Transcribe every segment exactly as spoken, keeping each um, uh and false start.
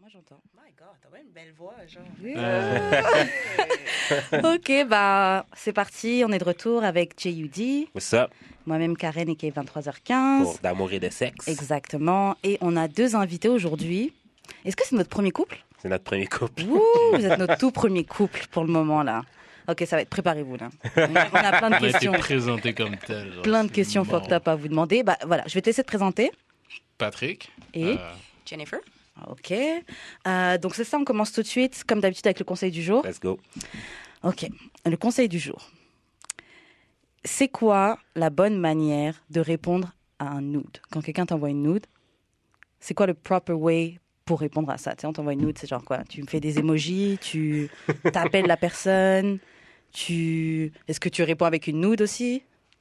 Moi, j'entends. My God, t'as vraiment une belle voix, genre. Euh... OK, bah, c'est parti. On est de retour avec J U D. What's up? Moi-même, Karen, et qui est vingt-trois heures quinze. Pour d'amour et de sexe. Exactement. Et on a deux invités aujourd'hui. Est-ce que c'est notre premier couple? C'est notre premier couple. Ouh, vous êtes notre tout premier couple pour le moment, là. OK, ça va être... Préparez-vous, là. On a plein de On a été questions. présenté comme tel. Genre, Plein de questions bon. fucked up à vous demander. Bah, voilà, je vais te laisser te présenter. Patrick. Et? Euh, Jennifer? OK. Euh, donc, c'est ça, on commence tout de suite, comme d'habitude, avec le conseil du jour. Let's go. OK. Le conseil du jour. C'est quoi la bonne manière de répondre à un nude? Quand quelqu'un t'envoie une nude, c'est quoi le proper way pour répondre à ça? Tu sais, on t'envoie une nude, c'est genre quoi? Tu me fais des emojis, tu t'appelles la personne, tu... Est-ce que tu réponds avec une nude aussi?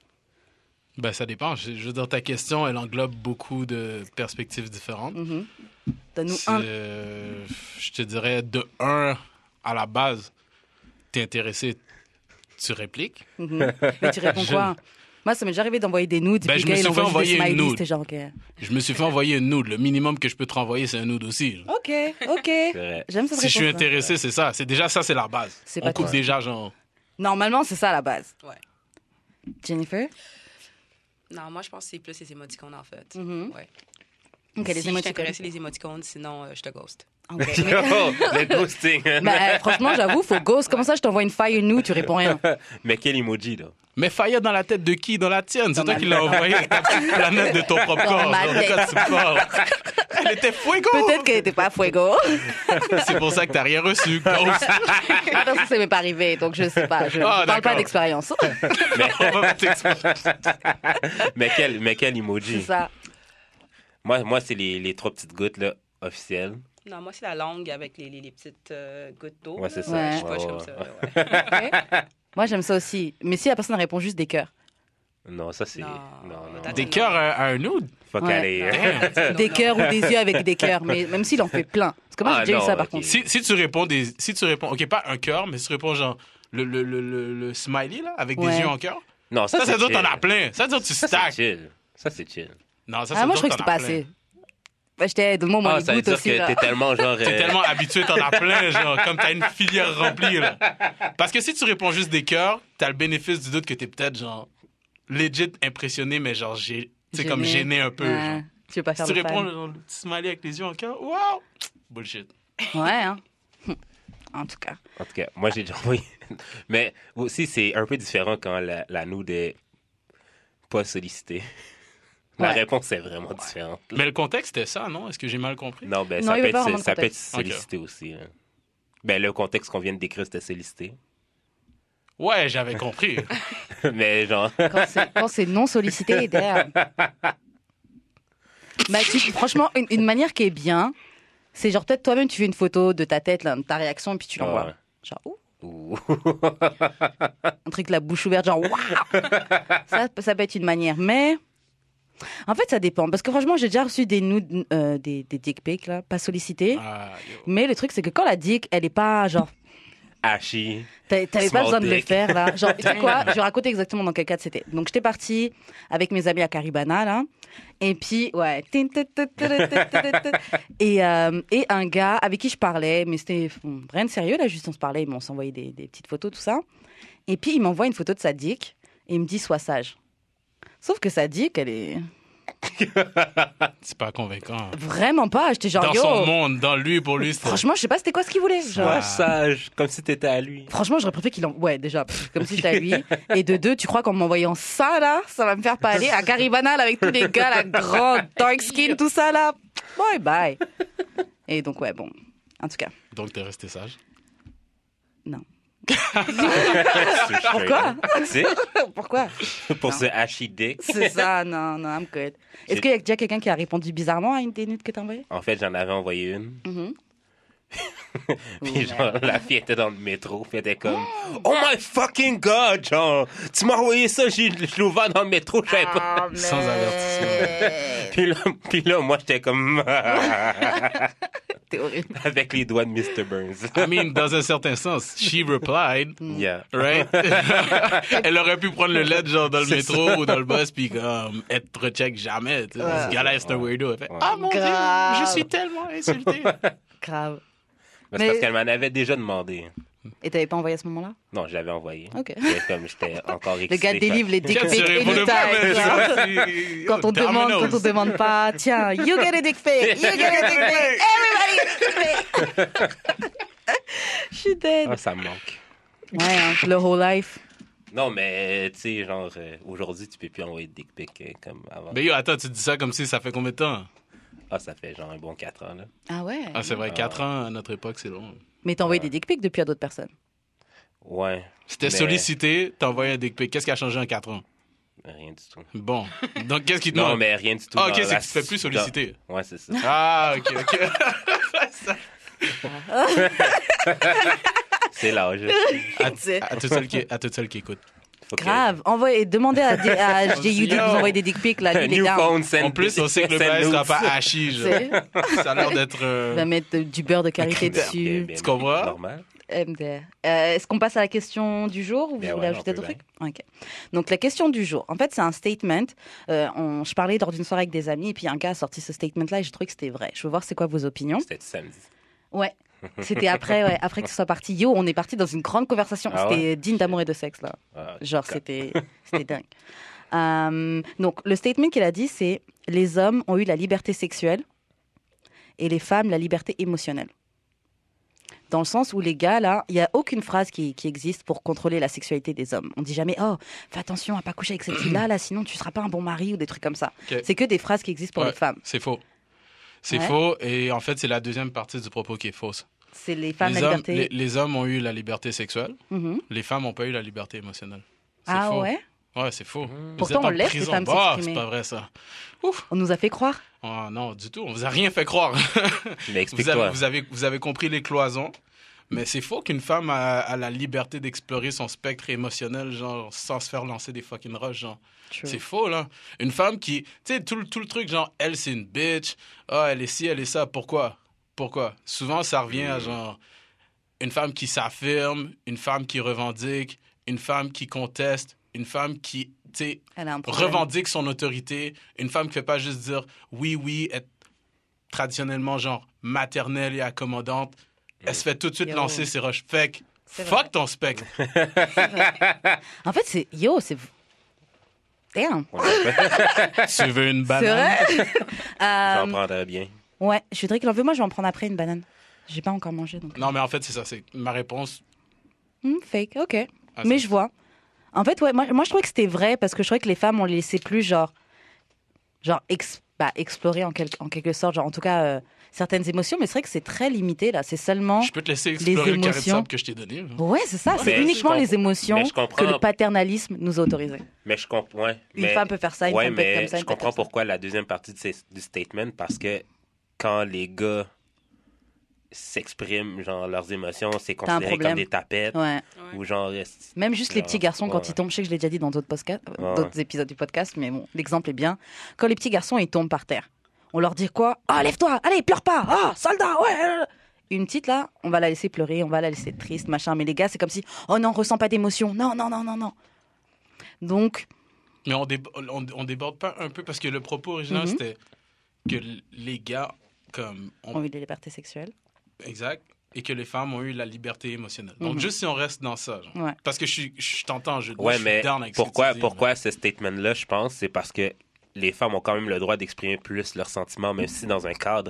ben, ça dépend. Je, je veux dire, ta question, elle englobe beaucoup de perspectives différentes. Mm-hmm. Donne-nous C'est, un... euh, je te dirais, de un, à la base, t'es intéressé, tu répliques. Mm-hmm. Mais tu réponds Je- quoi? Moi, ça m'est déjà arrivé d'envoyer des nudes. Ben, puis je le me gars, il suis fait envoie juste des envoyer une smileys, nude. c'était genre, OK. Je me suis fait envoyer une nude. Le minimum que je peux te renvoyer, c'est un nude aussi. genre. OK, OK. vrai. J'aime cette Si je suis réponse-là. intéressé, c'est ça. C'est déjà ça, c'est la base. C'est On pas coupe toi. déjà, genre... Normalement, c'est ça, à la base. Ouais. Jennifer? Non, moi, je pense que c'est plus les émoticônes, en fait. Mhm. Ouais. OK, les si je émoticônes. t'intéresse les émoticônes, sinon, euh, je te ghost. OK. Yo, le ghosting. Ben, franchement, j'avoue, faut ghost. Comment ça, je t'envoie une fire nude, tu réponds rien? Mais quel emoji, là? Mais Fire dans la tête de qui? Dans la tienne. C'est Dans toi ma qui l'as envoyé. Ta petite planète de ton propre Dans corps. ma genre, de quoi tête. tu parles? Elle était fuego. Peut-être qu'elle n'était pas fuego. C'est pour ça que t'as rien reçu. Ghost. Parce que ça m'est pas arrivé, donc je sais pas. Je ne Ah, parle pas d'accord. d'expérience. On va pas t'expliquer. mais, quel, mais quel emoji? C'est ça. Moi, moi c'est les, les trois petites gouttes, là, officielles. Non, moi, c'est la langue avec les, les, les petites euh, gouttes d'eau. Ouais, c'est ça. Ouais. Je suis pas Ouais, comme ouais. ça. Ouais. OK. Moi, j'aime ça aussi. Mais si la personne répond juste des cœurs. Non, ça, c'est... Non. Non, non. T'as- Des cœurs à, à un nude? Fuck Ouais. aller. Damn. Des cœurs ou des yeux avec des cœurs. Mais même s'il en fait plein. Parce que moi, Ah, j'ai déjà eu non, ça, par ok. contre. Si, si tu réponds des... Si tu réponds... OK, pas un cœur, mais si tu réponds genre le, le, le, le, le smiley, là, avec Ouais. des yeux en cœur. Non, ça, Ça, ça c'est veut dire que chill. t'en as plein. Ça veut dire que tu Ça, c'est stacks. chill. Ça, c'est chill. Non, ça, ça Ah, veut moi, je dire crois que t'en c'était as pas plein. assez. Ben, j'étais... Donne-moi mon Ah, ça veut goutte dire aussi, que là. t'es tellement genre... T'es euh, tellement habitué, t'en as plein, genre, comme t'as une filière remplie, là. Parce que si tu réponds juste des cœurs, t'as le bénéfice du doute que t'es peut-être, genre, legit impressionné, mais genre, j'ai, c'est comme gêné un peu, Ouais. genre. Tu veux pas Si faire tu de réponds, fan. genre, le petit smiley avec les yeux en cœur, wow! Bullshit. Ouais, hein. En tout cas. En tout cas, moi, j'ai déjà envoyé... Mais aussi, c'est un peu différent quand la, la nude est pas sollicitée. La Ouais. réponse est vraiment différente. Mais le contexte, c'était ça, non? Est-ce que j'ai mal compris? Non, ben, Non, ça, il peut veut pas être, vraiment de ça peut être contexte. sollicité aussi. hein. Ben, le contexte qu'on vient de décrire, c'était sollicité. Ouais, j'avais compris. Mais genre... Quand c'est, quand c'est non sollicité, damn. Bah, tu- franchement, une, une manière qui est bien, c'est genre peut-être toi-même tu fais une photo de ta tête, là, de ta réaction, et puis tu l'envoies. Ouais. Genre, ouh, Ouh. un truc la bouche ouverte, genre waouh. Ça, ça peut être une manière, mais en fait ça dépend parce que franchement j'ai déjà reçu des nudes, euh, des, des dick pics là, pas sollicités. Ah, yo. Mais le truc c'est que quand la dick, elle est pas genre Ashy. T'a- T'avais pas Small besoin de le dick. faire, là. Genre, tu sais quoi? Je vais raconter exactement dans quel cadre c'était. Donc, j'étais partie avec mes amis à Caribana, là. Et puis, ouais. Et, euh, et un gars avec qui je parlais, mais c'était bon, rien de sérieux, là. Juste, on se parlait, mais on s'envoyait des, des petites photos, tout ça. Et puis, il m'envoie une photo de sa dick et il me dit, sois sage. Sauf que sa dick, elle est C'est pas convaincant. vraiment pas. J'étais genre, Dans yo. son monde, dans lui, pour lui, c'était... Franchement, je sais pas c'était quoi ce qu'il voulait. Genre. Sois sage, comme si t'étais à lui. Franchement, j'aurais préféré qu'il en... Ouais, déjà, pff, comme si j'étais à lui. Et de deux, tu crois qu'en m'envoyant ça, là, ça va me faire pas aller à Caribana, là, avec tous les gars, la grande, dark skin, tout ça, là. Bye bye. Et donc, ouais, bon. En tout cas, Donc, t'es resté sage. non. Pourquoi? Tu sais, Pourquoi? pour Non. ce ashy dick. C'est ça, non, non, I'm good. Est-ce J'ai- qu'il y a déjà quelqu'un qui a répondu bizarrement à une des nudes que t'as envoyées? En fait, j'en avais envoyé une. Mhm. Puis genre, la fille était dans le métro. Puis elle était comme, oh my fucking god, genre, tu m'as envoyé ça, j'ai- je l'ai ouvert dans le métro, je savais pas. Sans avertissement. Puis là, puis là, moi, j'étais comme, T'es horrible. Avec les doigts de mister Burns. I mean, dans un certain sens, she replied, Yeah. right? Elle aurait pu prendre le L E D genre dans le métro ou dans le bus puis comme elle te recheck jamais. Tu sais. Ce gars-là, c'est un weirdo. Elle fait, Ouais. ah mon Grave. Dieu, je suis tellement insulté. Grave. Mais c'est Mais- parce qu'elle m'en avait déjà demandé. Et t'avais pas envoyé à ce moment-là? Non, je l'avais envoyé. Ok. Et comme j'étais encore excité. Le gars délivre les dick Quand pics tu réponds anytime. pas, mais genre. c'est- Quand on Yo, demande, Domino's. quand on demande pas, tiens, you get a dick pic, you get a dick pic, everybody get a dick pic. Je suis dead. Ah, ça me manque. Ouais, hein, le whole life. Non, mais tu sais, genre, euh, aujourd'hui, tu peux plus envoyer de dick pic euh, comme avant. Mais yo, attends, tu dis ça comme si ça fait combien de temps? Ah, ça fait genre un bon quatre ans, là. Ah ouais. Ah, c'est vrai, quatre ans à notre époque, c'est long. Mais t'as envoyé des dick pics depuis à d'autres personnes. Ouais. C'était Mais sollicité, t'as envoyé un dick pic. Qu'est-ce qui a changé en quatre ans? Rien du tout. Bon. Donc, qu'est-ce qui te Non, manque? mais rien du tout. Ah, dans ok, c'est la- que tu te fais plus solliciter. dans- Ouais, c'est ça. Ah, ok, ok. C'est l'âge. à, C'est- à toutes celles qui, à toutes celles qui écoutent. Faut que- Grave. Envoyez, demandez à, D- à J U D de Yo. vous envoyer des dick pics, là, lui, les New gars. phone, send En plus, on sait que le send bail sera notes. pas hachi, genre. C'est- Ça a l'air d'être... euh, Il va mettre de- du beurre de karité Ok, bien, dessus. bien, Tu comprends? Normal. M D R. Euh, Est-ce qu'on passe à la question du jour ou vous Bien voulez ouais, ajouter on d'autres peut trucs? Ok. Donc la question du jour, en fait c'est un statement. Euh, on- je parlais lors d'une soirée avec des amis et puis un gars a sorti ce statement-là et j'ai trouvé que c'était vrai. Je veux voir c'est quoi vos opinions. C'était samedi. Ouais. C'était après, ouais, après que ce soit parti. Yo, on est parti dans une grande conversation. Ah C'était digne d'amour et de sexe là. Ah, Genre d'accord. c'était, c'était dingue. Euh, donc le statement qu'il a dit c'est les hommes ont eu la liberté sexuelle et les femmes la liberté émotionnelle. Dans le sens où les gars, là, il n'y a aucune phrase qui, qui existe pour contrôler la sexualité des hommes. On dit jamais, oh, fais attention à pas coucher avec cette fille-là, là, sinon tu seras pas un bon mari ou des trucs comme ça. Ok. C'est que des phrases qui existent pour Ouais. les femmes. C'est faux. C'est Ouais. faux, et en fait, c'est la deuxième partie du propos qui est fausse. C'est les femmes les, la hommes, liberté. les, les hommes ont eu la liberté sexuelle, Mhm. les femmes n'ont pas eu la liberté émotionnelle. C'est Ah faux. ouais. Ouais, c'est faux. Vous Pourtant, êtes on en laisse les prison. femmes Bah, s'exprimer. c'est pas vrai, ça. On nous a fait croire. Oh, non, du tout. On vous a rien fait croire. Mais Vous avez, explique-toi. vous, avez, vous avez compris les cloisons, mais c'est faux qu'une femme a, a la liberté d'explorer son spectre émotionnel, genre, sans se faire lancer des fucking roches, genre. C'est faux, là. Une femme qui... Tu sais, tout, le- tout le truc, genre, elle, c'est une bitch. Ah, elle est ci, elle est ça. Pourquoi? Pourquoi? Souvent, ça revient à, genre, une femme qui s'affirme, une femme qui revendique, une femme qui conteste, une femme qui, tu sais, Elle a un problème. revendique son autorité, une femme qui fait pas juste dire oui, oui, être traditionnellement genre maternelle et accommodante, elle se fait tout de suite Yo. lancer ses roches. Fait que, C'est fuck vrai. ton spectre. En fait, c'est yo, c'est damn. Tu veux une C'est banane? vrai. J'en Euh, prendrais bien. ouais, je suis très que l'en veut. Moi, je vais en prendre après une banane. J'ai pas encore mangé donc. Non, mais en fait, c'est ça. C'est ma réponse. Hmm, fake, ok. Ah, Mais ça- je vois. En fait, ouais, moi, moi je trouvais que c'était vrai parce que je trouvais que les femmes, on les laissait plus, genre, genre ex- bah, explorer en, quel- en quelque sorte, genre, en tout cas, euh, certaines émotions. Mais c'est vrai que c'est très limité, là. C'est seulement. Je peux te laisser explorer le carré de émotions. sable que je t'ai donné. là. Ouais, c'est ça. C'est Mais uniquement je les comprends- émotions mais je comprends. que le paternalisme nous a autorisées. Mais je comprends. Ouais, Une mais- femme peut faire ça, une ouais, femme peut être mais comme ça, une je peut être comprends comme ça. pourquoi la deuxième partie de ces- du statement, parce que quand les gars s'expriment, genre, leurs émotions, c'est T'as un considéré problème. comme des tapettes. Ouais. Ou genre... euh, Même juste les genre, petits garçons, quand ouais. ils tombent, je sais que je l'ai déjà dit dans d'autres, podcasts, Ouais. d'autres épisodes du podcast, mais bon, l'exemple est bien. Quand les petits garçons, ils tombent par terre, on leur dit quoi? Ah, lève-toi, allez, pleure pas, ah, soldat, ouais. Une petite, là, on va la laisser pleurer, on va la laisser triste, machin. Mais les gars, c'est comme si, oh non, ressens pas d'émotion. Non, non, non, non, non. Donc, Mais on, dé- on, on déborde pas un peu parce que le propos original, Mhm. c'était que l- les gars, comme. on- on a eu des libertés sexuelles. Exact. Et que les femmes ont eu la liberté émotionnelle. Donc, Mhm. juste si on reste dans ça. genre. Ouais. Parce que je, suis- je t'entends, je, Ouais, je suis mais down avec ce que pourquoi, tu dis, pourquoi ce statement-là, je pense, c'est parce que les femmes ont quand même le droit d'exprimer plus leurs sentiments, même si dans un cadre,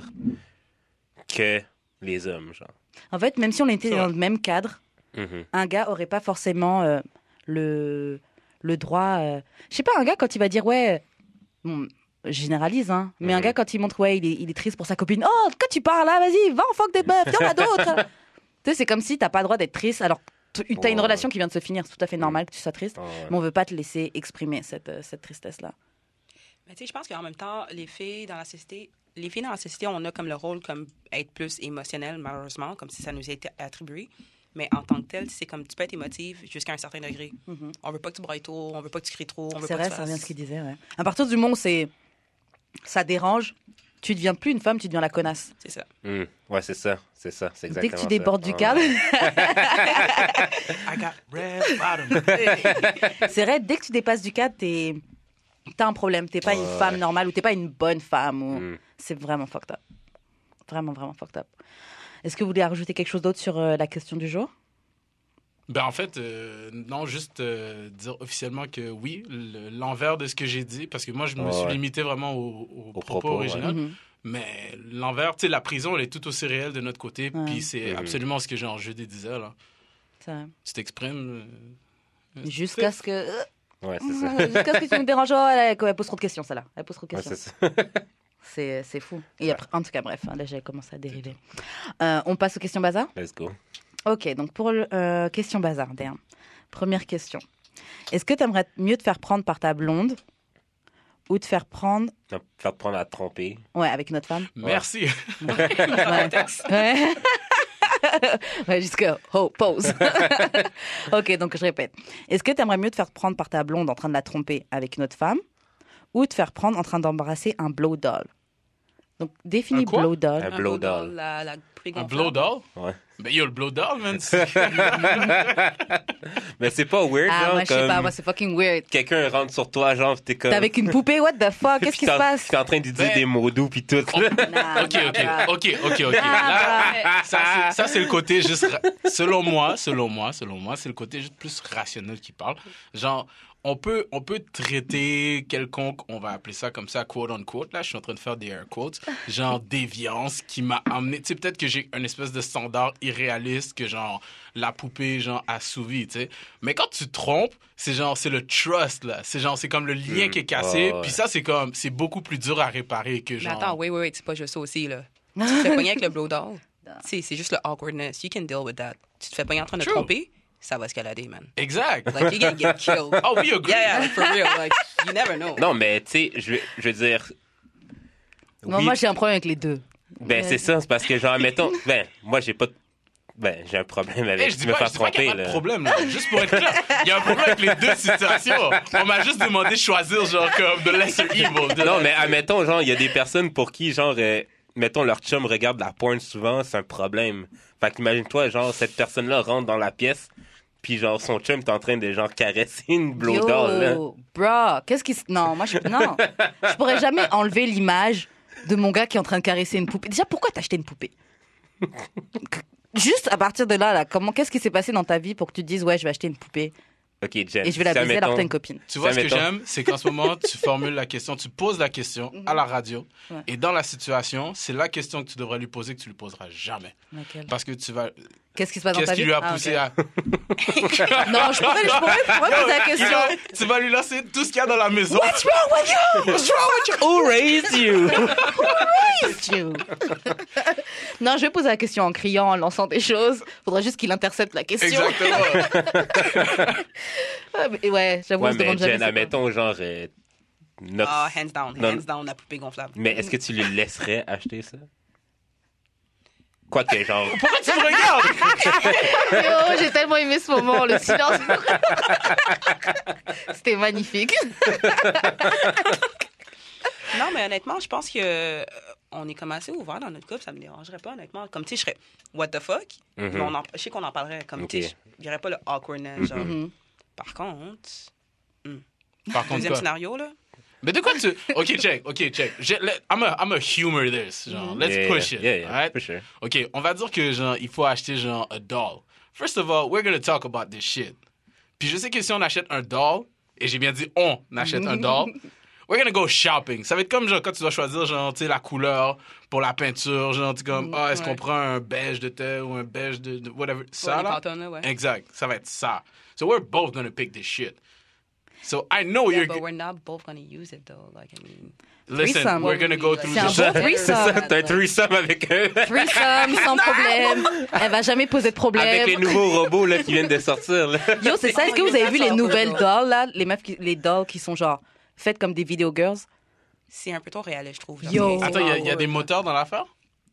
que les hommes, genre. En fait, même si on était C'est dans vrai. le même cadre, Mhm. un gars aurait pas forcément euh, le, le droit. euh, Je sais pas, un gars, quand il va dire, ouais. Bon, je généralise, hein. Mais un Mhm. gars, quand il montre, ouais, il est, il est triste pour sa copine. Oh, quand tu parles, là, vas-y, va en fuck des meufs, il y en a d'autres. Tu sais, c'est comme si t'as pas le droit d'être triste. Alors, tu as une Ouais. relation qui vient de se finir, c'est tout à fait normal que tu sois triste. Ah ouais. Mais on veut pas te laisser exprimer cette, euh, cette tristesse-là. Mais tu sais, je pense qu'en même temps, les filles dans la société, les filles dans la société, on a comme le rôle comme être plus émotionnel, malheureusement, comme si ça nous a été attribué. Mais en tant que tel, c'est comme tu peux être émotive jusqu'à un certain degré. Mhm. On veut pas que tu brailles trop, on veut pas que tu cries trop, on veut C'est pas vrai, que tu ça revient à fasses- ce qu'il disait. Ouais. À partir du moment où c'est, ça dérange, tu deviens plus une femme, tu deviens la connasse. C'est ça. Mm. Ouais, c'est ça. C'est ça. C'est exactement Dès que tu ça. débordes du Ouais. cadre, I got red bottom. c'est vrai, dès que tu dépasses du cadre, t'es... t'as un problème. T'es pas une Ouais. femme normale ou t'es pas une bonne femme. Ou... Mm. C'est vraiment fucked up. Vraiment, vraiment fucked up. Est-ce que vous voulez rajouter quelque chose d'autre sur euh, la question du jour? Ben en fait, euh, non, juste euh, dire officiellement que oui, le- l'envers de ce que j'ai dit, parce que moi, je me Ouais, suis ouais. limité vraiment au, au propos, propos, ouais. original. Mhm. Mais l'envers, tu sais, la prison, elle est tout aussi réelle de notre côté. Ouais. Puis c'est Mhm. absolument ce que genre Jeudi disait, là. C'est vrai. Tu t'exprimes. euh, Jusqu'à ce que... Ouais, c'est ça. Jusqu'à ce que tu me déranges. Oh, elle, elle pose trop de questions, celle-là. Elle pose trop de Ouais, questions. c'est ça. c'est, c'est fou. Et après, en tout cas, bref, hein, là, j'ai commencé à dériver. Euh, on passe aux questions bazar? Let's go. Ok, donc pour le euh, question bazar, Déa. Première question. Est-ce que tu aimerais mieux te faire prendre par ta blonde ou te faire prendre Non, faire te prendre à tromper. ouais, avec une autre femme? Merci. Ouais. Ouais. Ouais, jusqu'à oh, pause. Ok, donc je répète. Est-ce que tu aimerais mieux te faire prendre par ta blonde en train de la tromper avec une autre femme ou te faire prendre en train d'embrasser un blow doll? Donc, définis Un quoi? blow doll. Un blow doll. La, la poupée Un gonflable. blow doll? Ouais. Ben yo, le blow doll, man. c'est- Mais c'est pas weird, Ah, genre, moi, je sais comme pas, moi, c'est fucking weird. quelqu'un rentre sur toi, genre, t'es comme... T'es avec une poupée, what the fuck? Qu'est-ce qui Puis se t'es en- passe? T'es en train de lui dire Ben- des mots doux, puis tout. là. Nah, Ok, nah, ok, nah. ok, ok, ok. Ah, Là, ça, c'est, ça, c'est le côté juste. ra- Selon moi, selon moi, selon moi, c'est le côté juste plus rationnel qui parle. Genre, on peut, on peut traiter quelconque, on va appeler ça comme ça, quote unquote. Là, je suis en train de faire des air quotes. Genre, déviance qui m'a amené. Tu sais, peut-être que j'ai un espèce de standard irréaliste que, genre, la poupée, genre, assouvi, tu sais. Mais quand tu trompes, c'est genre, c'est le trust, là. C'est genre, c'est comme le lien Mm. qui est cassé. Ouais, ouais. Puis ça, c'est comme, c'est beaucoup plus dur à réparer que, Mais genre. attends, wait, wait, wait, c'est pas juste ça aussi, là. Tu te fais pogner avec le blow doll. Tu sais, c'est juste le awkwardness. You can deal with that. Tu te fais pogner en train de True. tromper, ça va escalader, man. Exact. Like, you're gonna get killed. Oh, we agree. Yeah, yeah, like, for real. Like, you never know. Non, mais tu sais, je veux- je veux dire... Non, oui, moi, j'ai un problème avec les deux. Ben, c'est ça, c'est parce que, genre, mettons... Ben, moi, j'ai pas... de- Ben, j'ai un problème avec Hey, je dis me pas, faire je dis pas qu'il tromper, n'y a pas de là. problème, là. Juste pour être clair, il y a un problème avec les deux situations. On m'a juste demandé de choisir, genre, comme the lesser evil. de- Non, mais admettons, genre, il y a des personnes pour qui, genre, euh, mettons, leur chum regarde la porn souvent, c'est un problème. Fait qu'imagine-toi, genre, cette personne-là rentre dans la pièce, puis genre, son chum est en train de, genre, caresser une blow doll, là. Yo, bro, qu'est-ce qui se... Non, moi, je... Non. Je pourrais jamais enlever l'image de mon gars qui est en train de caresser une poupée. Déjà, pourquoi t'as acheté une poupée? Juste à partir de là, là, comment, qu'est-ce qui s'est passé dans ta vie pour que tu te dises, ouais, je vais acheter une poupée Ok, Jen. et je vais la si, baiser alors que t'as admettons- une copine? Tu vois, Ça, ce que mettons- j'aime, c'est qu'en ce moment, tu formules la question, tu poses la question à la radio. Ouais. Et dans la situation, c'est la question que tu devrais lui poser que tu lui poseras jamais. Laquelle? Parce que tu vas. Qu'est-ce qui se passe dans Qu'est-ce ta qui vie? lui a Ah, poussé ok. à. Non, je pourrais, je pourrais, je pourrais poser la Il question. va- tu vas lui lancer tout ce qu'il y a dans la maison. What's wrong with you? What's wrong with you? Who raised you? It's you. Non, je vais poser la question en criant, en lançant des choses. Faudrait juste qu'il intercepte la question. Exactement. Ouais, mais- ouais, j'avoue, Ouais, on se mais demande jamais. Jen, c'est quoi. admettons, genre... euh, notre- Ah, hands down. Non. Hands down, la poupée gonflable. Mais est-ce que tu lui laisserais acheter ça? Quoique, genre... Pourquoi tu me regardes? Yo, j'ai tellement aimé ce moment, le silence. C'était magnifique. Non, mais honnêtement, je pense que euh, on est comme assez ouvert dans notre couple. Ça me dérangerait pas, honnêtement. Comme, tu sais, je serais what the fuck. Mhm. Mais on en- je sais qu'on en parlerait. Comme, Ok. tu sais, il n'y aurait pas le awkwardness. Genre. Mhm. Par contre, Par contre, deuxième quoi? scénario, là. Mais de quoi tu. Ok, check, ok, check. J'ai- let- I'm a, I'm a humor this. Genre, let's Yeah, push it. Yeah, yeah, alright? for sure. Ok, on va dire que genre, il faut acheter genre a doll. First of all, we're gonna talk about this shit. Puis je sais que si on achète un doll, et j'ai bien dit on achète un doll, we're gonna go shopping. Ça va être comme genre quand tu dois choisir genre tu sais la couleur pour la peinture, genre tu comme ah est-ce Ouais. qu'on prend un beige de tel ou un beige de, de whatever. Pour Ça les là. pantons, là, ouais. Exact, ça va être ça. So we're both gonna pick this shit. So I know Yeah, you're. but we're not both gonna use it, though. Like, I mean... Listen, Threesome. we're gonna go through C'est un the bon C'est threesome. ça, t'as un threesome avec eux. Threesome, sans problème. Elle va jamais poser de problème. Avec les nouveaux robots là, qui viennent de sortir. Là. Yo, c'est ça. Est-ce que vous avez vu les nouvelles dolls, là? Les meufs, qui, les dolls qui sont genre faites comme des video girls? C'est un peu trop réaliste, je trouve. genre. Yo. C'est- Attends, il y a- il y, a des moteurs dans l'affaire?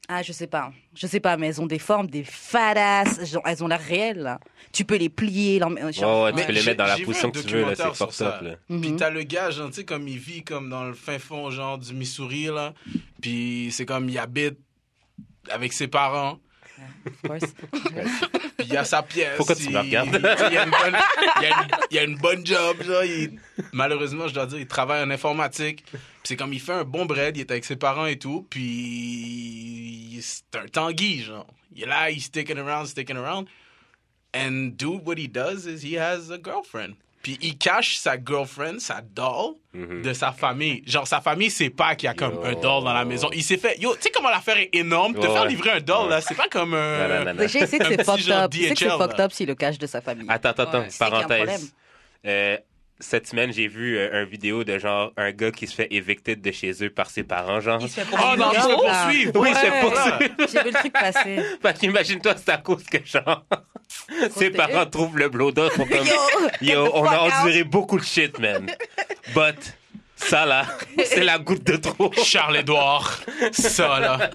Ah, je sais pas. Je sais pas, mais elles ont des formes, des fat ass. Genre, elles ont l'air réelles, là. Tu peux les plier. Genre, Ouais, ouais, tu Mais peux les j'ai- mettre dans la j'ai vu position un que tu veux, là, c'est documentaire sur fucked up, ça. là. Mhm. Puis t'as le gars, genre, tu sais, comme il vit comme dans le fin fond, genre, du Missouri, là. Puis c'est comme, il habite avec ses parents. Of course. Puis il y a sa pièce. Pourquoi tu il- me regardes? il- Il y a une bonne, il y a une, il y a une bonne job, genre. il- malheureusement, je dois dire, il travaille en informatique. Puis c'est comme, il fait un bon bread, il est avec ses parents et tout. Puis c'est un Tanguy, genre. Il est là, he's sticking around, sticking around. And dude, what he does is he has a girlfriend. Puis il cache sa girlfriend, sa doll, Mhm. de sa famille. Genre, sa famille sait pas qu'il y a comme Yo. un doll dans la maison. Il s'est fait... Yo, tu sais comment l'affaire est énorme? Te Ouais. faire livrer un doll, Ouais. là, c'est pas comme un... Non, non, non, non. Déjà, il sait que Un c'est petit fucked genre up. Il sait que c'est D H L, fucked là. up s'il le cache de sa famille. Attends, attends, attends, Ouais. C'est qu'il y a un problème. parenthèse. Euh, cette semaine, j'ai vu euh, un vidéo de genre un gars qui se fait évicter de chez eux par ses parents, genre. Il se fait Oh poursuivre. non, il se fait là. poursuivre! Oui, il se fait Ouais. poursuivre. J'ai vu le truc passer. Fait qu'imagine-toi, c'est à cause que genre ses t'es- parents trouvent le blow-dog pour comme Yo, Yo, get the on a fuck out. enduré beaucoup de shit, man. But ça là, c'est la goutte de trop. Charles-Édouard, ça, là.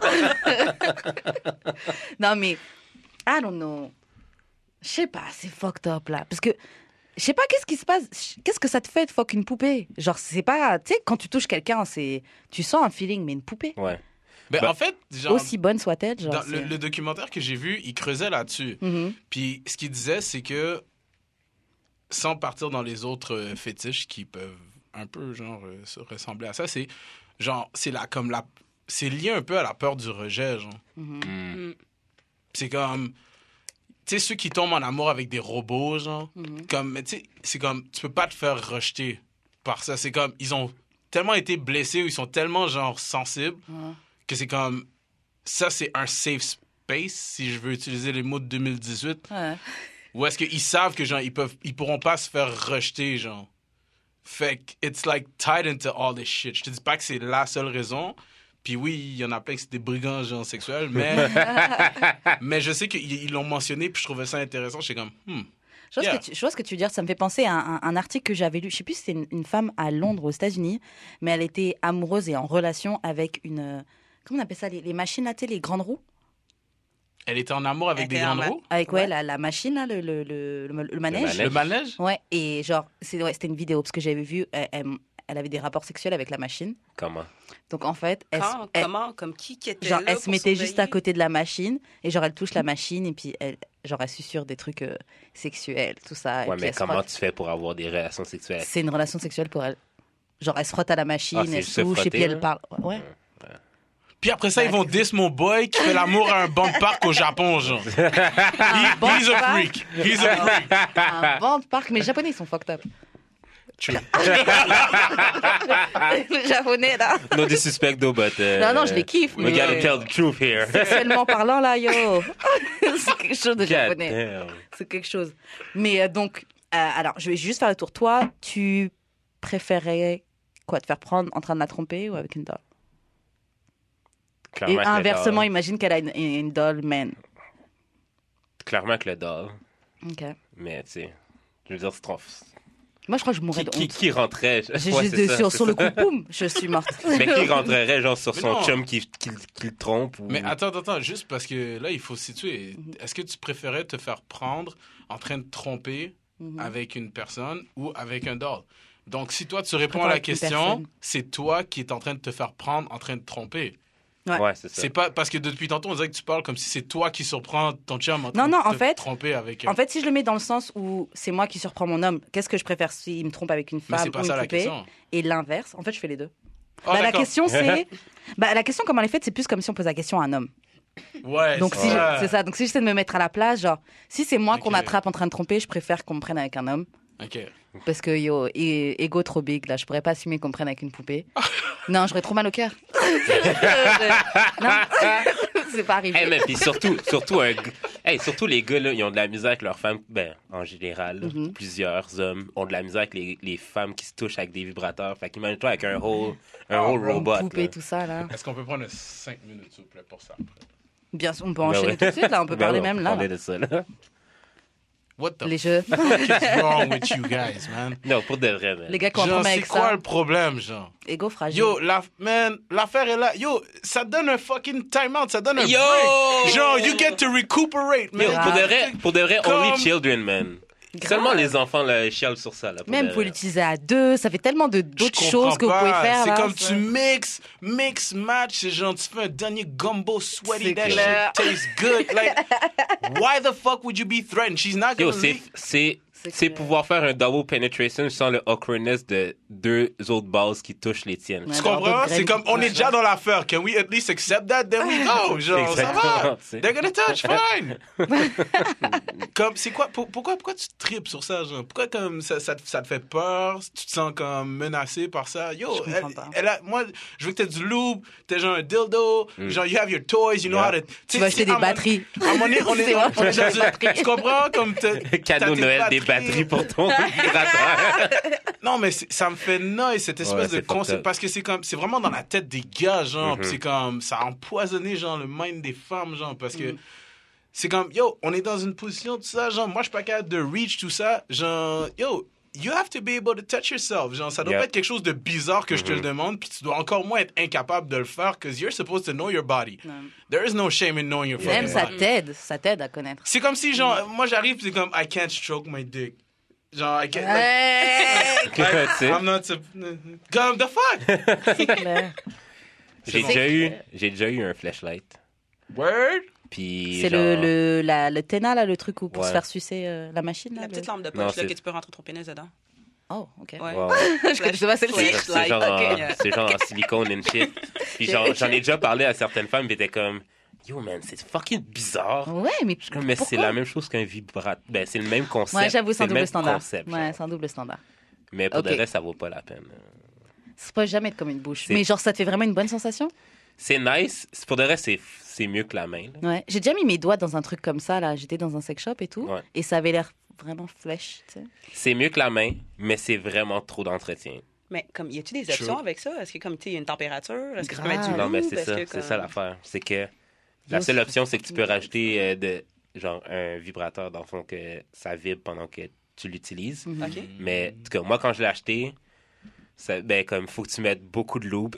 Non, mais, I don't know. Je sais pas, c'est fucked up, là. Parce que, je sais pas, qu'est-ce qui se passe? Qu'est-ce que ça te fait de fuck une poupée? Genre, c'est pas... Tu sais, quand tu touches quelqu'un, c'est... Tu sens un feeling, mais une poupée, Ouais. Ben, Bah, en fait, genre, aussi bonne soit-elle, genre... dans le, c'est- le documentaire que j'ai vu, il creusait là-dessus. Mhm. Puis ce qu'il disait, c'est que, sans partir dans les autres euh, fétiches qui peuvent un peu, genre, euh, se ressembler à ça, c'est, genre, c'est la, comme la... C'est lié un peu à la peur du rejet, genre. Mhm. Mm. C'est comme... Tu sais, ceux qui tombent en amour avec des robots, genre, Mhm. comme, mais tu sais, c'est comme, tu peux pas te faire rejeter par ça. C'est comme, ils ont tellement été blessés ou ils sont tellement, genre, sensibles Ouais. que c'est comme, ça, c'est un safe space, si je veux utiliser les mots de deux mille dix-huit, Ouais. où est-ce qu'ils savent que, genre, ils peuvent, ils pourront pas se faire rejeter, genre. Fait que, it's like tied into all this shit. Je te dis pas que c'est la seule raison. Puis oui, il y en a plein qui c'est des brigands, genre, sexuels, mais, mais je sais qu'ils ils l'ont mentionné, puis je trouvais ça intéressant. J'étais comme, hmm. Je vois, Yeah. ce que tu, je vois ce que tu veux dire. Ça me fait penser à un, un article que j'avais lu. Je sais plus si c'était une, une femme à Londres, aux États-Unis, mais elle était amoureuse et en relation avec une. euh, Comment on appelle ça? Les, les machines là, tu sais, les grandes roues? Elle était en amour avec Elle des était en grandes ma- roues? Avec, ouais, Ouais. la, la machine là, le, le, le, le, le manège. manège. Le manège? Ouais, et genre, c'est, ouais, c'était une vidéo parce que j'avais vu, elle, elle, elle avait des rapports sexuels avec la machine. Comment? Donc en fait, elle, Quand, elle- comment, comme qui qui était genre, là elle se pour mettait juste à surveiller? côté de la machine et genre, elle touche la machine et puis elle, genre, elle susurre des trucs euh, sexuels, tout ça. et Ouais, puis mais elle se comment frotte. tu fais pour avoir des relations sexuelles? C'est une relation sexuelle pour elle. Genre, elle se frotte à la machine, Ah, c'est elle juste se touche et puis frotter, elle là? parle. Ouais. Puis après ça, Ouais, ils vont c'est diss mon boy qui fait l'amour à un banc de parc au Japon, genre. He- banc he's de a parc? freak. He's a freak. Un banc de parc, mais les Japonais, ils sont fucked up. True. Les Japonais, là. No disrespect though, but... uh, Non, non, je les kiffe, We mais- gotta tell the truth here. Sexuellement parlant, là, yo. C'est quelque chose de God japonais. damn. C'est quelque chose. Mais euh, donc, euh, alors, je vais juste faire le tour. Toi, tu préférais quoi, te faire prendre en train de la tromper ou avec une doll? Clairement Et que le inversement, doll. imagine qu'elle a une, une doll man. Clairement que le doll. Ok. Mais, tu sais, je veux dire, c'est trop... Moi, je crois que je mourrais Qui, de qui, honte. qui rentrait? J'ai Ouais, juste c'est de- ça, sur, c'est sur le ça. coup, boum, je suis morte. Mais qui rentrerait, genre, sur Mais son non. chum qui, qui, qui le trompe? Ou... Mais attends, attends, attends, juste parce que là, il faut situer. Est-ce que tu préférais te faire prendre en train de tromper Mhm. avec une personne ou avec un doll? Donc, si toi, tu réponds préfère à la avec une question, personne. c'est toi qui es en train de te faire prendre en train de tromper. Ouais. Ouais, c'est ça. C'est pas parce que depuis tantôt, on dirait que tu parles comme si c'est toi qui surprends ton chum en train Non, non, de en te fait- tromper avec En fait, si je le mets dans le sens où c'est moi qui surprends mon homme, qu'est-ce que je préfère s'il me trompe avec une Mais femme c'est pas ou ça une la poupée? question. Et l'inverse, en fait, je fais les deux. Ah, Bah, la d'accord. question, c'est. Bah, la question, comment elle est faite, c'est plus comme si on pose la question à un homme. Ouais, Donc, c'est si ça. c'est ça. Donc, si j'essaie de me mettre à la place, genre, si c'est moi qu'on Ok. attrape en train de tromper, je préfère qu'on me prenne avec un homme. OK. Parce que, yo, é- ego trop big, là, je pourrais pas assumer qu'on me prenne avec une poupée. Non, j'aurais trop mal au cœur. non, c'est pas arrivé. Hey, mais puis surtout, surtout, un... g- hey, surtout les gars, là, ils ont de la misère avec leurs femmes. Ben, en général, là, Mhm. plusieurs hommes ont de la misère avec les, les femmes qui se touchent avec des vibrateurs. Fait qu'imagine-toi avec un whole, un Oh, whole bro, robot. Poupée, là. tout ça, là. Est-ce qu'on peut prendre cinq minutes, s'il vous plaît, pour ça après? Bien sûr, on peut Ben enchaîner ouais. tout de suite, là. On peut Ben parler ouais, on même peut là. parler là. de ça, là. What the Les jeux. fuck is wrong with you guys, man? Non, pour de vrai, man. Les gars qui ont un Genre, problème c'est avec quoi ça. le problème, genre? Ego fragile. Yo, la, man, l'affaire est là. Yo, ça donne un fucking time-out, ça donne un Yo! break. Genre, you get to recuperate, man. Yo, pour de vrai, pour de vrai, Comme- only children, man. Grave. Seulement les enfants là, chialent sur ça. Là, pour Même de vous pouvez vrai. l'utiliser à deux. Ça fait tellement de Je d'autres comprends choses que vous pas. pouvez faire. C'est là, comme ça. tu mix, mix, match. C'est genre, tu fais un dernier gumbo sweaty. C'est That clair. shit tastes good. Like, why the fuck would you be threatened? She's not Yo, gonna c'est, leave. c'est, C'est c'est clair. pouvoir faire un double penetration sans le awkwardness de deux autres bases qui touchent les tiennes. Ouais. Tu Alors, comprends? d'autres C'est graines comme, on qui est déjà dans l'affaire. Can we at least accept that? Then we go. Genre, ça Exactement, va. tu sais. They're gonna touch, fine. Comme, c'est quoi, pour- pourquoi, pourquoi tu tripes sur ça, genre? Pourquoi, comme, ça, ça, te- ça te fait peur? Tu te sens, comme, menacé par ça? Yo, Je comprends elle, pas. elle a, moi, je veux que t'aies du lube, t'es genre un dildo, genre, you have your toys, you know Yeah. how to... Tu vas acheter des batteries. À un moment donné, on est, C'est vrai, on est des dans une- tu comprends? Comme, t'as- Cadeau t'as tes Noël, des batteries pour ton vibrateur. Non, mais c'est- ça me fait noise, cette espèce Ouais, de c'est fucked concept. up. Parce que c'est comme, c'est vraiment dans la tête des gars, genre. Mhm. Pis c'est comme, ça a empoisonné, genre, le mind des femmes, genre. Parce que Mhm. c'est comme, yo, on est dans une position, tout ça, genre, moi, je suis pas capable de reach, tout ça. Genre, yo, you have to be able to touch yourself. Genre, ça doit Yeah. pas être quelque chose de bizarre que je te le Mhm. demande, puis tu dois encore moins être incapable de le faire, because you're supposed to know your body. Non. There is no shame in knowing your Même fucking ça body. t'aide. Ça t'aide à connaître. C'est comme si, genre, moi, j'arrive, pis c'est comme, I can't stroke my dick. Genre, I can't, like, Ouais, Tu sais, I'm not... sup- Comme, the fuck? c'est clair. j'ai bon. déjà eu, j'ai déjà eu un flashlight. Word? Puis C'est genre, le, le, la, le Tena, là, le truc où pour Ouais. se faire sucer euh, la machine. Là, La le- petite lampe de Non, poche là, c'est- que tu peux rentrer ton pénis dedans. Oh, ok. Ouais. Ouais, ouais. Je connaissais pas celle-ci. Flashlight. C'est genre, Ok. en, c'est genre en silicone and shit. Puis genre, j'en ai déjà parlé à certaines femmes, qui étaient comme, yo man, c'est fucking bizarre. Ouais, mais Comme, mais c'est pourquoi? la même chose qu'un vibrateur. Ben, c'est le même concept. Ouais, j'avoue, c'est c'est un le double même standard. concept, Ouais, genre. c'est un double standard. Mais pour Ok. de vrai, ça vaut pas la peine. Ça peut jamais être comme une bouche. C'est- Mais genre, ça te fait vraiment une bonne sensation? C'est nice. Pour de vrai, c'est, c'est mieux que la main. là. Ouais. J'ai déjà mis mes doigts dans un truc comme ça, là. J'étais dans un sex shop et tout. Ouais. Et ça avait l'air vraiment flèche, tu sais. C'est mieux que la main, mais c'est vraiment trop d'entretien. Mais comme, y a-tu des options True. avec ça? Est-ce que comme tu sais, y a une température? Est-ce que tu peux Grave. mettre du Non, mais lube? c'est Est-ce ça. que, C'est comme- ça l'affaire. C'est que la Yo, seule c'est option, c'est que tu peux fucking rajouter euh, de, genre, un vibrateur, dans le fond, que ça vibre pendant que tu l'utilises. Mhm. OK. Mais en tout cas, moi, quand je l'ai acheté, ça, ben, comme, faut que tu mettes beaucoup de lube.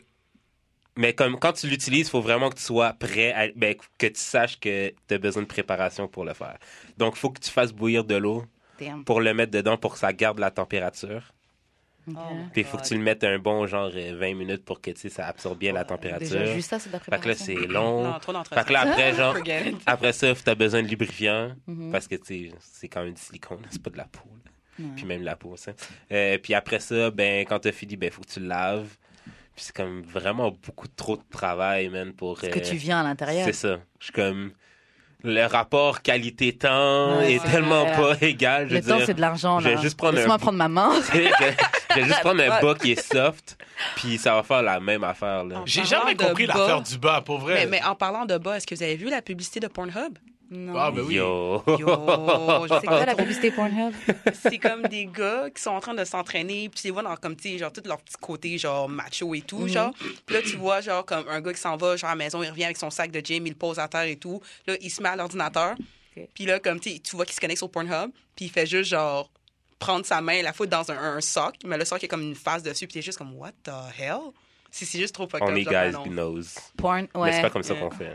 Mais comme, quand tu l'utilises, il faut vraiment que tu sois prêt, à, ben, que tu saches que tu as besoin de préparation pour le faire. Donc, il faut que tu fasses bouillir de l'eau Damn. pour le mettre dedans pour que ça garde la température. Ok. Oh my Puis, il faut que God. tu le mettes un bon, genre, euh, vingt minutes pour que, tu sais, ça absorbe bien la Déjà, température. juste ça, c'est de la Fait que là, préparation. c'est long. Non, trop d'entretien. Fait que là, après, genre, Forget it. après ça, tu as besoin de lubrifiant Mhm. parce que, tu sais, c'est quand même du silicone, c'est pas de la peau. là. Ouais. Puis même la peau, ça. Euh, puis après ça, ben, quand t'as fini, ben, faut que tu le laves. Puis c'est comme vraiment beaucoup trop de travail, man, pour... Parce que euh, tu viens à l'intérieur. C'est ça. Je suis comme... Le rapport qualité-temps Ouais, est c'est tellement vrai. pas égal. Je Le veux temps, dire, c'est de l'argent, je vais là. juste prendre Laisse-moi un- prendre ma main. je, je vais juste prendre un bas qui est soft, puis ça va faire la même affaire, là. J'ai Parlant jamais de compris bas- l'affaire du bas, pour vrai. Mais, mais en parlant de bas, est-ce que vous avez vu la publicité de Pornhub? Non. Ah, ben oui. Yo! Yo, je C'est quoi la publicité Pornhub? C'est comme des gars qui sont en train de s'entraîner, puis tu les vois dans comme, tu sais, genre, tout leur petit côté, genre, macho et tout, Mhm. genre. Puis là, tu vois, genre, comme un gars qui s'en va, genre, à la maison, il revient avec son sac de gym, il le pose à terre et tout. Là, il se met à l'ordinateur. Ok. Puis là, comme, tu sais, tu vois qu'il se connecte sur Pornhub, puis il fait juste, genre, prendre sa main, la foutre dans un, un sock, mais le sock, il y a comme une face dessus, puis t'es juste comme, what the hell? C'est c'est juste trop fucked up. Only genre, guys non. knows. Porn, Mais ouais. c'est pas comme ça Ouais. qu'on fait.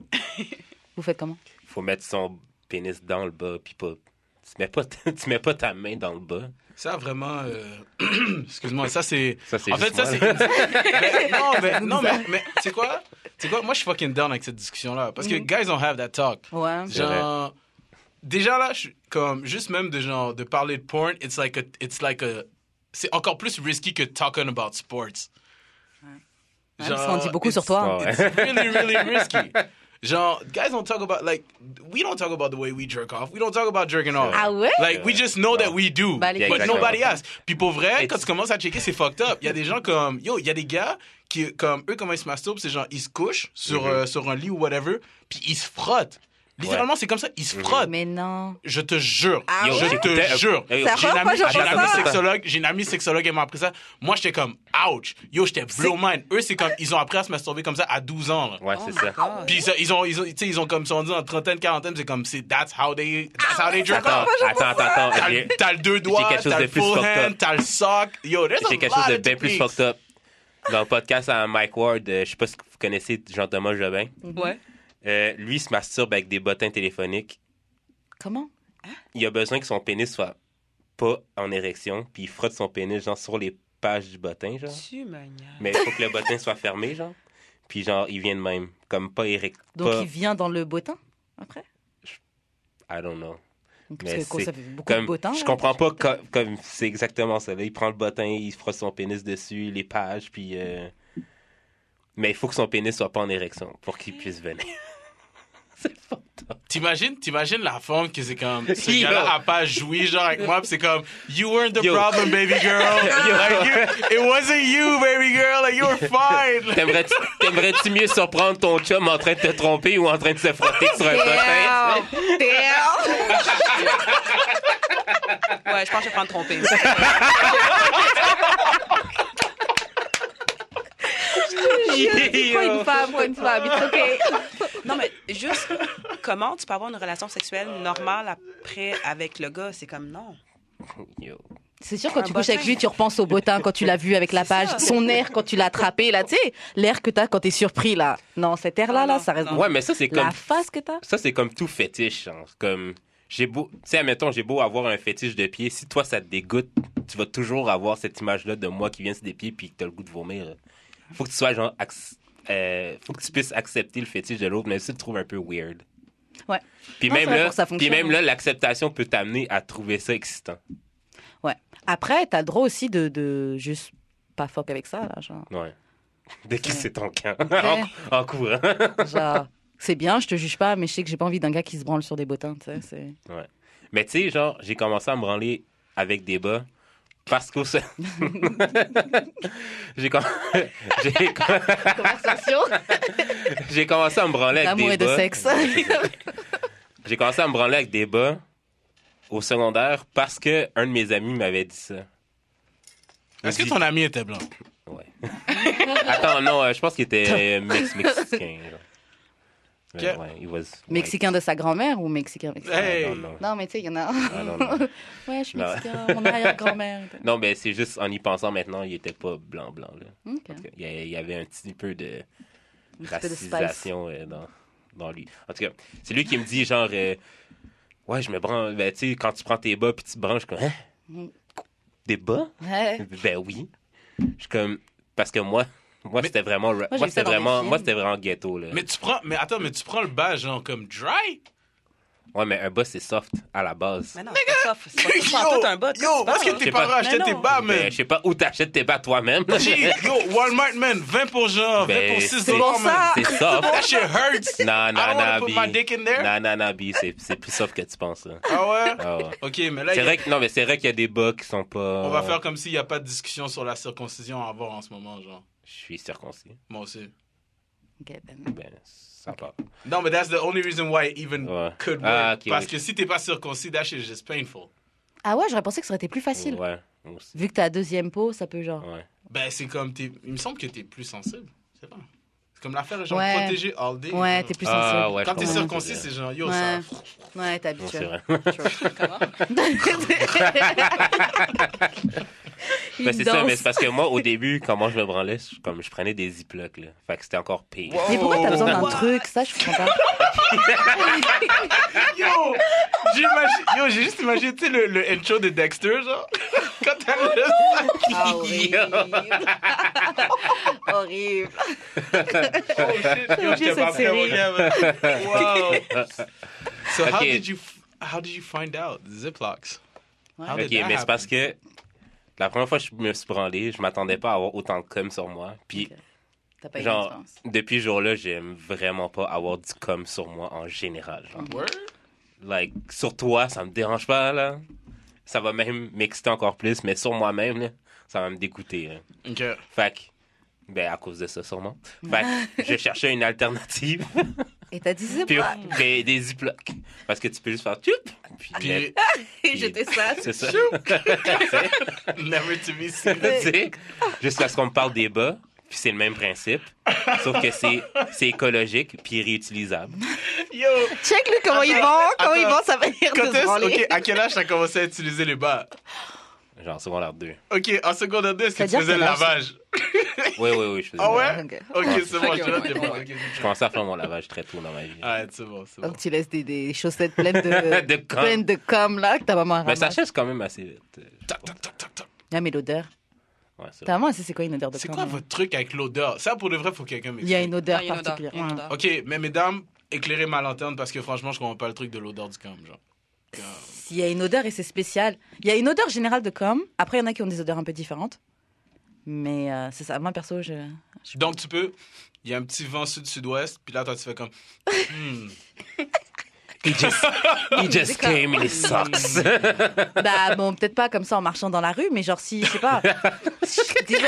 Vous faites comment? Faut mettre son pénis dans le bas, puis pas... Tu mets pas, ta- tu mets pas ta main dans le bas. Ça, vraiment... euh, Excuse-moi, ça, c'est... Ça, c'est En fait, juste ça, moi, c'est... là. Mais non, mais, non, mais, mais tu sais quoi? Tu sais quoi? Moi, je suis fucking down avec cette discussion-là. Parce que Mhm. guys don't have that talk. Ouais. C'est vrai. Genre... Déjà, là, je suis comme... Juste même de genre... De parler de porn, it's like a... It's like a... C'est encore plus risky que talking about sports. Ouais, parce qu'on dit beaucoup it's- sur toi. Ouais. It's really, really risky. Genre, guys don't talk about, like, we don't talk about the way we jerk off. We don't talk about jerking off. Ah ouais? Like, we just know that we do. Bah, les Yeah, but exactement. nobody else. Puis pour vrai, It's- quand tu commences à checker, c'est fucked up. Il y a des gens comme, yo, il y a des gars qui, comme, eux, comment ils se masturbent, c'est genre, ils se couchent sur, Mhm. euh, sur un lit ou whatever, puis ils se frottent. Littéralement, ouais. c'est comme ça. Ils se frottent. Mais non. Je te jure. Ah je ouais? te jure. J'ai une amie, j'ai une amie sexologue. J'ai une amie sexologue, elle m'a appris ça. Moi, j'étais comme, ouch. Yo, j'étais blow mind. Eux, c'est comme, ils ont appris à se masturber comme ça à douze ans. Là. Ouais, c'est oh ça. Puis ils ont, ils ont, tu sais, ils ont comme, sont dit en trentaine, quarantaine, c'est comme, c'est that's how they, that's how they jerk Attends, off. attends, attends, attends. T'as, J'ai, t'as le deux doigts, quelque chose t'as de le plus full fucked hand, up. t'as le sock. Yo, there's j'ai a quelque chose lot de of bien plus techniques. fucked up. Dans le podcast à Mike Ward, euh, je sais pas si vous connaissez Jean-Thomas Jobin. Ouais. Euh, lui, il se masturbe avec des bottins téléphoniques. Comment? Il a besoin que son pénis soit pas en érection, puis il frotte son pénis, genre, sur les pages du bottin, genre. Tu me niaises. Mais il faut que le bottin soit fermé, genre. Puis, genre, il vient de même. Comme pas érect. Donc, pas... il vient dans le bottin, après? I don't know. Parce Mais que quoi, c'est ça fait beaucoup comme, de bottins. je là, comprends pas bottins. co- comme c'est exactement ça. Là. Il prend le bottin, il frotte son pénis dessus, les pages, puis... Euh... Mais il faut que son pénis soit pas en érection pour qu'il puisse venir. C'est fucked up. T'imagines, t'imagines la forme que c'est comme, ce Yo. gars-là a pas joui, genre, avec moi, pis c'est comme, you weren't the Yo. problem, baby girl. Yo. Like, you, it wasn't you, baby girl. Like, you were fine. T'aimerais-tu, t'aimerais-tu mieux surprendre ton chum en train de te tromper ou en train de se frotter sur un bottin? Damn! Damn! Ouais, je pense que je vais prendre tromper. Pas une femme, pas une femme, it's okay. Non, mais juste, comment tu peux avoir une relation sexuelle normale après avec le gars? C'est comme non. Yo. C'est sûr, quand Un tu couches avec bottin. lui, tu repenses au bottin quand tu l'as vu avec la C'est page. ça. Son air quand tu l'as attrapé, là, tu sais, l'air que t'as quand t'es surpris, là. Non, cet air-là, Non, là, non, ça reste... non. Ouais, mais ça, c'est comme... La face que t'as. Ça, c'est comme tout fétiche. Genre. Comme... J'ai beau... Tu sais, admettons, j'ai beau avoir un fétiche de pied. Si toi, ça te dégoûte, tu vas toujours avoir cette image-là de moi qui vient sur des pieds puis que t'as le goût de vomir. Faut que tu sois, genre... Ac... Euh... Faut que tu puisses accepter le fétiche de l'autre, même si tu le trouves un peu weird. Ouais. Puis Non, même, c'est vrai, là, pour que ça puis fonctionne, même hein. là, l'acceptation peut t'amener à trouver ça excitant. Ouais. Après, t'as le droit aussi de, de juste pas fuck avec ça, là, genre. Ouais. Dès que Ouais. c'est ton camp. Ouais. en, en courant. Genre, c'est bien, je te juge pas, mais je sais que j'ai pas envie d'un gars qui se branle sur des bottins, tu sais, c'est... Ouais. Mais tu sais, genre, j'ai commencé à me branler avec des bas parce qu'au... j'ai, com... j'ai... Conversation j'ai commencé à me branler avec d'amour des et de bas. sexe. J'ai commencé à me branler avec des bas au secondaire parce que un de mes amis m'avait dit ça. Est-ce que Il ton ami était blanc? Ouais. Attends, non, euh, je pense qu'il était mix mexicain. Genre. Ok. Euh, ouais, he was white. Mexicain de sa grand-mère ou mexicain mexicain? Hey! Non, non. Non, mais tu sais, il y en a... Ah, non, non. Ouais, je suis Non. mexicain, mon arrière-grand-mère. Non, mais c'est juste en y pensant maintenant, il était pas blanc-blanc. Là. Ok. Parce que Il y a- il y avait un petit peu de Un petit peu de spice. racisation euh, dans, dans lui. En tout cas, c'est lui qui me dit genre, euh, ouais, je me branle, ben, tu sais, quand tu prends tes bas puis tu te branches, je suis comme, hein? Mm. Des bas? Ouais. Ben oui. Je suis comme, parce que moi, moi Mais- c'était vraiment, j'ai moi, vu c'était ça dans des vraiment, films. moi c'était vraiment ghetto là. Mais tu prends, mais attends, mais tu prends le bas, genre, comme dry? Ouais, mais un bas c'est soft à la base. Mais non, c'est pas ça. C'est pas ça. C'est pas tout un bas. Yo, parce que Je sais tes pas. parents achetaient Mais tes non. bas, Ben, man. je sais pas où t'achètes tes bas toi-même. Gee, yo, Walmart, man, vingt pour genre, Ben, vingt pour six c'est- dollars, pour man. ça. C'est soft. That shit hurts. Non, I non, don't wanna non, put B. my dick in there. Non, non, non, B, c'est, c'est plus soft que tu penses. Là. Ah ouais? Ah ouais. Ok, mais là, C'est il y a- vrai que, non, mais c'est vrai qu'il y a des bas qui sont pas... on va faire comme s'il n'y a pas de discussion sur la circoncision à avoir en ce moment, genre. Je suis circoncis. Moi aussi. Ok, ben. Ben, ça va. Non, mais that's the only reason why it even Ouais. could work. Ah, ok, Parce oui. que si t'es pas circoncis, that shit is just painful. Ah ouais, j'aurais pensé que ça aurait été plus facile. Ouais, moi aussi. Vu que t'as deuxième peau, ça peut genre... Ouais. Ben, c'est comme, t'es... il me semble que t'es plus sensible. Je sais pas. C'est comme l'affaire, genre, Ouais. protégé all day. Ouais, genre. t'es plus Ah, sensible. ouais, Quand t'es je comprends. circoncis, c'est genre, yo, Ouais. ça... Ouais, t'es Non, c'est habitué. vrai. Comment? Il Ben, c'est ça, danse. mais c'est parce que moi, au début, quand moi je me branlais, je, comme je prenais des ziplocs, là. Fait que c'était encore pire. Mais pourquoi t'as besoin d'un What? truc? Ça, je comprends pas. Yo! J'imagine... Yo, j'ai juste imaginé, tu sais, le, le intro de Dexter, genre. Quand t'as le sac. Ah, horrible. Horrible. Oh, shit. Yo, J'ai j'étais cette pas prêt, série. mon gars, man. Wow. So how Ok. did you... How did you find out? The Ziplocs. How did Ok, that mais c'est happen? parce que la première fois que je me suis branlé, je m'attendais pas à avoir autant de cum sur moi. Puis, Ok. T'as pas eu genre, d'expérience. depuis ce jour-là, j'aime vraiment pas avoir du cum sur moi en général. Genre. Word? Like, sur toi, ça me dérange pas, là. Ça va même m'exciter encore plus, mais sur moi-même, là, ça va me dégoûter. Là. OK. Fait que, ben, à cause de ça, sûrement. Fait que, je cherchais une alternative. Et t'as dit c'est Puis pas. des, des ziplocs. Parce que tu peux juste faire tchoup. Puis, Puis- mettre- Et j'étais ça. c'est ça. Never to be seen. Tu sais, jusqu'à ce qu'on me parle des bas. Puis c'est le même principe. Sauf que c'est, c'est écologique puis réutilisable. Yo, Check-le comment il vend, comment il attends. vend sa manière quand de se est-ce, branler. ok, à quel âge t'as commencé à utiliser les bas? Genre secondaire deux. Ok, en secondaire deux, est-ce que tu C'est-à-dire faisais le quel âge? lavage? Oui, oui, oui. Je faisais Ah le- ouais? Ok. Ok, c'est bon, Ok, je te ouais, t'es ouais, bon. ouais. Ok, Je commençais à faire mon lavage très tôt dans ma vie. ouais, c'est bon, c'est bon. Donc tu laisses des, des chaussettes pleines de, De com. pleines de com là que ta maman Mais ça ramasse. chasse quand même assez vite. Tac, tac, tac, tac, tac. Ah, mais l'odeur. Ouais, c'est Ta maman, elle sait c'est quoi une odeur de C'est com? quoi hein? votre truc avec l'odeur? Ça, pour de vrai, faut que quelqu'un Il y a m'explique. une odeur Ah, il y a une odeur, particulière. il y a une Ouais. odeur. Ok, mais mesdames, éclairez ma lanterne parce que franchement, je comprends pas le truc de l'odeur du com, genre. Comme- Il y a une odeur et c'est spécial. Il y a une odeur générale de com. Après, il y en a qui ont des odeurs un peu différentes. Mais euh, c'est ça. Moi, perso, je. je- Donc, tu peux. Il y a un petit vent sud-sud-ouest, puis là, toi, tu fais comme. Hmm. He just, he just came in his socks. Bah, bon, peut-être pas comme ça en marchant dans la rue, mais genre si, je sais pas. Disons.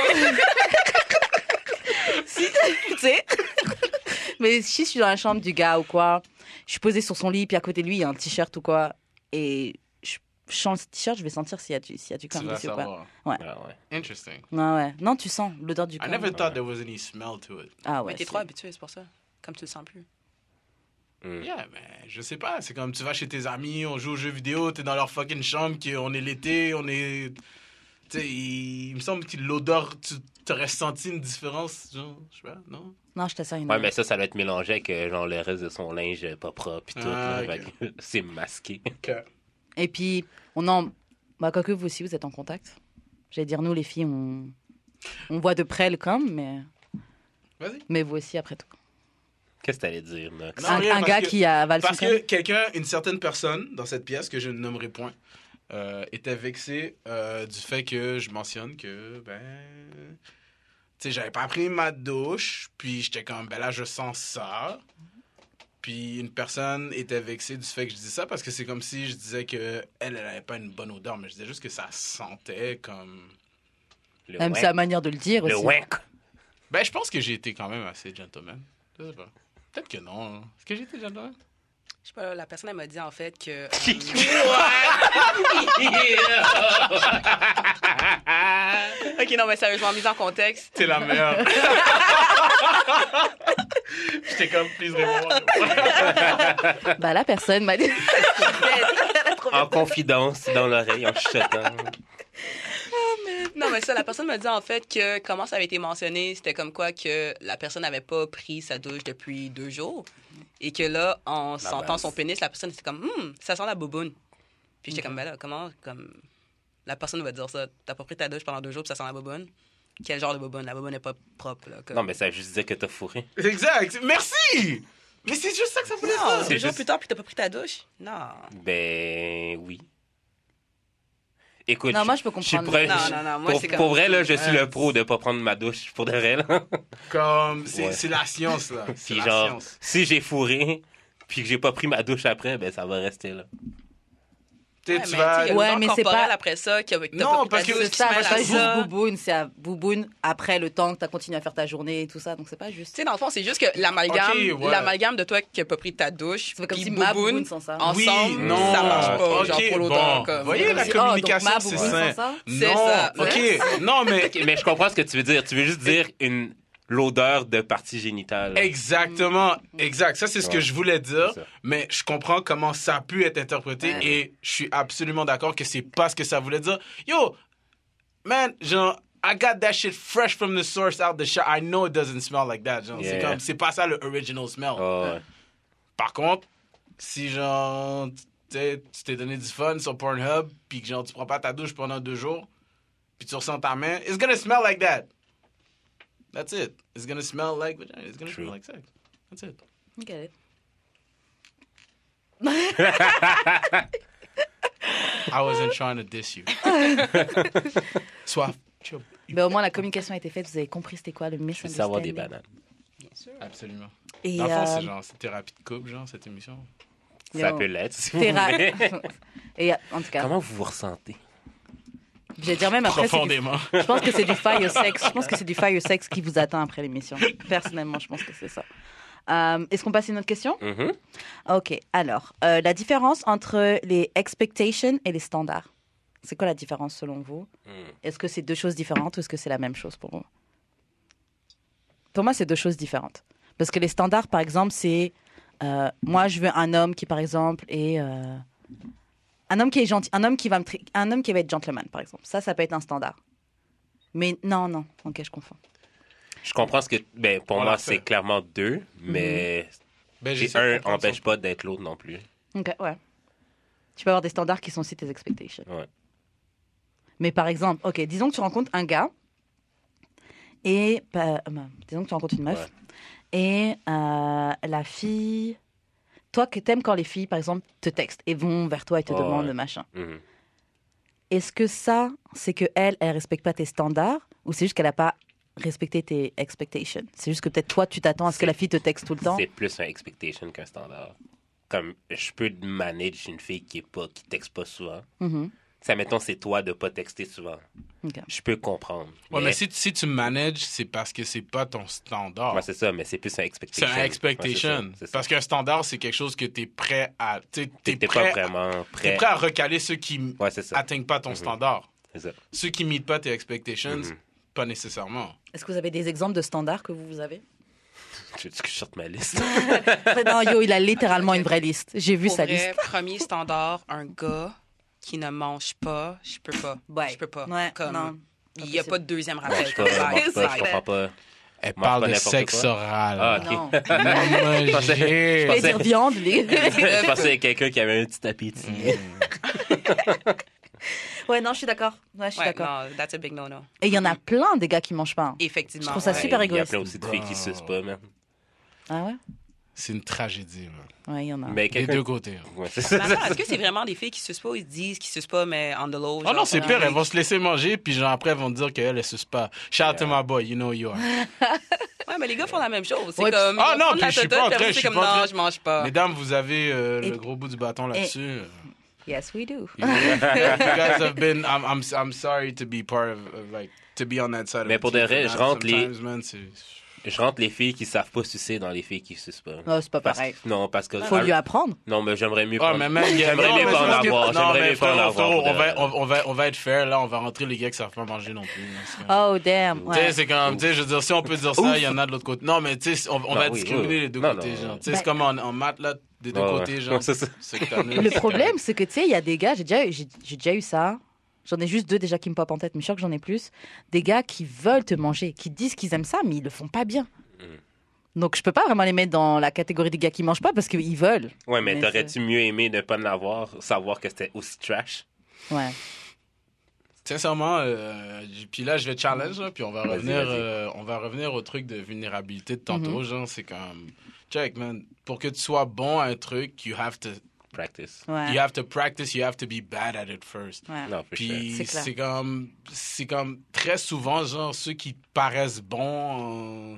si, tu sais. Mais si je suis dans la chambre du gars ou quoi, je suis posée sur son lit, puis à côté de lui, il y a un t-shirt ou quoi, et je change le t-shirt, je vais sentir s'il y a du, s'il y a du Tu com vas dessus ou pas. savoir. Ah ouais. Interesting. Ouais, ouais. Non, tu sens l'odeur du I com. never thought there was any smell to it. Ah ouais. Mais t'es c'est- trop habitué, c'est pour ça. Comme tu le sens plus. Mm. Yeah, mais je sais pas. C'est comme tu vas chez tes amis, on joue aux jeux vidéo, t'es dans leur fucking chambre, qui- on est l'été, on est. Tu sais, il... il me semble que l'odeur, tu t'aurais senti une différence, genre, je sais pas, non? Non, je t'assure une Ouais, odeur. mais ça, ça doit être mélangé avec euh, genre, le reste de son linge pas propre et tout. Ah, là. ok. Fait que c'est masqué. Ok. Et puis, on en. Bah, quoique vous aussi, vous êtes en contact. J'allais dire, nous, les filles, on, on voit de près le com, mais. Vas-y. Mais vous aussi, après tout. Qu'est-ce que t'allais dire, Nox? Non, un rien, un parce gars que- qui avale son Parce com. que quelqu'un, une certaine personne dans cette pièce, que je ne nommerai point, euh, était vexé euh, du fait que je mentionne que, ben. Tu sais, j'avais pas pris ma douche, puis j'étais comme, ben là, je sens ça. Puis une personne était vexée du fait que je disais ça, parce que c'est comme si je disais que elle, elle avait pas une bonne odeur, mais je disais juste que ça sentait comme. Le Même wank. sa manière de le dire Le aussi. wank. Ben, je pense que j'ai été quand même assez gentleman. Je sais pas. Peut-être que non. hein. Est-ce que j'ai été gentleman? Je sais pas, la personne, elle m'a dit en fait que. euh, ok, non, mais sérieusement, mise en contexte. T'es la meilleure. J'étais comme, please réponds. Bah, la personne m'a dit. En confidence, dans l'oreille, en chuchotant. Non, mais ça, la personne m'a dit en fait que comment ça avait été mentionné, c'était comme quoi que la personne n'avait pas pris sa douche depuis deux jours. Et que là, en sentant base. son pénis, la personne était comme, hum, ça sent la bouboune. Puis j'étais comme, ben là, comment, comme. La personne va dire ça. T'as pas pris ta douche pendant deux jours, puis ça sent la bouboune. Quel genre de bouboune? La bouboune n'est pas propre, là. Comme... Non, mais ça veut juste dire que t'as fourré. Exact. Merci. Mais c'est juste ça que ça voulait Non, dire. deux jours juste- plus tard, puis t'as pas pris ta douche? Non. Ben, oui. Écoute, Non, moi, je peux je suis comprendre. prêt- Non, je- non, non, moi, pour, c'est comme- pour vrai, là, je suis Ouais. le pro de pas prendre ma douche. Pour de vrai, là. Comme, c'est Ouais. c'est la science, là. C'est Puis la genre, science. si j'ai fourré, puis que j'ai pas pris ma douche après, ben ça va rester là. Tu sais, Ouais, tu mais vas... tu sais, il y a Ouais, l'odeur mais c'est corporelle pas- après ça, qui a, t'as Non, pas parce pris ta que douche, C'est qui ça, se c'est mêle pas à juste ça. bouboune, c'est à bouboune après le temps que t'as continué à faire ta journée et tout ça, donc c'est pas juste. Tu sais, dans le fond, c'est juste que l'amalgame, Ok, ouais. l'amalgame de toi qui a pas pris ta douche, C'est comme puis si ma bouboune, bouboune sans ça. Oui, ensemble, non. ça marche pas, Ok, genre pour l'odeur. bon. Comme... Voyez, Comme la si, oh, donc communication, ma c'est bouboune sain. sans ça? C'est Non, ça. OK. Non, mais... Ok, mais je comprends ce que tu veux dire. Tu veux juste dire une l'odeur de partie génitale. Exactement, exact. Ça, c'est ce que Ouais. je voulais dire, C'est ça. mais je comprends comment ça a pu être interprété Ouais. et je suis absolument d'accord que c'est pas ce que ça voulait dire. Yo, man, genre, I got that shit fresh from the source out the shop. I know it doesn't smell like that. Genre, c'est Yeah. comme, c'est pas ça le original smell. Oh, ouais. Par contre, si genre, tu sais, tu t'es donné du fun sur Pornhub, puis que genre, tu prends pas ta douche pendant deux jours, puis tu ressens ta main, it's gonna smell like that. That's it. It's gonna smell like vagina. It's gonna True. smell like sex. That's it. I get it. I wasn't trying to diss you. Soif. Mais au moins, la communication a été faite, vous avez compris c'était quoi le Je veux misunderstanding. savoir des bananes. Absolument. Et, Dans le fond, euh, c'est genre, c'est thérapie de couple, genre, cette émission. Ça Yo. peut l'être, si vous Terra- voulez. Et euh, en tout cas, Comment vous vous ressentez? je vais dire même après, c'est du- Profondément. je pense que c'est du fire sex. Je pense que c'est du fire sex qui vous attend après l'émission. Personnellement, je pense que c'est ça. Euh, est-ce qu'on passe à une autre question? Mhm. OK. Alors, euh, la différence entre les expectations et les standards. C'est quoi la différence selon vous? Mm. Est-ce que c'est deux choses différentes ou est-ce que c'est la même chose pour vous? Pour moi, c'est deux choses différentes. Parce que les standards, par exemple, c'est... Euh, moi, je veux un homme qui, par exemple, est... Euh, un homme qui est gentil. Un homme qui, va me tri- un homme qui va être gentleman, par exemple. Ça, ça peut être un standard. Mais non, non. OK, je confonds. Je comprends ce que. Ben, pour On moi, l'a fait. c'est clairement deux, mais Ben, et j'essaie un de comprendre n'empêche son- pas d'être l'autre non plus. OK, ouais. Tu peux avoir des standards qui sont aussi tes expectations. Ouais. Mais par exemple, OK, disons que tu rencontres un gars et... bah, euh, disons que tu rencontres une meuf Ouais. et euh, la fille... Toi, que t'aimes quand les filles, par exemple, te textent et vont vers toi et te Oh, demandent ouais. le machin. Mhm. Est-ce que ça, c'est que elle, elle respecte pas tes standards ou c'est juste qu'elle a pas respecté tes expectations? C'est juste que peut-être toi, tu t'attends à ce que C'est- la fille te texte tout le temps. C'est plus un expectation qu'un standard. Comme je peux manage une fille qui est pas qui texte pas souvent. Mhm. Ça, mettons, c'est toi de pas texter souvent. OK. Je peux comprendre. Ouais, mais si, si tu manages, c'est parce que c'est pas ton standard. Ouais, c'est ça, mais c'est plus un C'est expectation. un expectation. Ouais, c'est ça, c'est ça. Parce qu'un standard, c'est quelque chose que tu es prêt à. Tu T'es es t'es prêt, pas vraiment t'es prêt. prêt à recaler ceux qui Ouais, c'est ça. atteignent pas ton Mhm. standard. C'est ça. Ceux qui ne pas tes expectations, Mhm. pas nécessairement. Est-ce que vous avez des exemples de standards que vous, vous avez? Tu veux que je sorte ma liste? Non, yo, il a littéralement une vraie liste. J'ai vu Pour sa vrai, liste. premier standard, un gars qui ne mange pas, je peux pas. Ouais. Je peux pas. Ouais, Comme, non. il n'y a pas de deuxième Non, rappel. je, comprends pas, Comme ça. je comprends pas. Elle Mange parle pas de n'importe sexe quoi. oral. Ah, ok. Non. Manger. Je vais dire viande, les... Je pensais à quelqu'un qui avait un petit appétit. Ouais, non, je suis d'accord. Ouais, je suis Ouais, d'accord. non, that's a big no-no. Et il y en a plein des gars qui mangent pas. hein. Effectivement. Je trouve ça ouais. super Il y a égoïste. plein aussi de filles qui sucent pas, man. Ah ouais? C'est une tragédie, man. Ouais, il y en a. Mais Des quelqu'un. deux côtés. Ouais, c'est ça. Mais attends, est-ce que c'est vraiment des filles qui sucent pas ou ils disent qu'ils sucent pas, mais on the low? Oh genre, non, c'est pendant pire, un elles vont week? se laisser manger, puis genre après, elles vont dire qu'elles, elles sucent pas. Shout out to my boy, you know you are. Ouais, mais les gars font la même chose. C'est Ouais, comme. Ah ils non, prennent la puis je suis totote, pas en puis train- après, je c'est suis comme, pas en non, train- je mange pas. Mesdames, vous avez euh, Et- le gros bout du bâton là-dessus. Yes, we do. You, you guys have been. I'm, I'm, I'm sorry to be part of, of like, to be on that side. Mais of pour the de team vrai, for je that. rentre les- Sometimes, man, c'est- Je rentre les filles qui savent pas sucer dans les filles qui sucent pas. Non, c'est pas Parce- pareil. Non, parce que. Faut lui apprendre. Non, mais j'aimerais mieux Ah, pas. mais même, il y a- J'aimerais non, mieux mais pas c'est en parce que- avoir. non, J'aimerais mais mieux pas en frérot, avoir. frérot, pour on de va, vrai. on, on va, on va être fair, là, on va rentrer les gars qui savent pas manger non plus. là, c'est comme- Oh, damn. Tu sais, Ouais. c'est comme, tu sais, je veux dire, si on peut dire ça, il y en a de l'autre côté. Non, mais tu sais, on, on Non, va oui, discriminer oui. les deux Non, côtés, non, genre. non. Tu sais, Ben- c'est comme en, en maths, là, des deux Ouais, côtés, ouais. genre. Ouais, c'est ça. C'est que t'as- Le problème, c'est que, tu sais, il y a des gars, j'ai déjà, eu- j'ai, j'ai déjà eu ça. J'en ai juste deux déjà qui me popent en tête, mais je suis sûre que j'en ai plus. Des gars qui veulent te manger, qui disent qu'ils aiment ça, mais ils le font pas bien. Donc, je peux pas vraiment les mettre dans la catégorie des gars qui mangent pas parce qu'ils veulent. Ouais, mais Mais t'aurais-tu mieux aimé ne pas en avoir, savoir que c'était aussi trash? Ouais. Sincèrement, euh, j- puis là, je vais challenge, là, puis on va Vas-y, revenir, vas-y. euh, on va revenir au truc de vulnérabilité de tantôt, Mhm. genre, c'est comme, check, man, pour que tu sois bon à un truc, you have to, Practice. Ouais. you have to practice, you have to be bad at it first. Ouais. Non, for sure. Puis C'est clair. c'est comme, c'est comme très souvent, genre, ceux qui paraissent bons en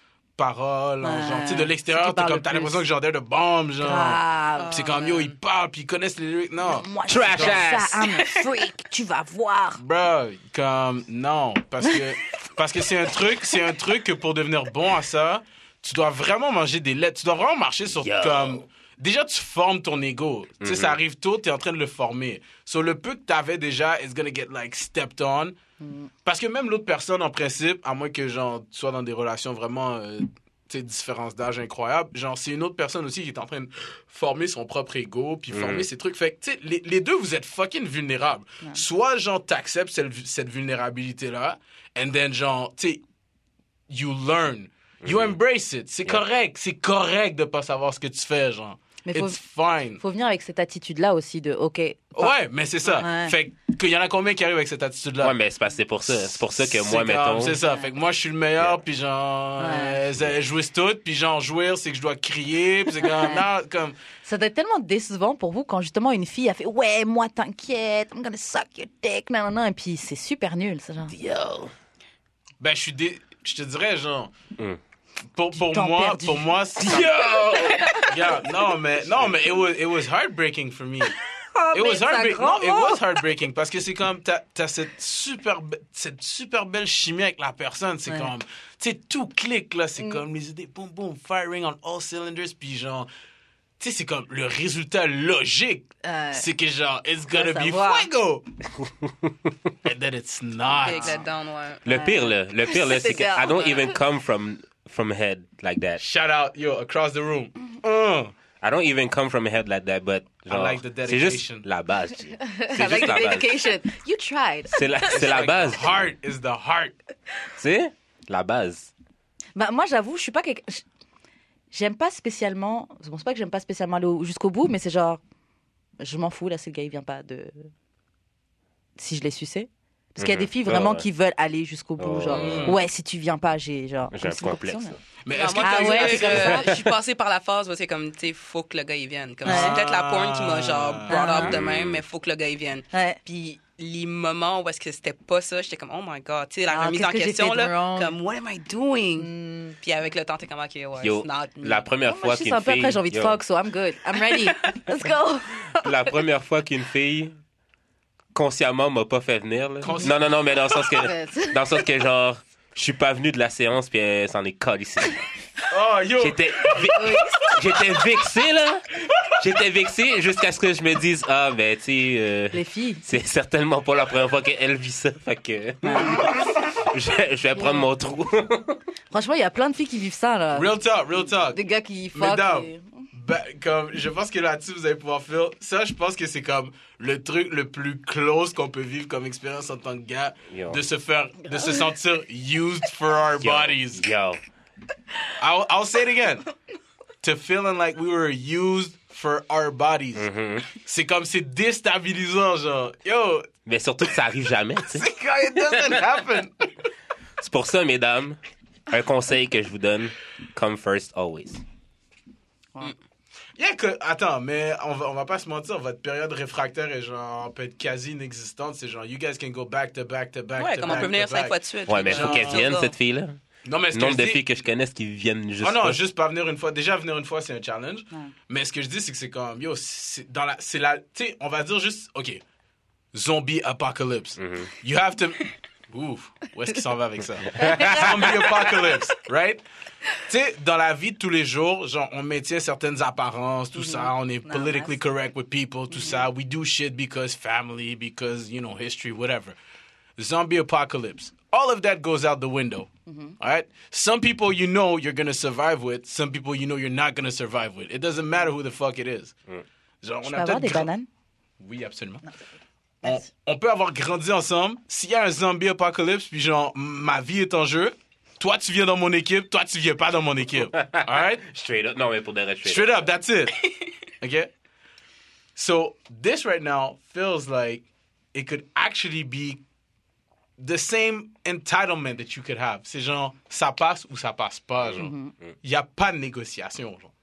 paroles, en Ouais. genre, tu sais, de Ceux l'extérieur, qui t'as parlent comme, le t'as plus. l'impression que genre, they're the bomb, genre. Grave. Puis c'est comme, yo, ils parlent, puis ils connaissent les lyrics. Non. Moi, je Trash fais ass. ça, I'm a freak, tu vas voir. Bro, comme, non. Parce que, parce que c'est un truc, c'est un truc que pour devenir bon à ça, tu dois vraiment manger des lettres. Tu dois vraiment marcher sur, Yo. comme, déjà, tu formes ton ego. Tu sais, ça arrive tôt, t'es en train de le former. Sur le peu que t'avais déjà, it's gonna get, like, stepped on. Parce que même l'autre personne, en principe, à moins que, genre, tu sois dans des relations vraiment, euh, tu sais, différence d'âge incroyable, genre, c'est une autre personne aussi qui est en train de former son propre ego, puis former ses trucs. Fait que, tu sais, les, les deux, vous êtes fucking vulnérables. Soit, genre, t'acceptes cette, cette vulnérabilité-là, and then, genre, tu sais, you learn. You embrace it. C'est correct. C'est correct de pas savoir ce que tu fais, genre. Mais faut- It's fine. Faut venir avec cette attitude-là aussi de, OK. Ouais, mais c'est ça. Ouais. Fait qu'il y en a combien qui arrivent avec cette attitude-là? Ouais, mais c'est parce que c'est pour ça. C'est pour ça que C'est moi, comme- mettons. C'est ça. Fait que moi, je suis le meilleur, puis genre, Ouais. euh, elles jouissent toutes, puis genre, jouir, c'est que je dois crier, puis c'est comme, non, comme, Ça doit être tellement décevant pour vous quand justement une fille a fait ouais moi t'inquiète I'm gonna suck your dick non non non et puis c'est super nul ça genre Yo. ben, je suis dé... je te dirais, genre, Mm. pour, pour temps moi, perdu. pour moi, ça... Yo! Yeah, non, mais, non, mais it was, it was heartbreaking for me. It was heartbreaking. Non, it was heartbreaking parce que c'est comme t'as, t'as cette super be- cette super belle chimie avec la personne. C'est ouais. comme tu sais tout clique là. C'est mm. comme les idées boom boom firing on all cylinders. Puis genre tu sais c'est comme le résultat logique. Euh, c'est que genre it's gonna be fuego. And then it's not. Le pire là, le pire là, c'est que I don't even come from from head like that. Shout out yo across the room. Uh. I don't even come from a head like that, but genre, I like the dedication. C'est juste la base. C'est I like the dedication. You tried. C'est la, c'est la like base. The heart is the heart. C'est la base. Bah, moi, j'avoue, je suis pas quelque... J'aime pas spécialement... Je pense pas que j'aime pas spécialement aller jusqu'au bout, mais c'est genre... Je m'en fous, là, si le gars, il vient pas de... Si je l'ai sucé. Parce mm-hmm. qu'il y a des filles vraiment oh, ouais. qui veulent aller jusqu'au bout, oh. genre... Mm. Ouais, si tu viens pas, j'ai genre... J'ai un complexe. Mais non, est-ce moi, que ah ouais, c'est comme ça. Je suis passée par la phase où c'est comme, tu sais, faut que le gars il vienne. Comme, ouais. C'est peut-être la porn qui m'a genre brought up de même, mais faut que le gars il vienne. Ouais. Puis les moments où est-ce que c'était pas ça, j'étais comme, oh my god, tu sais, la ah, remise en question là, comme, what am I doing? Mm. Puis avec le temps, t'es comme, ok, ouais, yo, it's not me. La première oh, fois qu'une fille. Un peu après, j'ai envie de fuck, so I'm good, I'm ready, let's go. La première fois qu'une fille consciemment m'a pas fait venir, là. Consci... Non, non, non, mais dans le sens que, dans le sens que genre, je suis pas venu de la séance puis elle s'en est collée ici. Oh, yo! J'étais, vi- j'étais vexé, là. J'étais vexé jusqu'à ce que je me dise, ah, ben, tu sais... Euh, les filles. C'est certainement pas la première fois qu'elle vit ça, fait que... je, je vais prendre mon trou. Franchement, il y a plein de filles qui vivent ça, là. Real talk, real talk. Des gars qui fuck. Mesdames, et... ben, comme, je pense que là-dessus, vous allez pouvoir faire... Ça, je pense que c'est comme le truc le plus close qu'on peut vivre comme expérience en tant que gars, yo. de se faire... de se sentir used for our yo. bodies. Yo. I'll, I'll say it again. To feeling like we were used for our bodies. Mm-hmm. C'est comme, c'est déstabilisant, genre. Yo! Mais surtout que ça arrive jamais, tu sais. C'est quand it doesn't happen. C'est pour ça, mesdames, un conseil que je vous donne, come first always. Ouais. Yeah, que, attends, mais on va, on va pas se mentir, votre période réfractaire est genre, peut être quasi inexistante. C'est genre, you guys can go back to back to back ouais, to comme back on peut venir cinq back. fois de suite. Ouais, mais il faut qu'elle vienne, cette fille-là. Non, mais ce le nombre que de dis... filles que je connais qui viennent juste oh non, pas. juste pas venir une fois. Déjà, venir une fois, c'est un challenge. Ouais. Mais ce que je dis, c'est que c'est comme, yo, c'est dans la, c'est la, tu sais, on va dire juste, OK, zombie apocalypse. Mm-hmm. You have to... Ouf, où est-ce qu'il s'en va avec ça? Zombie apocalypse, right? Tu sais, dans la vie de tous les jours, genre, on maintient certaines apparences, tout mm-hmm. ça, on est politically no, correct with people, tout mm-hmm. ça. We do shit because family, because, you know, history, whatever. Zombie apocalypse. All of that goes out the window. Mm-hmm. All right? Some people you know you're going to survive with. Some people you know you're not going to survive with. It doesn't matter who the fuck it is. Mm. Genre, on Je a peux avoir des gra- bananes? Oui, absolument. Non, on, on peut avoir grandi ensemble. S'il y a un zombie apocalypse, puis genre, ma vie est en jeu, toi, tu viens dans mon équipe, toi, tu viens pas dans mon équipe. All right? Straight up. Non, mais pour des straight, straight up. up, that's it. Okay? So, this right now feels like it could actually be the same entitlement that you could have. C'est genre, ça passe ou ça passe pas, genre. Il mm-hmm. n'y a pas de négociation, genre.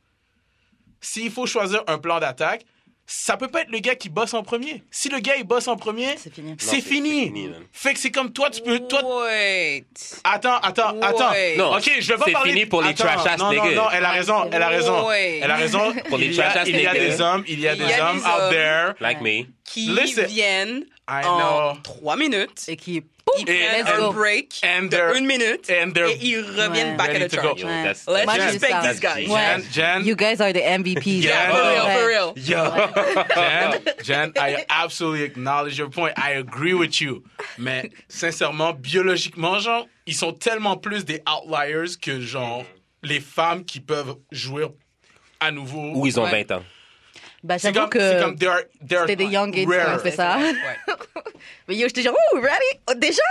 S'il faut choisir un plan d'attaque, ça peut pas être le gars qui bosse en premier. Si le gars, il bosse en premier, c'est fini. C'est, non, fini. c'est fini. Fait que c'est comme toi, tu peux... Toi... Wait. Attends, attends, Wait. attends. Non, OK, je vais pas c'est parler... C'est fini pour les trash-ass non, non, non, elle a raison, elle a raison. Wait. Elle a raison. Pour les il y a, il y a des hommes, il y a des il y a hommes des out there... Like me. Qui Listen. viennent I en know. trois minutes. Et qui... Ils prennent un break and de une minute and et ils reviennent ouais. back at the charge. Yo, that's, Let's that's respect these guys. Jan, Jan, you guys are the M V Ps. Yeah, for real, for real. Yo. Jan, Jan, I absolutely acknowledge your point. I agree with you. Mais sincèrement, biologiquement, genre, ils sont tellement plus des outliers que genre les femmes qui peuvent jouer à nouveau. Ou ils ont ouais. vingt ans. Bah, c'est comme, que c'est comme they are, they are c'était des young kids qui ont fait ça. Ouais. Mais yo, j'étais genre, oh, ready? Oh, déjà?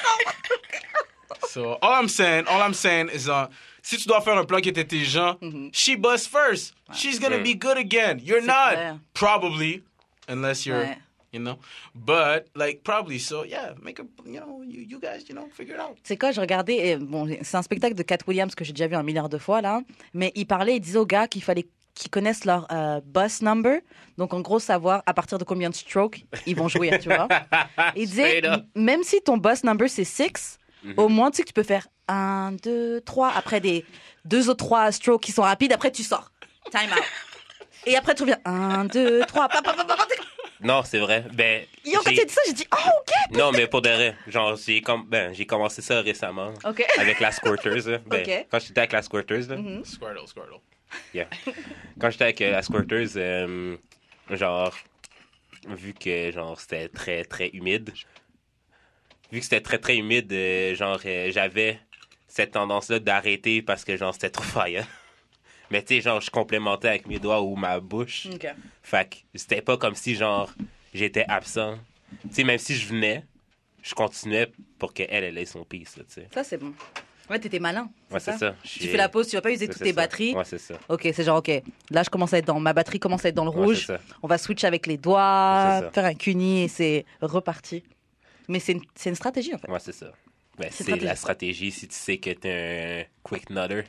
So, all I'm saying, all I'm saying is, uh, si tu dois faire un plan qui est intelligent, mm-hmm. she busts first. Ouais. She's gonna mm. be good again. You're c'est not. Clair. Probably. Unless you're, ouais. you know. But, like, probably. So, yeah, make a, you know, you, you guys, you know, figure it out. C'est quoi, je regardais, et, bon, c'est un spectacle de Cat Williams que j'ai déjà vu un milliard de fois, là. Mais il parlait, il disait aux gars qu'il fallait qui connaissent leur euh, boss number, donc en gros savoir à partir de combien de strokes ils vont jouer, tu vois. Il disait, même si ton boss number c'est six, mm-hmm. au moins tu sais que tu peux faire un, deux, trois, après des deux ou trois strokes qui sont rapides, après tu sors, time out. Et après tu reviens, un, deux, trois, pa, pa, pa, pa, pa. Non, c'est vrai. Ben, Yo, quand j'ai- tu as dit ça, j'ai dit, oh, OK. Non, mais pour de vrai, genre, j'ai, com... ben, j'ai commencé ça récemment. OK. Avec la Squirters, là. Ben, Ok. Quand j'étais avec la Squirters, là. Mhm. Squirtle, Squirtle. Yeah. Quand j'étais avec euh, la Squirters, euh, genre, vu que, genre, c'était très, très humide, vu que c'était très, très humide, euh, genre, euh, j'avais cette tendance-là d'arrêter parce que, genre, c'était trop faillant. Mais, tu sais, genre, je complémentais avec mes doigts ou ma bouche. OK. Fait que c'était pas comme si, genre, j'étais absent. Tu sais, même si je venais, je continuais pour qu'elle, elle ait son piece, là, tu sais. Ça, c'est bon. Ouais, t'étais malin. Ouais, c'est ça. Je Tu suis- fais la pause, tu vas pas user c'est- toutes c'est tes ça. batteries. Ouais, c'est ça. OK, c'est genre, OK, là, je commence à être dans... Ma batterie commence à être dans le Ouais, rouge. c'est ça. On va switch avec les doigts, C'est ça. faire un cuni et c'est reparti. Mais c'est une, c'est une stratégie, en fait. Ouais, c'est ça. Ben, C'est c'est la stratégie si tu sais que t'es un quick nutter.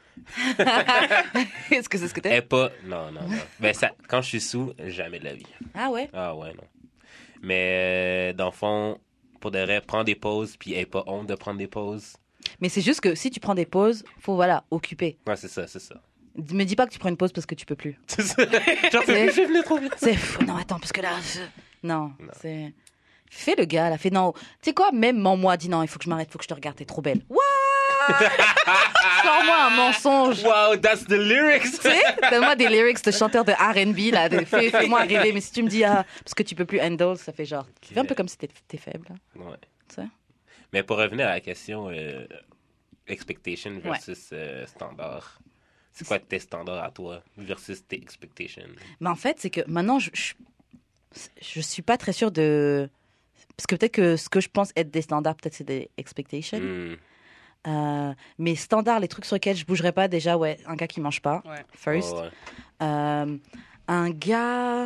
Est-ce que c'est ce que t'es? Elle pas. Non, non, non. Ben, ça, quand je suis sous, jamais de la vie. Ah ouais? Ah, ouais, non. Mais, euh, dans le fond, pour de vrai, prends des pauses, puis aie pas honte de prendre des pauses. Mais c'est juste que si tu prends des pauses, faut, voilà, occuper. Ouais, c'est ça, c'est ça. Me dis pas que tu prends une pause parce que tu peux plus. C'est ça. Genre, C'est- je venais trop vite. C'est... pff, Non, attends, parce que là... je- Non, Non. c'est... Fais le gars, là. Fais non. Tu sais quoi? Même mon moi dit non, il faut que je m'arrête, il faut que je te regarde, t'es trop belle. What? Sors-moi un mensonge. Wow, that's the lyrics! Tu sais, donne-moi des lyrics de chanteurs de R and B, là. de- Fais, fais-moi rêver. Mais si tu me dis, ah, parce que tu peux plus handle, ça fait genre. Tu fais un peu comme si t'es, t'es faible, là. Ouais. Tu sais? Mais pour revenir à la question euh, expectation versus euh, standard, c'est quoi tes standards à toi versus tes expectations? Mais en fait, c'est que maintenant, je, je, je suis pas très sûre de. Parce que peut-être que ce que je pense être des standards, peut-être c'est des expectations. Hmm. Euh, mais standards, les trucs sur lesquels je bougerais pas, déjà, ouais, un gars qui mange pas, Ouais. first. Oh, ouais. Euh, un gars.